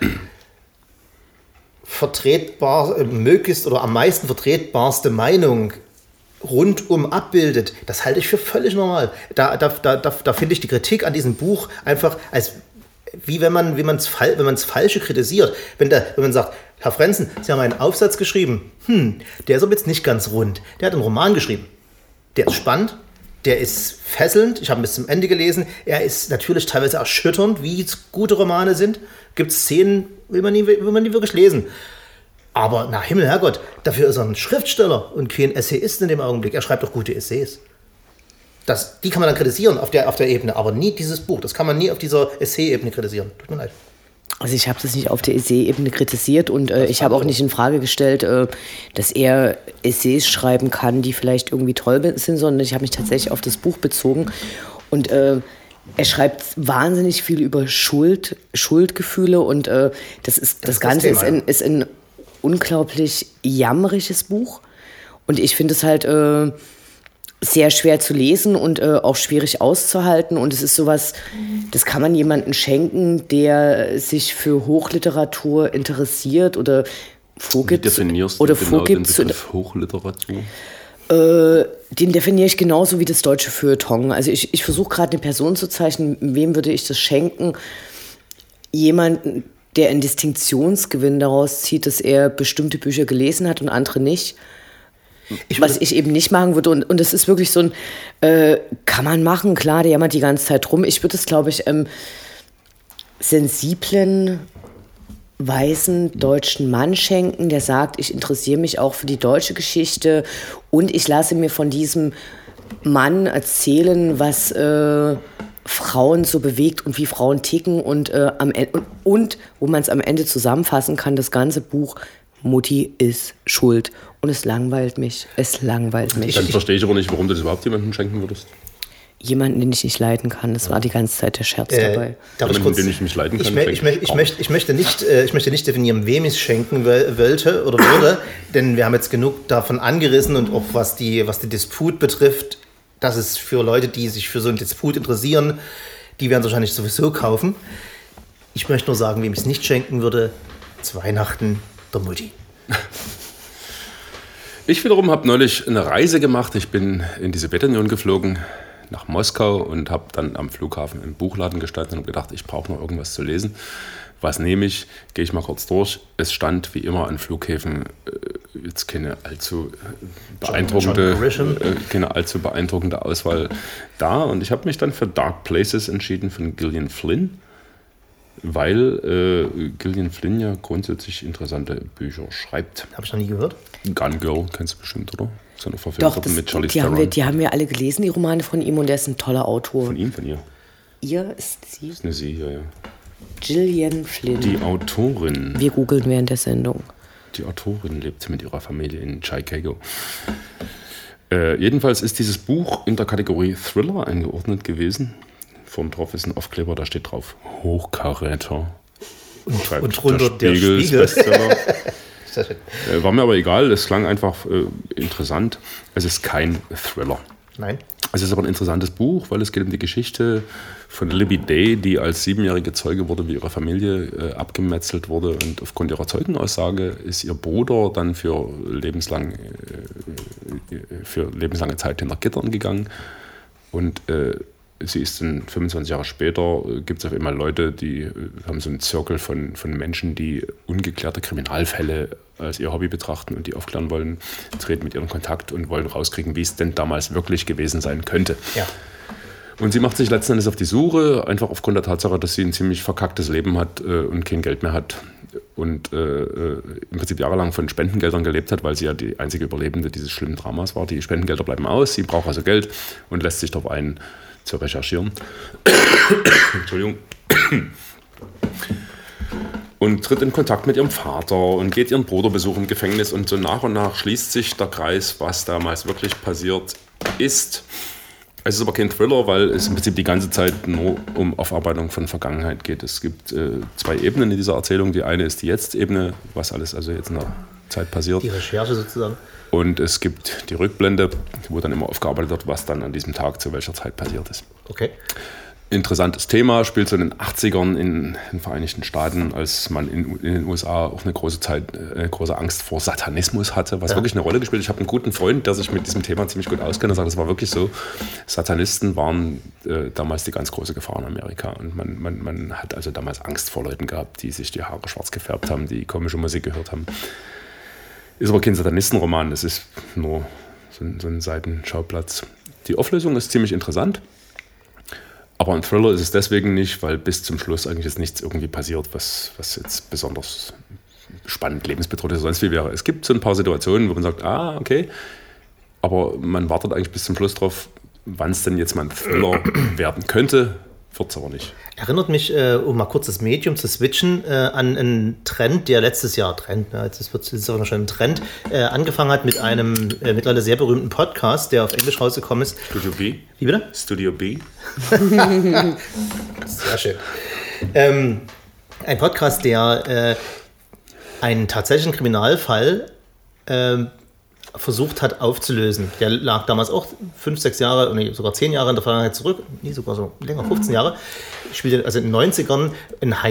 möglichst oder am meisten vertretbarste Meinung rundum abbildet, das halte ich für völlig normal. Da finde ich die Kritik an diesem Buch einfach als wie wenn man es Falsche kritisiert. Wenn man sagt, Herr Franzen, Sie haben einen Aufsatz geschrieben, der ist aber jetzt nicht ganz rund. Der hat einen Roman geschrieben. Der ist spannend, der ist fesselnd, ich habe ihn bis zum Ende gelesen. Er ist natürlich teilweise erschütternd, wie gute Romane sind. Gibt es Szenen, will man nie wirklich lesen. Aber na Himmel, Herrgott, dafür ist er ein Schriftsteller und kein Essayist in dem Augenblick. Er schreibt doch gute Essays. Die kann man dann kritisieren auf der Ebene, aber nie dieses Buch. Das kann man nie auf dieser Essay-Ebene kritisieren. Tut mir leid.
Also ich habe das nicht auf der Essay-Ebene kritisiert und ich habe auch nicht in Frage gestellt, dass er Essays schreiben kann, die vielleicht irgendwie toll sind, sondern ich habe mich tatsächlich auf das Buch bezogen und er schreibt wahnsinnig viel über Schuldgefühle und das Ganze ist ein unglaublich jammeriges Buch und ich finde es halt sehr schwer zu lesen und auch schwierig auszuhalten. Und es ist sowas, das kann man jemandem schenken, der sich für Hochliteratur interessiert oder vorgibt.
Wie definierst du genau den Begriff Hochliteratur?
Den definiere ich genauso wie das deutsche Feuilleton. Also ich versuche gerade eine Person zu zeichnen, wem würde ich das schenken? Jemanden, der einen Distinktionsgewinn daraus zieht, dass er bestimmte Bücher gelesen hat und andere nicht. was ich eben nicht machen würde. Und das ist wirklich so ein, kann man machen, klar, der jammert die ganze Zeit rum. Ich würde es, glaube ich, sensiblen, weißen deutschen Mann schenken, der sagt, ich interessiere mich auch für die deutsche Geschichte und ich lasse mir von diesem Mann erzählen, was Frauen so bewegt und wie Frauen ticken und wo man es am Ende zusammenfassen kann, das ganze Buch Mutti ist schuld. Und es langweilt mich.
Dann verstehe ich aber nicht, warum du das überhaupt jemandem schenken würdest.
Jemanden, den ich nicht leiden kann. Das war die ganze Zeit der Scherz dabei.
Den ich nicht leiden kann.
Ich möchte nicht definieren, wem ich es schenken wollte oder würde, denn wir haben jetzt genug davon angerissen und auch was die Disput betrifft, dass es für Leute, die sich für so einen Disput interessieren, die werden es wahrscheinlich sowieso kaufen. Ich möchte nur sagen, wem ich es nicht schenken würde, zu Weihnachten der Mutti.
Ich wiederum habe neulich eine Reise gemacht. Ich bin in die Sowjetunion geflogen, nach Moskau und habe dann am Flughafen im Buchladen gestanden und habe gedacht, ich brauche noch irgendwas zu lesen. Was nehme ich? Gehe ich mal kurz durch. Es stand wie immer an Flughäfen jetzt keine allzu beeindruckende Auswahl da. Und ich habe mich dann für Dark Places entschieden von Gillian Flynn, weil Gillian Flynn ja grundsätzlich interessante Bücher schreibt.
Habe ich noch nie gehört.
Gun Girl kennst du bestimmt, oder? So eine Verfilmung mit Charlize
Theron. Die haben wir alle gelesen, die Romane von ihm, und er ist ein toller Autor.
Von ihm, von ihr?
Ihr ist sie?
Das ist eine sie, ja.
Gillian Flynn.
Die Autorin.
Wir googeln während der Sendung.
Die Autorin lebt mit ihrer Familie in Chicago. Jedenfalls ist dieses Buch in der Kategorie Thriller eingeordnet gewesen. Vorn drauf ist ein Aufkleber, da steht drauf Hochkaräter.
Und drunter der Spiegel.
War mir aber egal, es klang einfach interessant. Es ist kein Thriller.
Nein.
Es ist aber ein interessantes Buch, weil es geht um die Geschichte von Libby Day, die als 7-jährige Zeuge wurde, wie ihre Familie abgemetzelt wurde. Und aufgrund ihrer Zeugenaussage ist ihr Bruder dann für lebenslange Zeit hinter Gittern gegangen. Und sie ist dann 25 Jahre später, gibt es auf einmal Leute, die haben so einen Zirkel von Menschen, die ungeklärte Kriminalfälle als ihr Hobby betrachten und die aufklären wollen, treten mit ihrem Kontakt und wollen rauskriegen, wie es denn damals wirklich gewesen sein könnte. Ja. Und sie macht sich letzten Endes auf die Suche, einfach aufgrund der Tatsache, dass sie ein ziemlich verkacktes Leben hat und kein Geld mehr hat und im Prinzip jahrelang von Spendengeldern gelebt hat, weil sie ja die einzige Überlebende dieses schlimmen Dramas war. Die Spendengelder bleiben aus, sie braucht also Geld und lässt sich darauf ein, zu recherchieren. Entschuldigung. Und tritt in Kontakt mit ihrem Vater und geht ihren Bruder besuchen im Gefängnis. Und so nach und nach schließt sich der Kreis, was damals wirklich passiert ist. Es ist aber kein Thriller, weil es im Prinzip die ganze Zeit nur um Aufarbeitung von Vergangenheit geht. Es gibt 2 Ebenen in dieser Erzählung. Die eine ist die Jetzt-Ebene, was alles also jetzt in der Zeit passiert.
Die Recherche sozusagen.
Und es gibt die Rückblende, wo dann immer aufgearbeitet wird, was dann an diesem Tag zu welcher Zeit passiert ist.
Okay.
Interessantes Thema, spielt so in den 80ern in den Vereinigten Staaten, als man in den USA auch eine große Angst vor Satanismus hatte, was wirklich eine Rolle gespielt hat. Ich habe einen guten Freund, der sich mit diesem Thema ziemlich gut auskennt und sagt, das war wirklich so. Satanisten waren damals die ganz große Gefahr in Amerika. Und man hat also damals Angst vor Leuten gehabt, die sich die Haare schwarz gefärbt haben, die komische Musik gehört haben. Ist aber kein Satanistenroman, das ist nur so ein Seitenschauplatz. Die Auflösung ist ziemlich interessant. Aber ein Thriller ist es deswegen nicht, weil bis zum Schluss eigentlich jetzt nichts irgendwie passiert, was jetzt besonders spannend, lebensbedrohlich oder sonst wie wäre. Es gibt so ein paar Situationen, wo man sagt, okay, aber man wartet eigentlich bis zum Schluss drauf, wann es denn jetzt mal ein Thriller werden könnte, wird es aber nicht.
Erinnert mich, um mal kurz das Medium zu switchen, an einen Trend, der letztes Jahr, jetzt ist es auch schon ein Trend, angefangen hat mit einem mittlerweile sehr berühmten Podcast, der auf Englisch rausgekommen ist.
Studio B.
Wie bitte?
Studio B.
Sehr schön. Ein Podcast, der einen tatsächlichen Kriminalfall versucht hat aufzulösen. Der lag damals auch 5, 6 Jahre, sogar 10 Jahre in der Vergangenheit zurück, sogar so länger, 15 Jahre. Spielte also in den 90ern ein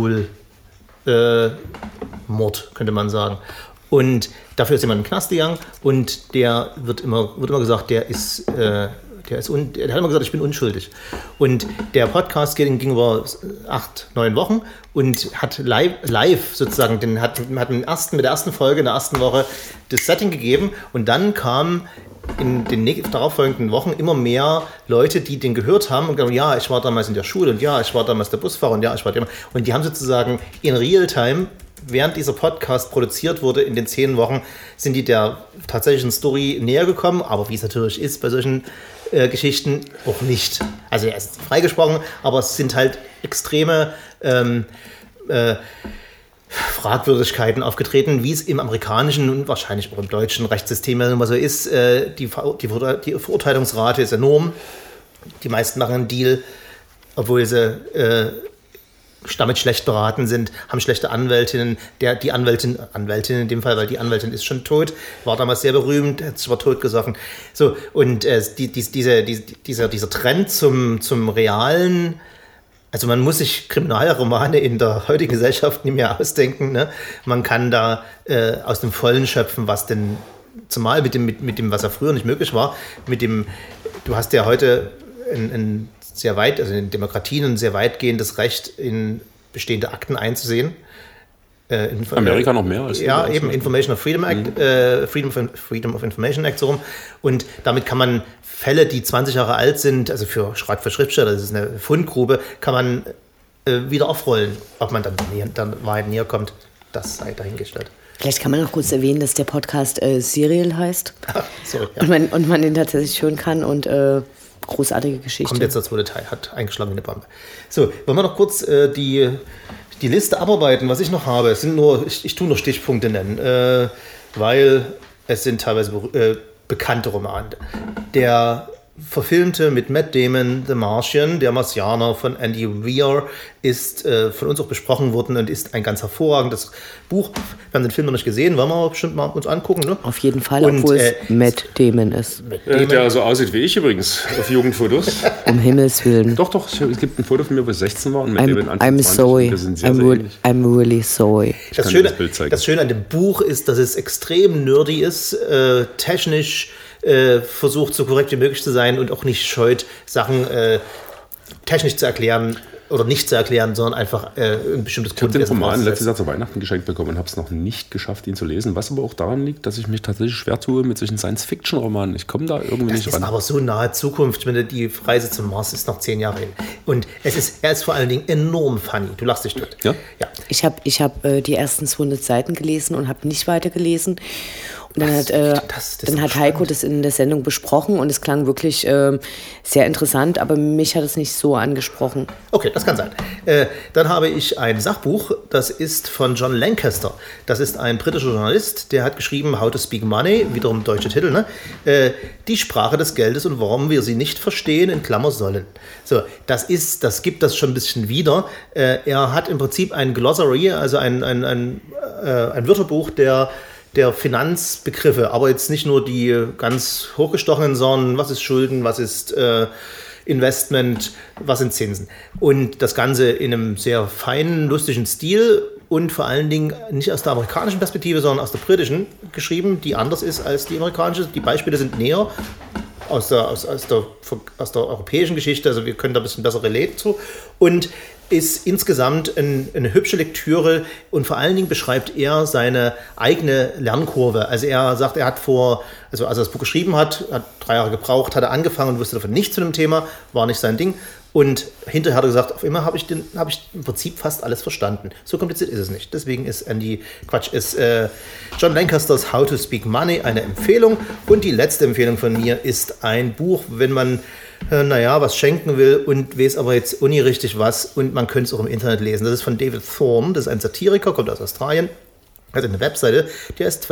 Highschool-Mord, könnte man sagen. Und dafür ist jemand in den Knast gegangen und der wird immer gesagt, der der hat immer gesagt, ich bin unschuldig. Und der Podcast ging über 8-9 Wochen und hat live sozusagen, hat mit der ersten Folge in der ersten Woche das Setting gegeben und dann kam in den darauffolgenden Wochen immer mehr Leute, die den gehört haben und gesagt, ja, ich war damals in der Schule und ja, ich war damals der Busfahrer und ja, ich war der. Und die haben sozusagen in Realtime, während dieser Podcast produziert wurde, in den 10 Wochen, sind die der tatsächlichen Story näher gekommen, aber wie es natürlich ist bei solchen Geschichten, auch nicht. Also er ist freigesprochen, aber es sind halt extreme Fragwürdigkeiten aufgetreten, wie es im amerikanischen und wahrscheinlich auch im deutschen Rechtssystem immer so ist. Die Verurteilungsrate ist enorm. Die meisten machen einen Deal, obwohl sie damit schlecht beraten sind, haben schlechte Anwältinnen. Die Anwältin in dem Fall, weil die Anwältin ist schon tot, war damals sehr berühmt, hat sich aber totgesoffen. So, und dieser Trend zum realen, also man muss sich Kriminalromane in der heutigen Gesellschaft nicht mehr ausdenken. Ne? Man kann da aus dem Vollen schöpfen, was denn, zumal mit dem, was ja früher nicht möglich war, du hast ja heute ein sehr weit, also in Demokratien ein sehr weitgehendes Recht, in bestehende Akten einzusehen.
In Amerika noch mehr als
ja, eben Information of Freedom Act, Freedom of Information Act so rum. Und damit kann man Fälle, die 20 Jahre alt sind, also für Schriftsteller, das ist eine Fundgrube, kann man wieder aufrollen. Ob man dann Wahrheit näher kommt, das sei dahingestellt.
Vielleicht kann man noch kurz erwähnen, dass der Podcast Serial heißt.
Sorry, ja.
und man den tatsächlich hören kann und großartige Geschichte.
Kommt jetzt das zweite Teil, hat eingeschlagen in eine Bombe. So, wollen wir noch kurz die Liste abarbeiten, was ich noch habe. Es sind nur, ich tue nur Stichpunkte nennen, weil es sind teilweise bekannte Romane. Der verfilmte mit Matt Damon The Martian, der Marsianer von Andy Weir, ist von uns auch besprochen worden und ist ein ganz hervorragendes Buch. Wir haben den Film noch nicht gesehen, wollen wir bestimmt mal uns angucken. Ne?
Auf jeden Fall, obwohl es Matt Damon ist.
Der so aussieht wie ich übrigens auf Jugendfotos.
Um Himmels Willen.
Doch, es gibt ein Foto von mir, wo ich 16 war und Matt Damon
I'm sorry. I'm really sorry.
Das Schöne an dem Buch ist, dass es extrem nerdy ist, technisch versucht, so korrekt wie möglich zu sein und auch nicht scheut, Sachen technisch zu erklären oder nicht zu erklären, sondern einfach ein bestimmtes
Grundwissen. Ich habe den Roman letztes Jahr zu Weihnachten geschenkt bekommen und habe es noch nicht geschafft, ihn zu lesen, was aber auch daran liegt, dass ich mich tatsächlich schwer tue mit solchen Science-Fiction-Romanen. Ich komme da irgendwie nicht ran.
Das ist aber so nahe Zukunft, wenn die Reise zum Mars ist noch 10 Jahre hin. Und er ist vor allen Dingen enorm funny. Du lachst dich tot.
Ja?
Ja. Ich hab die ersten 200 Seiten gelesen und habe nicht weitergelesen. Und dann hat Heiko das in der Sendung besprochen und es klang wirklich sehr interessant, aber mich hat es nicht so angesprochen.
Okay, das kann sein. Dann habe ich ein Sachbuch, das ist von John Lancaster. Das ist ein britischer Journalist, der hat geschrieben How to Speak Money, wiederum deutsche Titel, ne? Die Sprache des Geldes und warum wir sie nicht verstehen, in Klammer sollen. So, das gibt das schon ein bisschen wieder. Er hat im Prinzip ein Glossary, also ein Wörterbuch der Finanzbegriffe, aber jetzt nicht nur die ganz hochgestochenen, sondern was ist Schulden, was ist Investment, was sind Zinsen. Und das Ganze in einem sehr feinen, lustigen Stil und vor allen Dingen nicht aus der amerikanischen Perspektive, sondern aus der britischen geschrieben, die anders ist als die amerikanische. Die Beispiele sind näher aus der europäischen Geschichte, also wir können da ein bisschen besser relaten zu. Und ist insgesamt eine hübsche Lektüre und vor allen Dingen beschreibt er seine eigene Lernkurve. Also er sagt, als er das Buch geschrieben hat 3 Jahre gebraucht, hat er angefangen und wusste davon nichts zu dem Thema, war nicht sein Ding. Und hinterher hat er gesagt, auf einmal habe ich im Prinzip fast alles verstanden. So kompliziert ist es nicht. Deswegen ist John Lancasters How to Speak Money eine Empfehlung. Und die letzte Empfehlung von mir ist ein Buch, wenn man was schenken will und weiß aber jetzt nie richtig was und man könnte es auch im Internet lesen. Das ist von David Thorne, das ist ein Satiriker, kommt aus Australien. Also eine Webseite, der ist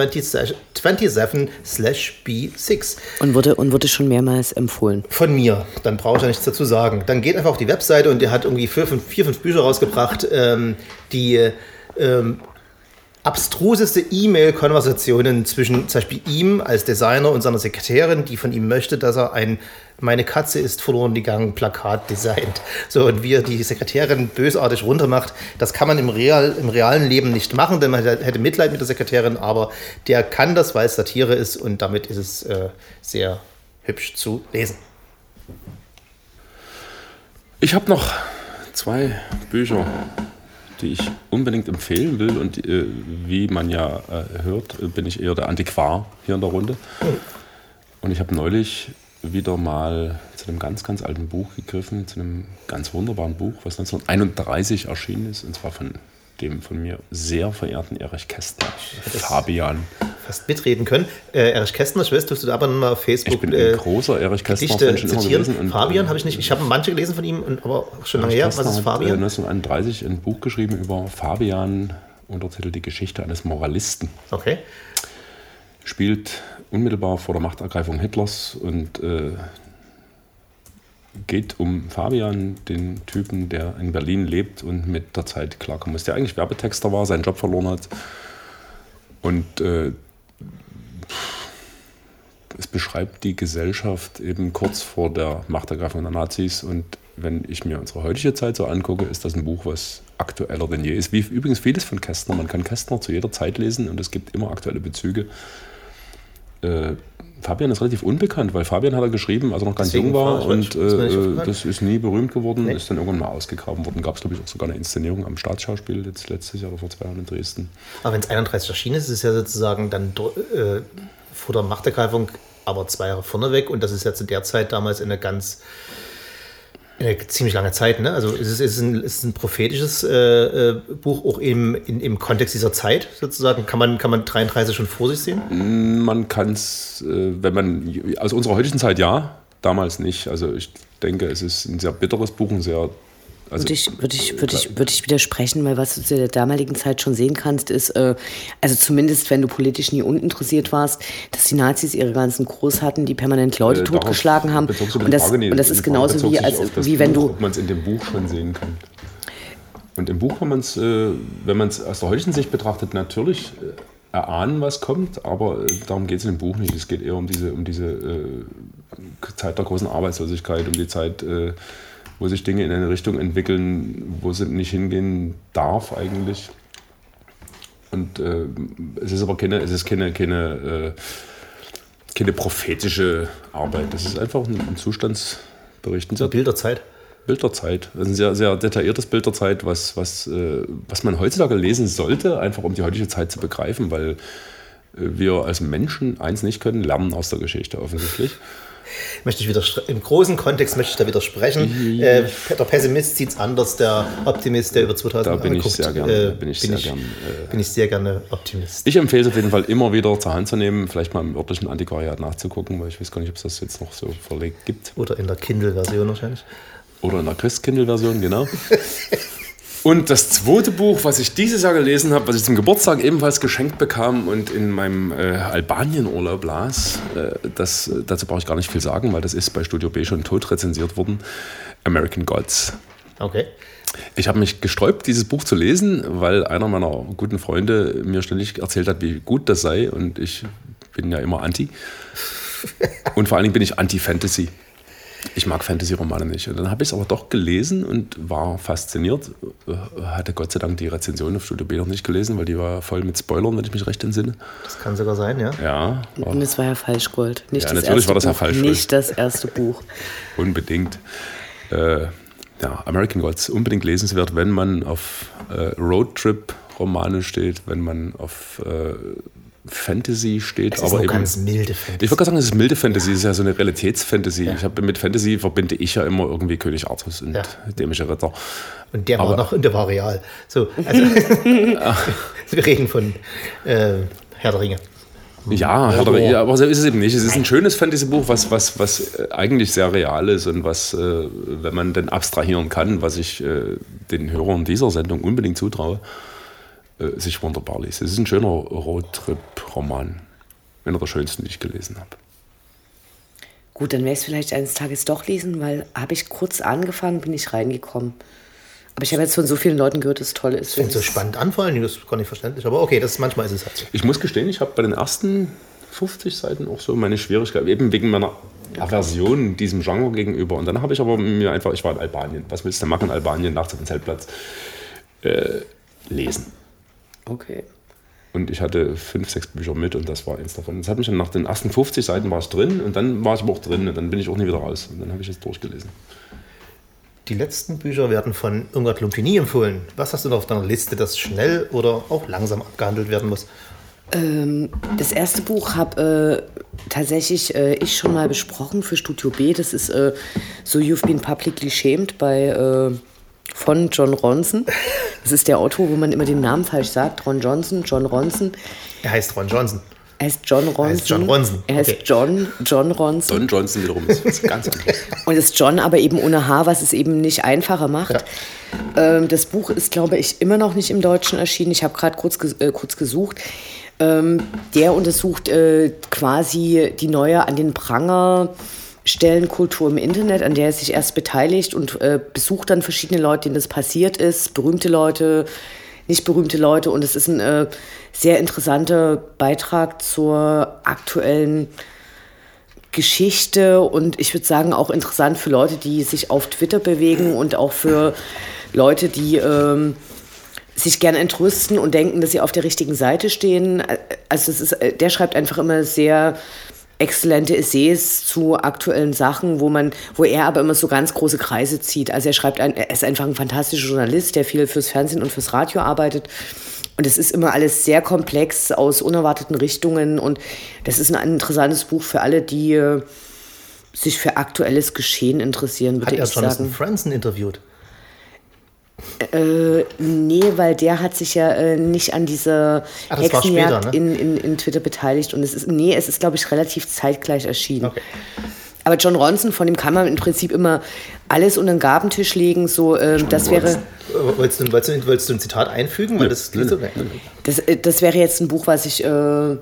27/B6.
Und wurde schon mehrmals empfohlen.
Von mir, dann brauche ich ja nichts dazu sagen. Dann geht einfach auf die Webseite und der hat irgendwie 4-5 Bücher rausgebracht, die abstruseste E-Mail-Konversationen zwischen zum Beispiel ihm als Designer und seiner Sekretärin, die von ihm möchte, dass er ein Meine Katze ist verloren gegangen Plakat designt. So, und wie er die Sekretärin bösartig runtermacht, das kann man im realen Leben nicht machen, denn man hätte Mitleid mit der Sekretärin, aber der kann das, weil es Satire ist und damit ist es sehr hübsch zu lesen.
Ich habe noch 2 Bücher, die ich unbedingt empfehlen will. Und wie man ja hört, bin ich eher der Antiquar hier in der Runde. Und ich habe neulich wieder mal zu einem ganz, ganz alten Buch gegriffen, zu einem ganz wunderbaren Buch, was 1931 erschienen ist, und zwar von dem von mir sehr verehrten Erich Kästner, Fabian.
Fast mitreden können. Erich Kästner, ich weiß, tust du aber mal auf Facebook.
Ich bin ein großer Erich Kästner-Fan schon immer gewesen. Und
Fabian habe ich nicht, ich habe manche gelesen von ihm, aber schon lange her. Was ist Fabian?
1931 ein Buch geschrieben über Fabian, Untertitel Die Geschichte eines Moralisten.
Okay.
Spielt unmittelbar vor der Machtergreifung Hitlers und geht um Fabian, den Typen, der in Berlin lebt und mit der Zeit klarkommen muss, der eigentlich Werbetexter war, seinen Job verloren hat. Und es beschreibt die Gesellschaft eben kurz vor der Machtergreifung der Nazis. Und wenn ich mir unsere heutige Zeit so angucke, ist das ein Buch, was aktueller denn je ist. Wie übrigens vieles von Kästner. Man kann Kästner zu jeder Zeit lesen und es gibt immer aktuelle Bezüge. Fabian ist relativ unbekannt, weil Fabian hat er geschrieben, als er noch ganz jung war, und das ist nie berühmt geworden, ist dann irgendwann mal ausgegraben worden. Gab es, glaube ich, auch sogar eine Inszenierung am Staatsschauspiel jetzt letztes Jahr oder vor 2 Jahren in Dresden.
Aber wenn es 31 erschienen ist, ist es ja sozusagen dann vor der Machtergreifung, aber 2 Jahre vorneweg, und das ist ja zu der Zeit damals eine ziemlich lange Zeit, ne? Also es ist ein prophetisches Buch, auch im Kontext dieser Zeit sozusagen. Kann man 33 schon vor sich sehen?
Man kann es, wenn man, aus unserer heutigen Zeit ja, damals nicht. Also ich denke, es ist ein sehr bitteres Buch, ein sehr... Also
würde ich widersprechen, weil was du zu der damaligen Zeit schon sehen kannst, ist, also zumindest wenn du politisch nie uninteressiert warst, dass die Nazis ihre ganzen Crews hatten, die permanent Leute totgeschlagen haben. Und das ist genauso wie wenn du...
Ob man es in dem Buch schon sehen kann. Und im Buch kann man es, wenn man es aus der heutigen Sicht betrachtet, natürlich erahnen, was kommt, aber darum geht es in dem Buch nicht. Es geht eher um diese Zeit der großen Arbeitslosigkeit, um die Zeit... wo sich Dinge in eine Richtung entwickeln, wo sie nicht hingehen darf eigentlich. Und es ist aber keine prophetische Arbeit. Das ist einfach ein Zustandsbericht. Ein
Bild der Zeit.
Bild der Zeit. Das ist ein sehr, sehr detailliertes Bild der Zeit, was man heutzutage lesen sollte, einfach um die heutige Zeit zu begreifen, weil wir als Menschen eins nicht können, lernen aus der Geschichte offensichtlich.
Im großen Kontext möchte ich da widersprechen. Der Pessimist sieht es anders, der Optimist, der über 2000
Da bin ich
sehr gerne Optimist.
Ich empfehle es auf jeden Fall immer wieder zur Hand zu nehmen, vielleicht mal im örtlichen Antiquariat nachzugucken, weil ich weiß gar nicht, ob es das jetzt noch so verlegt gibt.
Oder in der Kindle-Version wahrscheinlich.
Oder in der Christkindl-Version, genau. Und das zweite Buch, was ich dieses Jahr gelesen habe, was ich zum Geburtstag ebenfalls geschenkt bekam und in meinem Albanien-Urlaub las, dazu brauche ich gar nicht viel sagen, weil das ist bei Studio B schon tot rezensiert worden, American Gods.
Okay.
Ich habe mich gesträubt, dieses Buch zu lesen, weil einer meiner guten Freunde mir ständig erzählt hat, wie gut das sei, und ich bin ja immer anti. Und vor allen Dingen bin ich anti-Fantasy. Ich mag Fantasy-Romane nicht. Und dann habe ich es aber doch gelesen und war fasziniert. Hatte Gott sei Dank die Rezension auf Studio B noch nicht gelesen, weil die war voll mit Spoilern, wenn ich mich recht entsinne.
Das kann sogar sein, ja.
Ja.
Und es war ja Falschgold.
Nicht ja, natürlich war das ja Falschgold.
Nicht das erste Buch.
Unbedingt. American Gods, unbedingt lesenswert, wenn man auf Roadtrip-Romane steht, wenn man auf Fantasy steht.
Es ist aber ganz milde Fantasy.
Ich würde sagen, es ist milde Fantasy, es ist ja so eine Realitätsfantasy. Ja. Mit Fantasy verbinde ich ja immer irgendwie König Artus und dämische Ritter.
Und der war real. So, also, wir reden von Herr der Ringe.
Ja, aber so ist es eben nicht. Es ist ein schönes Fantasy-Buch, was eigentlich sehr real ist und was, wenn man denn abstrahieren kann, was ich den Hörern dieser Sendung unbedingt zutraue, sich wunderbar liest. Es ist ein schöner Roadtrip-Roman. Einer der schönsten, die ich gelesen habe.
Gut, dann werde ich es vielleicht eines Tages doch lesen, weil habe ich kurz angefangen, bin ich reingekommen. Aber ich habe jetzt von so vielen Leuten gehört, dass es toll ist.
Das fängt so spannend an, vor allem, das ist gar nicht verständlich. Aber okay, manchmal ist es halt so.
Ich muss gestehen, ich habe bei den ersten 50 Seiten auch so meine Schwierigkeit, eben wegen meiner Aversion diesem Genre gegenüber. Und dann habe ich aber mir einfach, ich war in Albanien, was willst du machen, Albanien, nachts auf dem Zeltplatz, lesen.
Okay.
Und ich hatte 5, 6 Bücher mit und das war eins davon. Das hat mich dann nach den ersten 50 Seiten war ich drin und dann war ich aber auch drin und dann bin ich auch nie wieder raus. Und dann habe ich es durchgelesen.
Die letzten Bücher werden von Irmgard Lumpini empfohlen. Was hast du noch auf deiner Liste, das schnell oder auch langsam abgehandelt werden muss?
Das erste Buch habe tatsächlich ich schon mal besprochen für Studio B. Das ist So You've Been Publicly Shamed von Jon Ronson. Das ist der Autor, wo man immer den Namen falsch sagt. Jon Ronson.
Er heißt Ron Johnson.
Er heißt Jon Ronson. Er heißt John Ronson.
Don Johnson wiederum ist ganz anders.
Und das John aber eben ohne H, was es eben nicht einfacher macht. Ja. Das Buch ist, glaube ich, immer noch nicht im Deutschen erschienen. Ich habe gerade kurz gesucht. Der untersucht quasi die neue an den Pranger Stellenkultur im Internet, an der er sich erst beteiligt und besucht dann verschiedene Leute, denen das passiert ist, berühmte Leute, nicht berühmte Leute. Und es ist ein sehr interessanter Beitrag zur aktuellen Geschichte und ich würde sagen auch interessant für Leute, die sich auf Twitter bewegen und auch für Leute, die sich gerne entrüsten und denken, dass sie auf der richtigen Seite stehen. Also der schreibt einfach immer sehr exzellente Essays zu aktuellen Sachen, wo er aber immer so ganz große Kreise zieht. Also er ist einfach ein fantastischer Journalist, der viel fürs Fernsehen und fürs Radio arbeitet. Und es ist immer alles sehr komplex aus unerwarteten Richtungen. Und das ist ein interessantes Buch für alle, die sich für aktuelles Geschehen interessieren, würde ich sagen. Hat er
Jonathan Franzen interviewt?
Nee, weil der hat sich ja nicht an dieser Hexenjagd später, ne? in Twitter beteiligt. Und es ist, glaube ich, relativ zeitgleich erschienen. Okay. Aber Jon Ronson, von dem kann man im Prinzip immer alles unter den Gabentisch legen. So, das wäre.
Wolltest du ein Zitat einfügen? Weil das
wäre jetzt ein Buch, was ich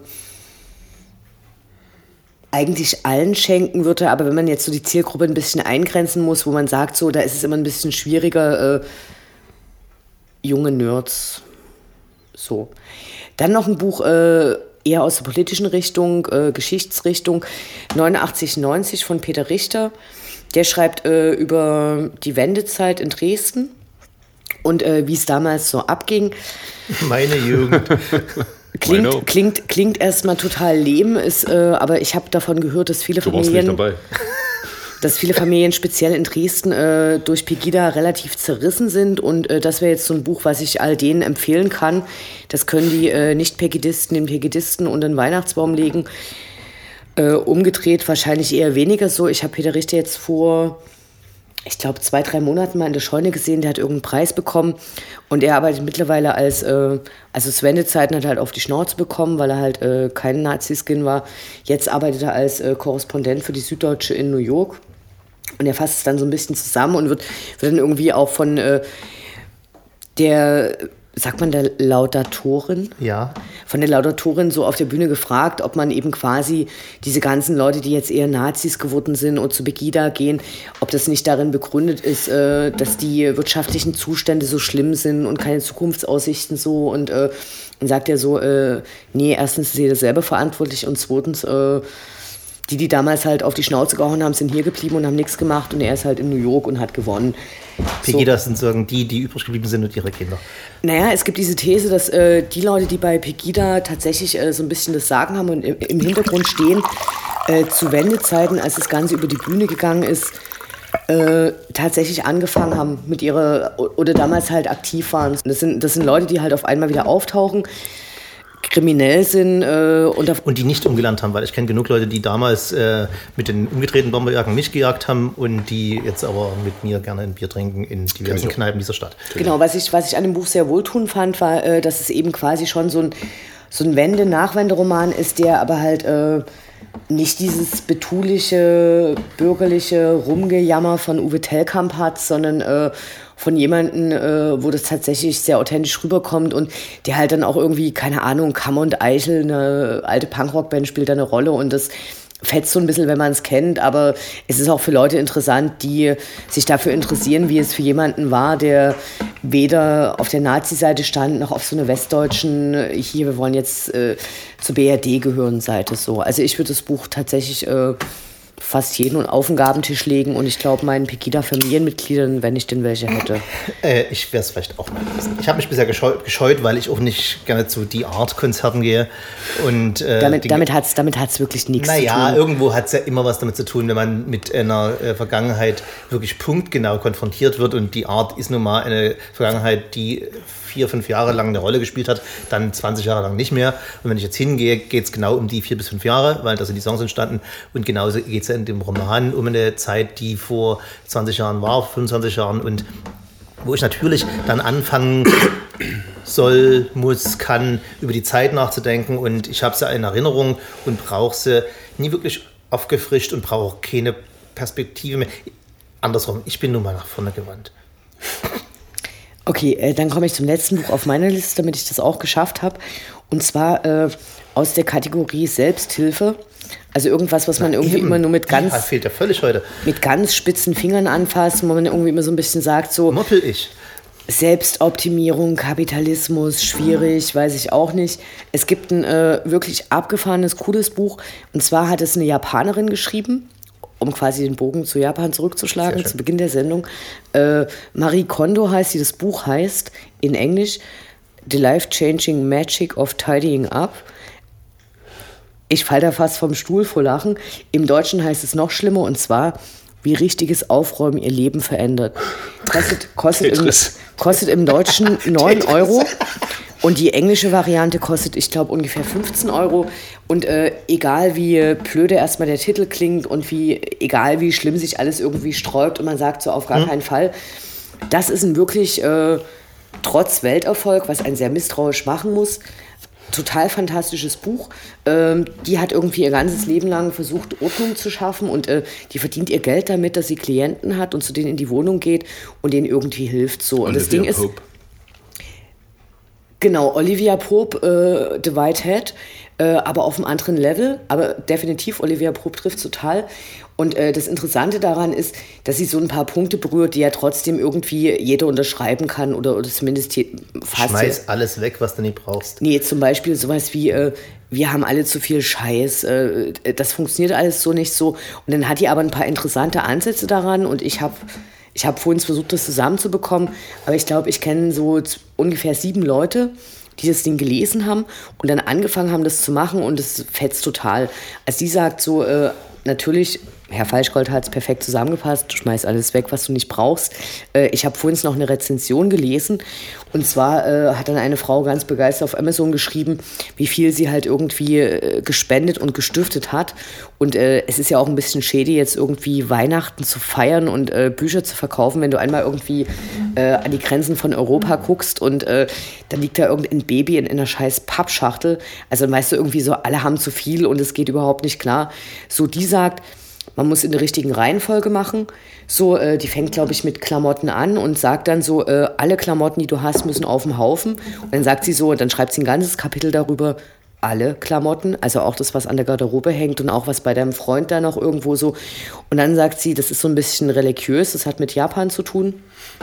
eigentlich allen schenken würde. Aber wenn man jetzt so die Zielgruppe ein bisschen eingrenzen muss, wo man sagt, so, da ist es immer ein bisschen schwieriger. Junge Nerds. So. Dann noch ein Buch eher aus der politischen Richtung, Geschichtsrichtung, 89/90 von Peter Richter. Der schreibt über die Wendezeit in Dresden und wie es damals so abging.
Meine Jugend.
Klingt erstmal total lame, aber ich habe davon gehört, dass viele Familien speziell in Dresden durch Pegida relativ zerrissen sind und das wäre jetzt so ein Buch, was ich all denen empfehlen kann. Das können die Nicht-Pegidisten den Pegidisten unter den Weihnachtsbaum legen. Umgedreht wahrscheinlich eher weniger so. Ich habe Peter Richter jetzt vor, ich glaube, 2-3 Monaten mal in der Scheune gesehen. Der hat irgendeinen Preis bekommen und er arbeitet mittlerweile also Wendzeiten hat er halt auf die Schnauze bekommen, weil er halt kein Nazi-Skin war. Jetzt arbeitet er als Korrespondent für die Süddeutsche in New York. Und er fasst es dann so ein bisschen zusammen und wird dann irgendwie auch von der Laudatorin?
Ja.
Von der Laudatorin so auf der Bühne gefragt, ob man eben quasi diese ganzen Leute, die jetzt eher Nazis geworden sind und zu Pegida gehen, ob das nicht darin begründet ist, dass die wirtschaftlichen Zustände so schlimm sind und keine Zukunftsaussichten so. Und dann sagt er so, nee, erstens ist jeder selber verantwortlich und zweitens, die damals halt auf die Schnauze gehauen haben, sind hier geblieben und haben nichts gemacht und er ist halt in New York und hat gewonnen.
Pegida sind sozusagen die übrig geblieben sind und ihre Kinder.
Naja, es gibt diese These, dass die Leute, die bei Pegida tatsächlich so ein bisschen das Sagen haben und im Hintergrund stehen, zu Wendezeiten, als das Ganze über die Bühne gegangen ist, tatsächlich angefangen haben mit oder damals halt aktiv waren. Das sind Leute, die halt auf einmal wieder auftauchen, kriminell sind. Und
die nicht umgelernt haben, weil ich kenne genug Leute, die damals mit den umgedrehten Bomberjacken nicht gejagt haben und die jetzt aber mit mir gerne ein Bier trinken in diversen Kneipen dieser Stadt.
Genau, was ich an dem Buch sehr wohltuend fand, war, dass es eben quasi schon so ein Wende-Nachwende-Roman ist, der aber halt nicht dieses betuliche, bürgerliche Rumgejammer von Uwe Tellkamp hat, sondern von jemandem, wo das tatsächlich sehr authentisch rüberkommt und der halt dann auch irgendwie, keine Ahnung, Kammer und Eichel, eine alte Punkrock-Band spielt da eine Rolle und das fetzt so ein bisschen, wenn man es kennt, aber es ist auch für Leute interessant, die sich dafür interessieren, wie es für jemanden war, der weder auf der Nazi-Seite stand, noch auf so einer westdeutschen, wir wollen jetzt zur BRD gehören Seite so. Also ich würde das Buch tatsächlich fast jeden auf den Gabentisch legen und ich glaube meinen Pegida-Familienmitgliedern, wenn ich denn welche hätte.
Ich werde es vielleicht auch mal lesen. Ich habe mich bisher gescheut, weil ich auch nicht gerne zu die Art-Konzerten gehe. Und,
damit hat's wirklich nichts zu tun.
Naja, irgendwo hat es ja immer was damit zu tun, wenn man mit einer Vergangenheit wirklich punktgenau konfrontiert wird und die Art ist nun mal eine Vergangenheit, die 4-5 Jahre lang eine Rolle gespielt hat, dann 20 Jahre lang nicht mehr. Und wenn ich jetzt hingehe, geht es genau um die 4 bis 5 Jahre, weil da sind die Songs entstanden. Und genauso geht es ja in dem Roman um eine Zeit, die vor 20 Jahren war, 25 Jahren. Und wo ich natürlich dann anfangen soll, muss, kann, über die Zeit nachzudenken. Und ich habe sie in Erinnerung und brauche sie nie wirklich aufgefrischt und brauche auch keine Perspektive mehr. Andersrum, ich bin nun mal nach vorne gewandt.
Okay, dann komme ich zum letzten Buch auf meiner Liste, damit ich das auch geschafft habe. Und zwar aus der Kategorie Selbsthilfe. Also irgendwas, was man irgendwie immer nur mit ganz...
fehlt ja völlig heute.
Mit ganz spitzen Fingern anfasst, wo man irgendwie immer so ein bisschen sagt, so...
Moppel ich.
Selbstoptimierung, Kapitalismus, schwierig, weiß ich auch nicht. Es gibt ein wirklich abgefahrenes, cooles Buch. Und zwar hat es eine Japanerin geschrieben, um quasi den Bogen zu Japan zurückzuschlagen, zu Beginn der Sendung. Marie Kondo heißt sie, das Buch heißt in Englisch The Life-Changing Magic of Tidying Up. Ich falle da fast vom Stuhl vor Lachen. Im Deutschen heißt es noch schlimmer, und zwar, wie richtiges Aufräumen ihr Leben verändert. Kostet im Deutschen 9 Euro. Und die englische Variante kostet, ich glaube, ungefähr 15 Euro. Und egal wie blöde erstmal der Titel klingt und egal wie schlimm sich alles irgendwie sträubt und man sagt so auf gar keinen Fall, das ist ein wirklich, trotz Welterfolg, was einen sehr misstrauisch machen muss, total fantastisches Buch. Die hat irgendwie ihr ganzes Leben lang versucht, Ordnung zu schaffen und die verdient ihr Geld damit, dass sie Klienten hat und zu denen in die Wohnung geht und denen irgendwie hilft. So. Und das Ding ist... Genau, Olivia Pope, The White Hat, aber auf einem anderen Level. Aber definitiv, Olivia Pope trifft total. Und das Interessante daran ist, dass sie so ein paar Punkte berührt, die ja trotzdem irgendwie jeder unterschreiben kann oder zumindest fast.
Schmeiß alles weg, was du nicht brauchst.
Nee, zum Beispiel sowas wie, wir haben alle zu viel Scheiß, das funktioniert alles so nicht so. Und dann hat die aber ein paar interessante Ansätze daran und ich habe vorhin versucht, das zusammenzubekommen, aber ich glaube, ich kenne so ungefähr 7 Leute, die das Ding gelesen haben und dann angefangen haben, das zu machen und es fetzt total. Also die sagt so, natürlich, Herr Falschgold hat es perfekt zusammengepasst, du schmeißt alles weg, was du nicht brauchst. Ich habe vorhin noch eine Rezension gelesen und zwar hat dann eine Frau ganz begeistert auf Amazon geschrieben, wie viel sie halt irgendwie gespendet und gestiftet hat. Und es ist ja auch ein bisschen shady, jetzt irgendwie Weihnachten zu feiern und Bücher zu verkaufen, wenn du einmal irgendwie an die Grenzen von Europa guckst und dann liegt da irgendein Baby in einer scheiß Pappschachtel. Also dann weißt du irgendwie so, alle haben zu viel und es geht überhaupt nicht klar. So, die sagt, man muss in der richtigen Reihenfolge machen. So, die fängt, glaube ich, mit Klamotten an und sagt dann so, alle Klamotten, die du hast, müssen auf dem Haufen. Und dann sagt sie so, dann schreibt sie ein ganzes Kapitel darüber, alle Klamotten, also auch das, was an der Garderobe hängt und auch was bei deinem Freund da noch irgendwo so. Und dann sagt sie, das ist so ein bisschen religiös, das hat mit Japan zu tun.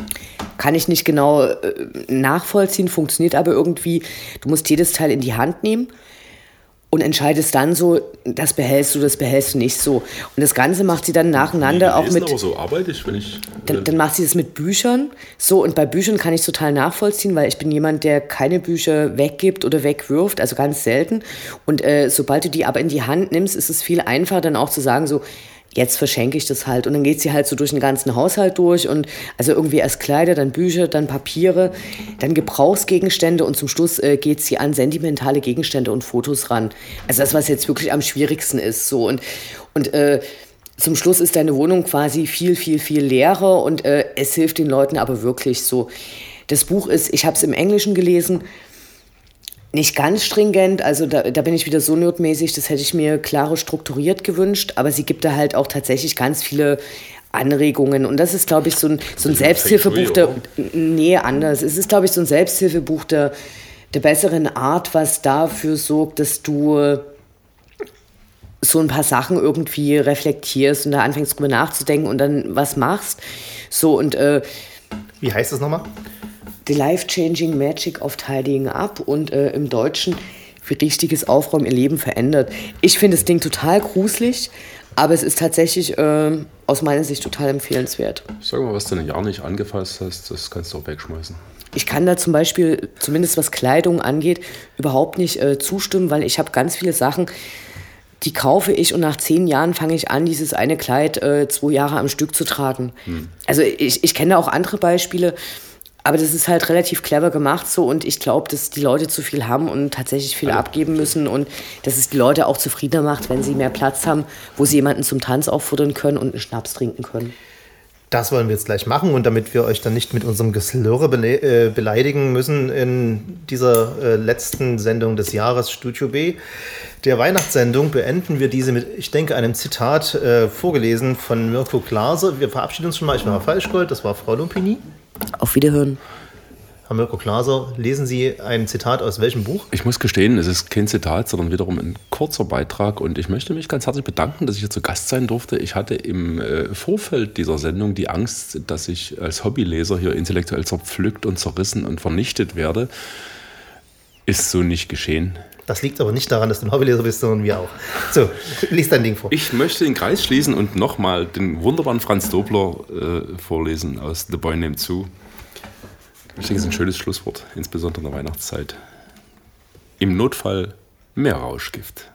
Kann ich nicht genau nachvollziehen, funktioniert aber irgendwie. Du musst jedes Teil in die Hand nehmen und entscheidest dann so, das behältst du nicht so. Und das Ganze macht sie dann nacheinander auch mit...
aber so arbeite ich, wenn ich...
Dann macht sie das mit Büchern. So, und bei Büchern kann ich total nachvollziehen, weil ich bin jemand, der keine Bücher weggibt oder wegwirft, also ganz selten. Und sobald du die aber in die Hand nimmst, ist es viel einfacher dann auch zu sagen so, jetzt verschenke ich das halt. Und dann geht sie halt so durch den ganzen Haushalt durch und also irgendwie erst Kleider, dann Bücher, dann Papiere, dann Gebrauchsgegenstände und zum Schluss geht sie an sentimentale Gegenstände und Fotos ran. Also das, was jetzt wirklich am schwierigsten ist. So. Und zum Schluss ist deine Wohnung quasi viel, viel, viel leerer und es hilft den Leuten aber wirklich so. Das Buch ist, ich habe es im Englischen gelesen, nicht ganz stringent, also da bin ich wieder so nerdmäßig, das hätte ich mir klarer strukturiert gewünscht, aber sie gibt da halt auch tatsächlich ganz viele Anregungen und das ist, glaube ich, so ein Selbsthilfebuch anders. Es ist, glaube ich, so ein Selbsthilfebuch der besseren Art, was dafür sorgt, dass du so ein paar Sachen irgendwie reflektierst und da anfängst drüber nachzudenken und dann was machst. So und
wie heißt das nochmal?
The Life-Changing Magic of Tidying Up und im Deutschen, wie richtiges Aufräumen ihr Leben verändert. Ich finde das Ding total gruselig, Aber es ist tatsächlich aus meiner Sicht total empfehlenswert.
Sag mal, was du ein Jahr nicht angefasst hast, das kannst du auch wegschmeißen.
Ich kann da zum Beispiel, zumindest was Kleidung angeht, überhaupt nicht zustimmen, weil ich habe ganz viele Sachen, die kaufe ich und nach 10 Jahren fange ich an, dieses eine Kleid 2 Jahre am Stück zu tragen. Also ich kenne auch andere Beispiele, aber das ist halt relativ clever gemacht so und ich glaube, dass die Leute zu viel haben und tatsächlich viel abgeben müssen und dass es die Leute auch zufriedener macht, wenn sie mehr Platz haben, wo sie jemanden zum Tanz auffordern können und einen Schnaps trinken können.
Das wollen wir jetzt gleich machen und damit wir euch dann nicht mit unserem Geslurre beleidigen müssen in dieser letzten Sendung des Jahres Studio B, der Weihnachtssendung, beenden wir diese mit, ich denke, einem Zitat vorgelesen von Mirko Glaser. Wir verabschieden uns schon mal. Ich war Herr Falschgold, das war Frau Lumpini.
Auf Wiederhören.
Herr Mirko Glaser, lesen Sie ein Zitat aus welchem Buch?
Ich muss gestehen, es ist kein Zitat, sondern wiederum ein kurzer Beitrag. Und ich möchte mich ganz herzlich bedanken, dass ich hier zu Gast sein durfte. Ich hatte im Vorfeld dieser Sendung die Angst, dass ich als Hobbyleser hier intellektuell zerpflückt und zerrissen und vernichtet werde. Ist so nicht geschehen.
Das liegt aber nicht daran, dass du ein Hobbyleser bist, sondern wir auch. So, lies dein Ding vor.
Ich möchte den Kreis schließen und nochmal den wunderbaren Franz Dobler vorlesen aus The Boy Named Sue. Ich denke, es ist ein schönes Schlusswort, insbesondere in der Weihnachtszeit. Im Notfall mehr Rauschgift.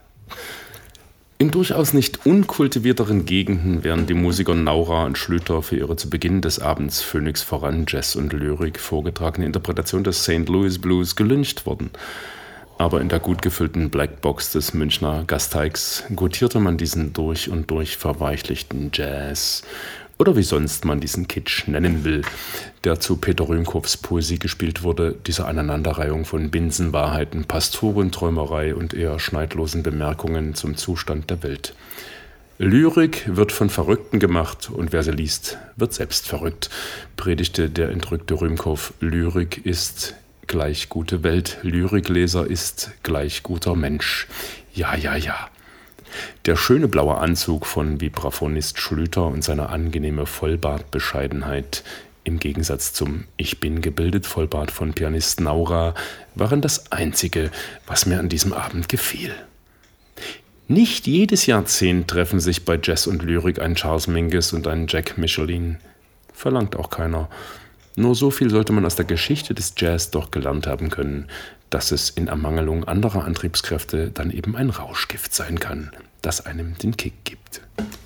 In durchaus nicht unkultivierteren Gegenden wären die Musiker Naura und Schlüter für ihre zu Beginn des Abends Phoenix voran Jazz und Lyrik vorgetragene Interpretation des St. Louis Blues gelyncht worden. Aber in der gut gefüllten Blackbox des Münchner Gasteigs gutierte man diesen durch und durch verweichlichten Jazz oder wie sonst man diesen Kitsch nennen will, der zu Peter Rühmkows Poesie gespielt wurde, dieser Aneinanderreihung von Binsenwahrheiten, Pastorenträumerei und eher schneidlosen Bemerkungen zum Zustand der Welt. Lyrik wird von Verrückten gemacht und wer sie liest, wird selbst verrückt, predigte der entrückte Rühmkow. Lyrik ist gleich gute Welt, Lyrikleser ist gleich guter Mensch. Ja, ja, ja. Der schöne blaue Anzug von Vibraphonist Schlüter und seine angenehme Vollbartbescheidenheit im Gegensatz zum Ich bin gebildet Vollbart von Pianist Naura waren das Einzige, was mir an diesem Abend gefiel. Nicht jedes Jahrzehnt treffen sich bei Jazz und Lyrik ein Charles Mingus und ein Jack Michelin. Verlangt auch keiner. Nur so viel sollte man aus der Geschichte des Jazz doch gelernt haben können, dass es in Ermangelung anderer Antriebskräfte dann eben ein Rauschgift sein kann, das einem den Kick gibt.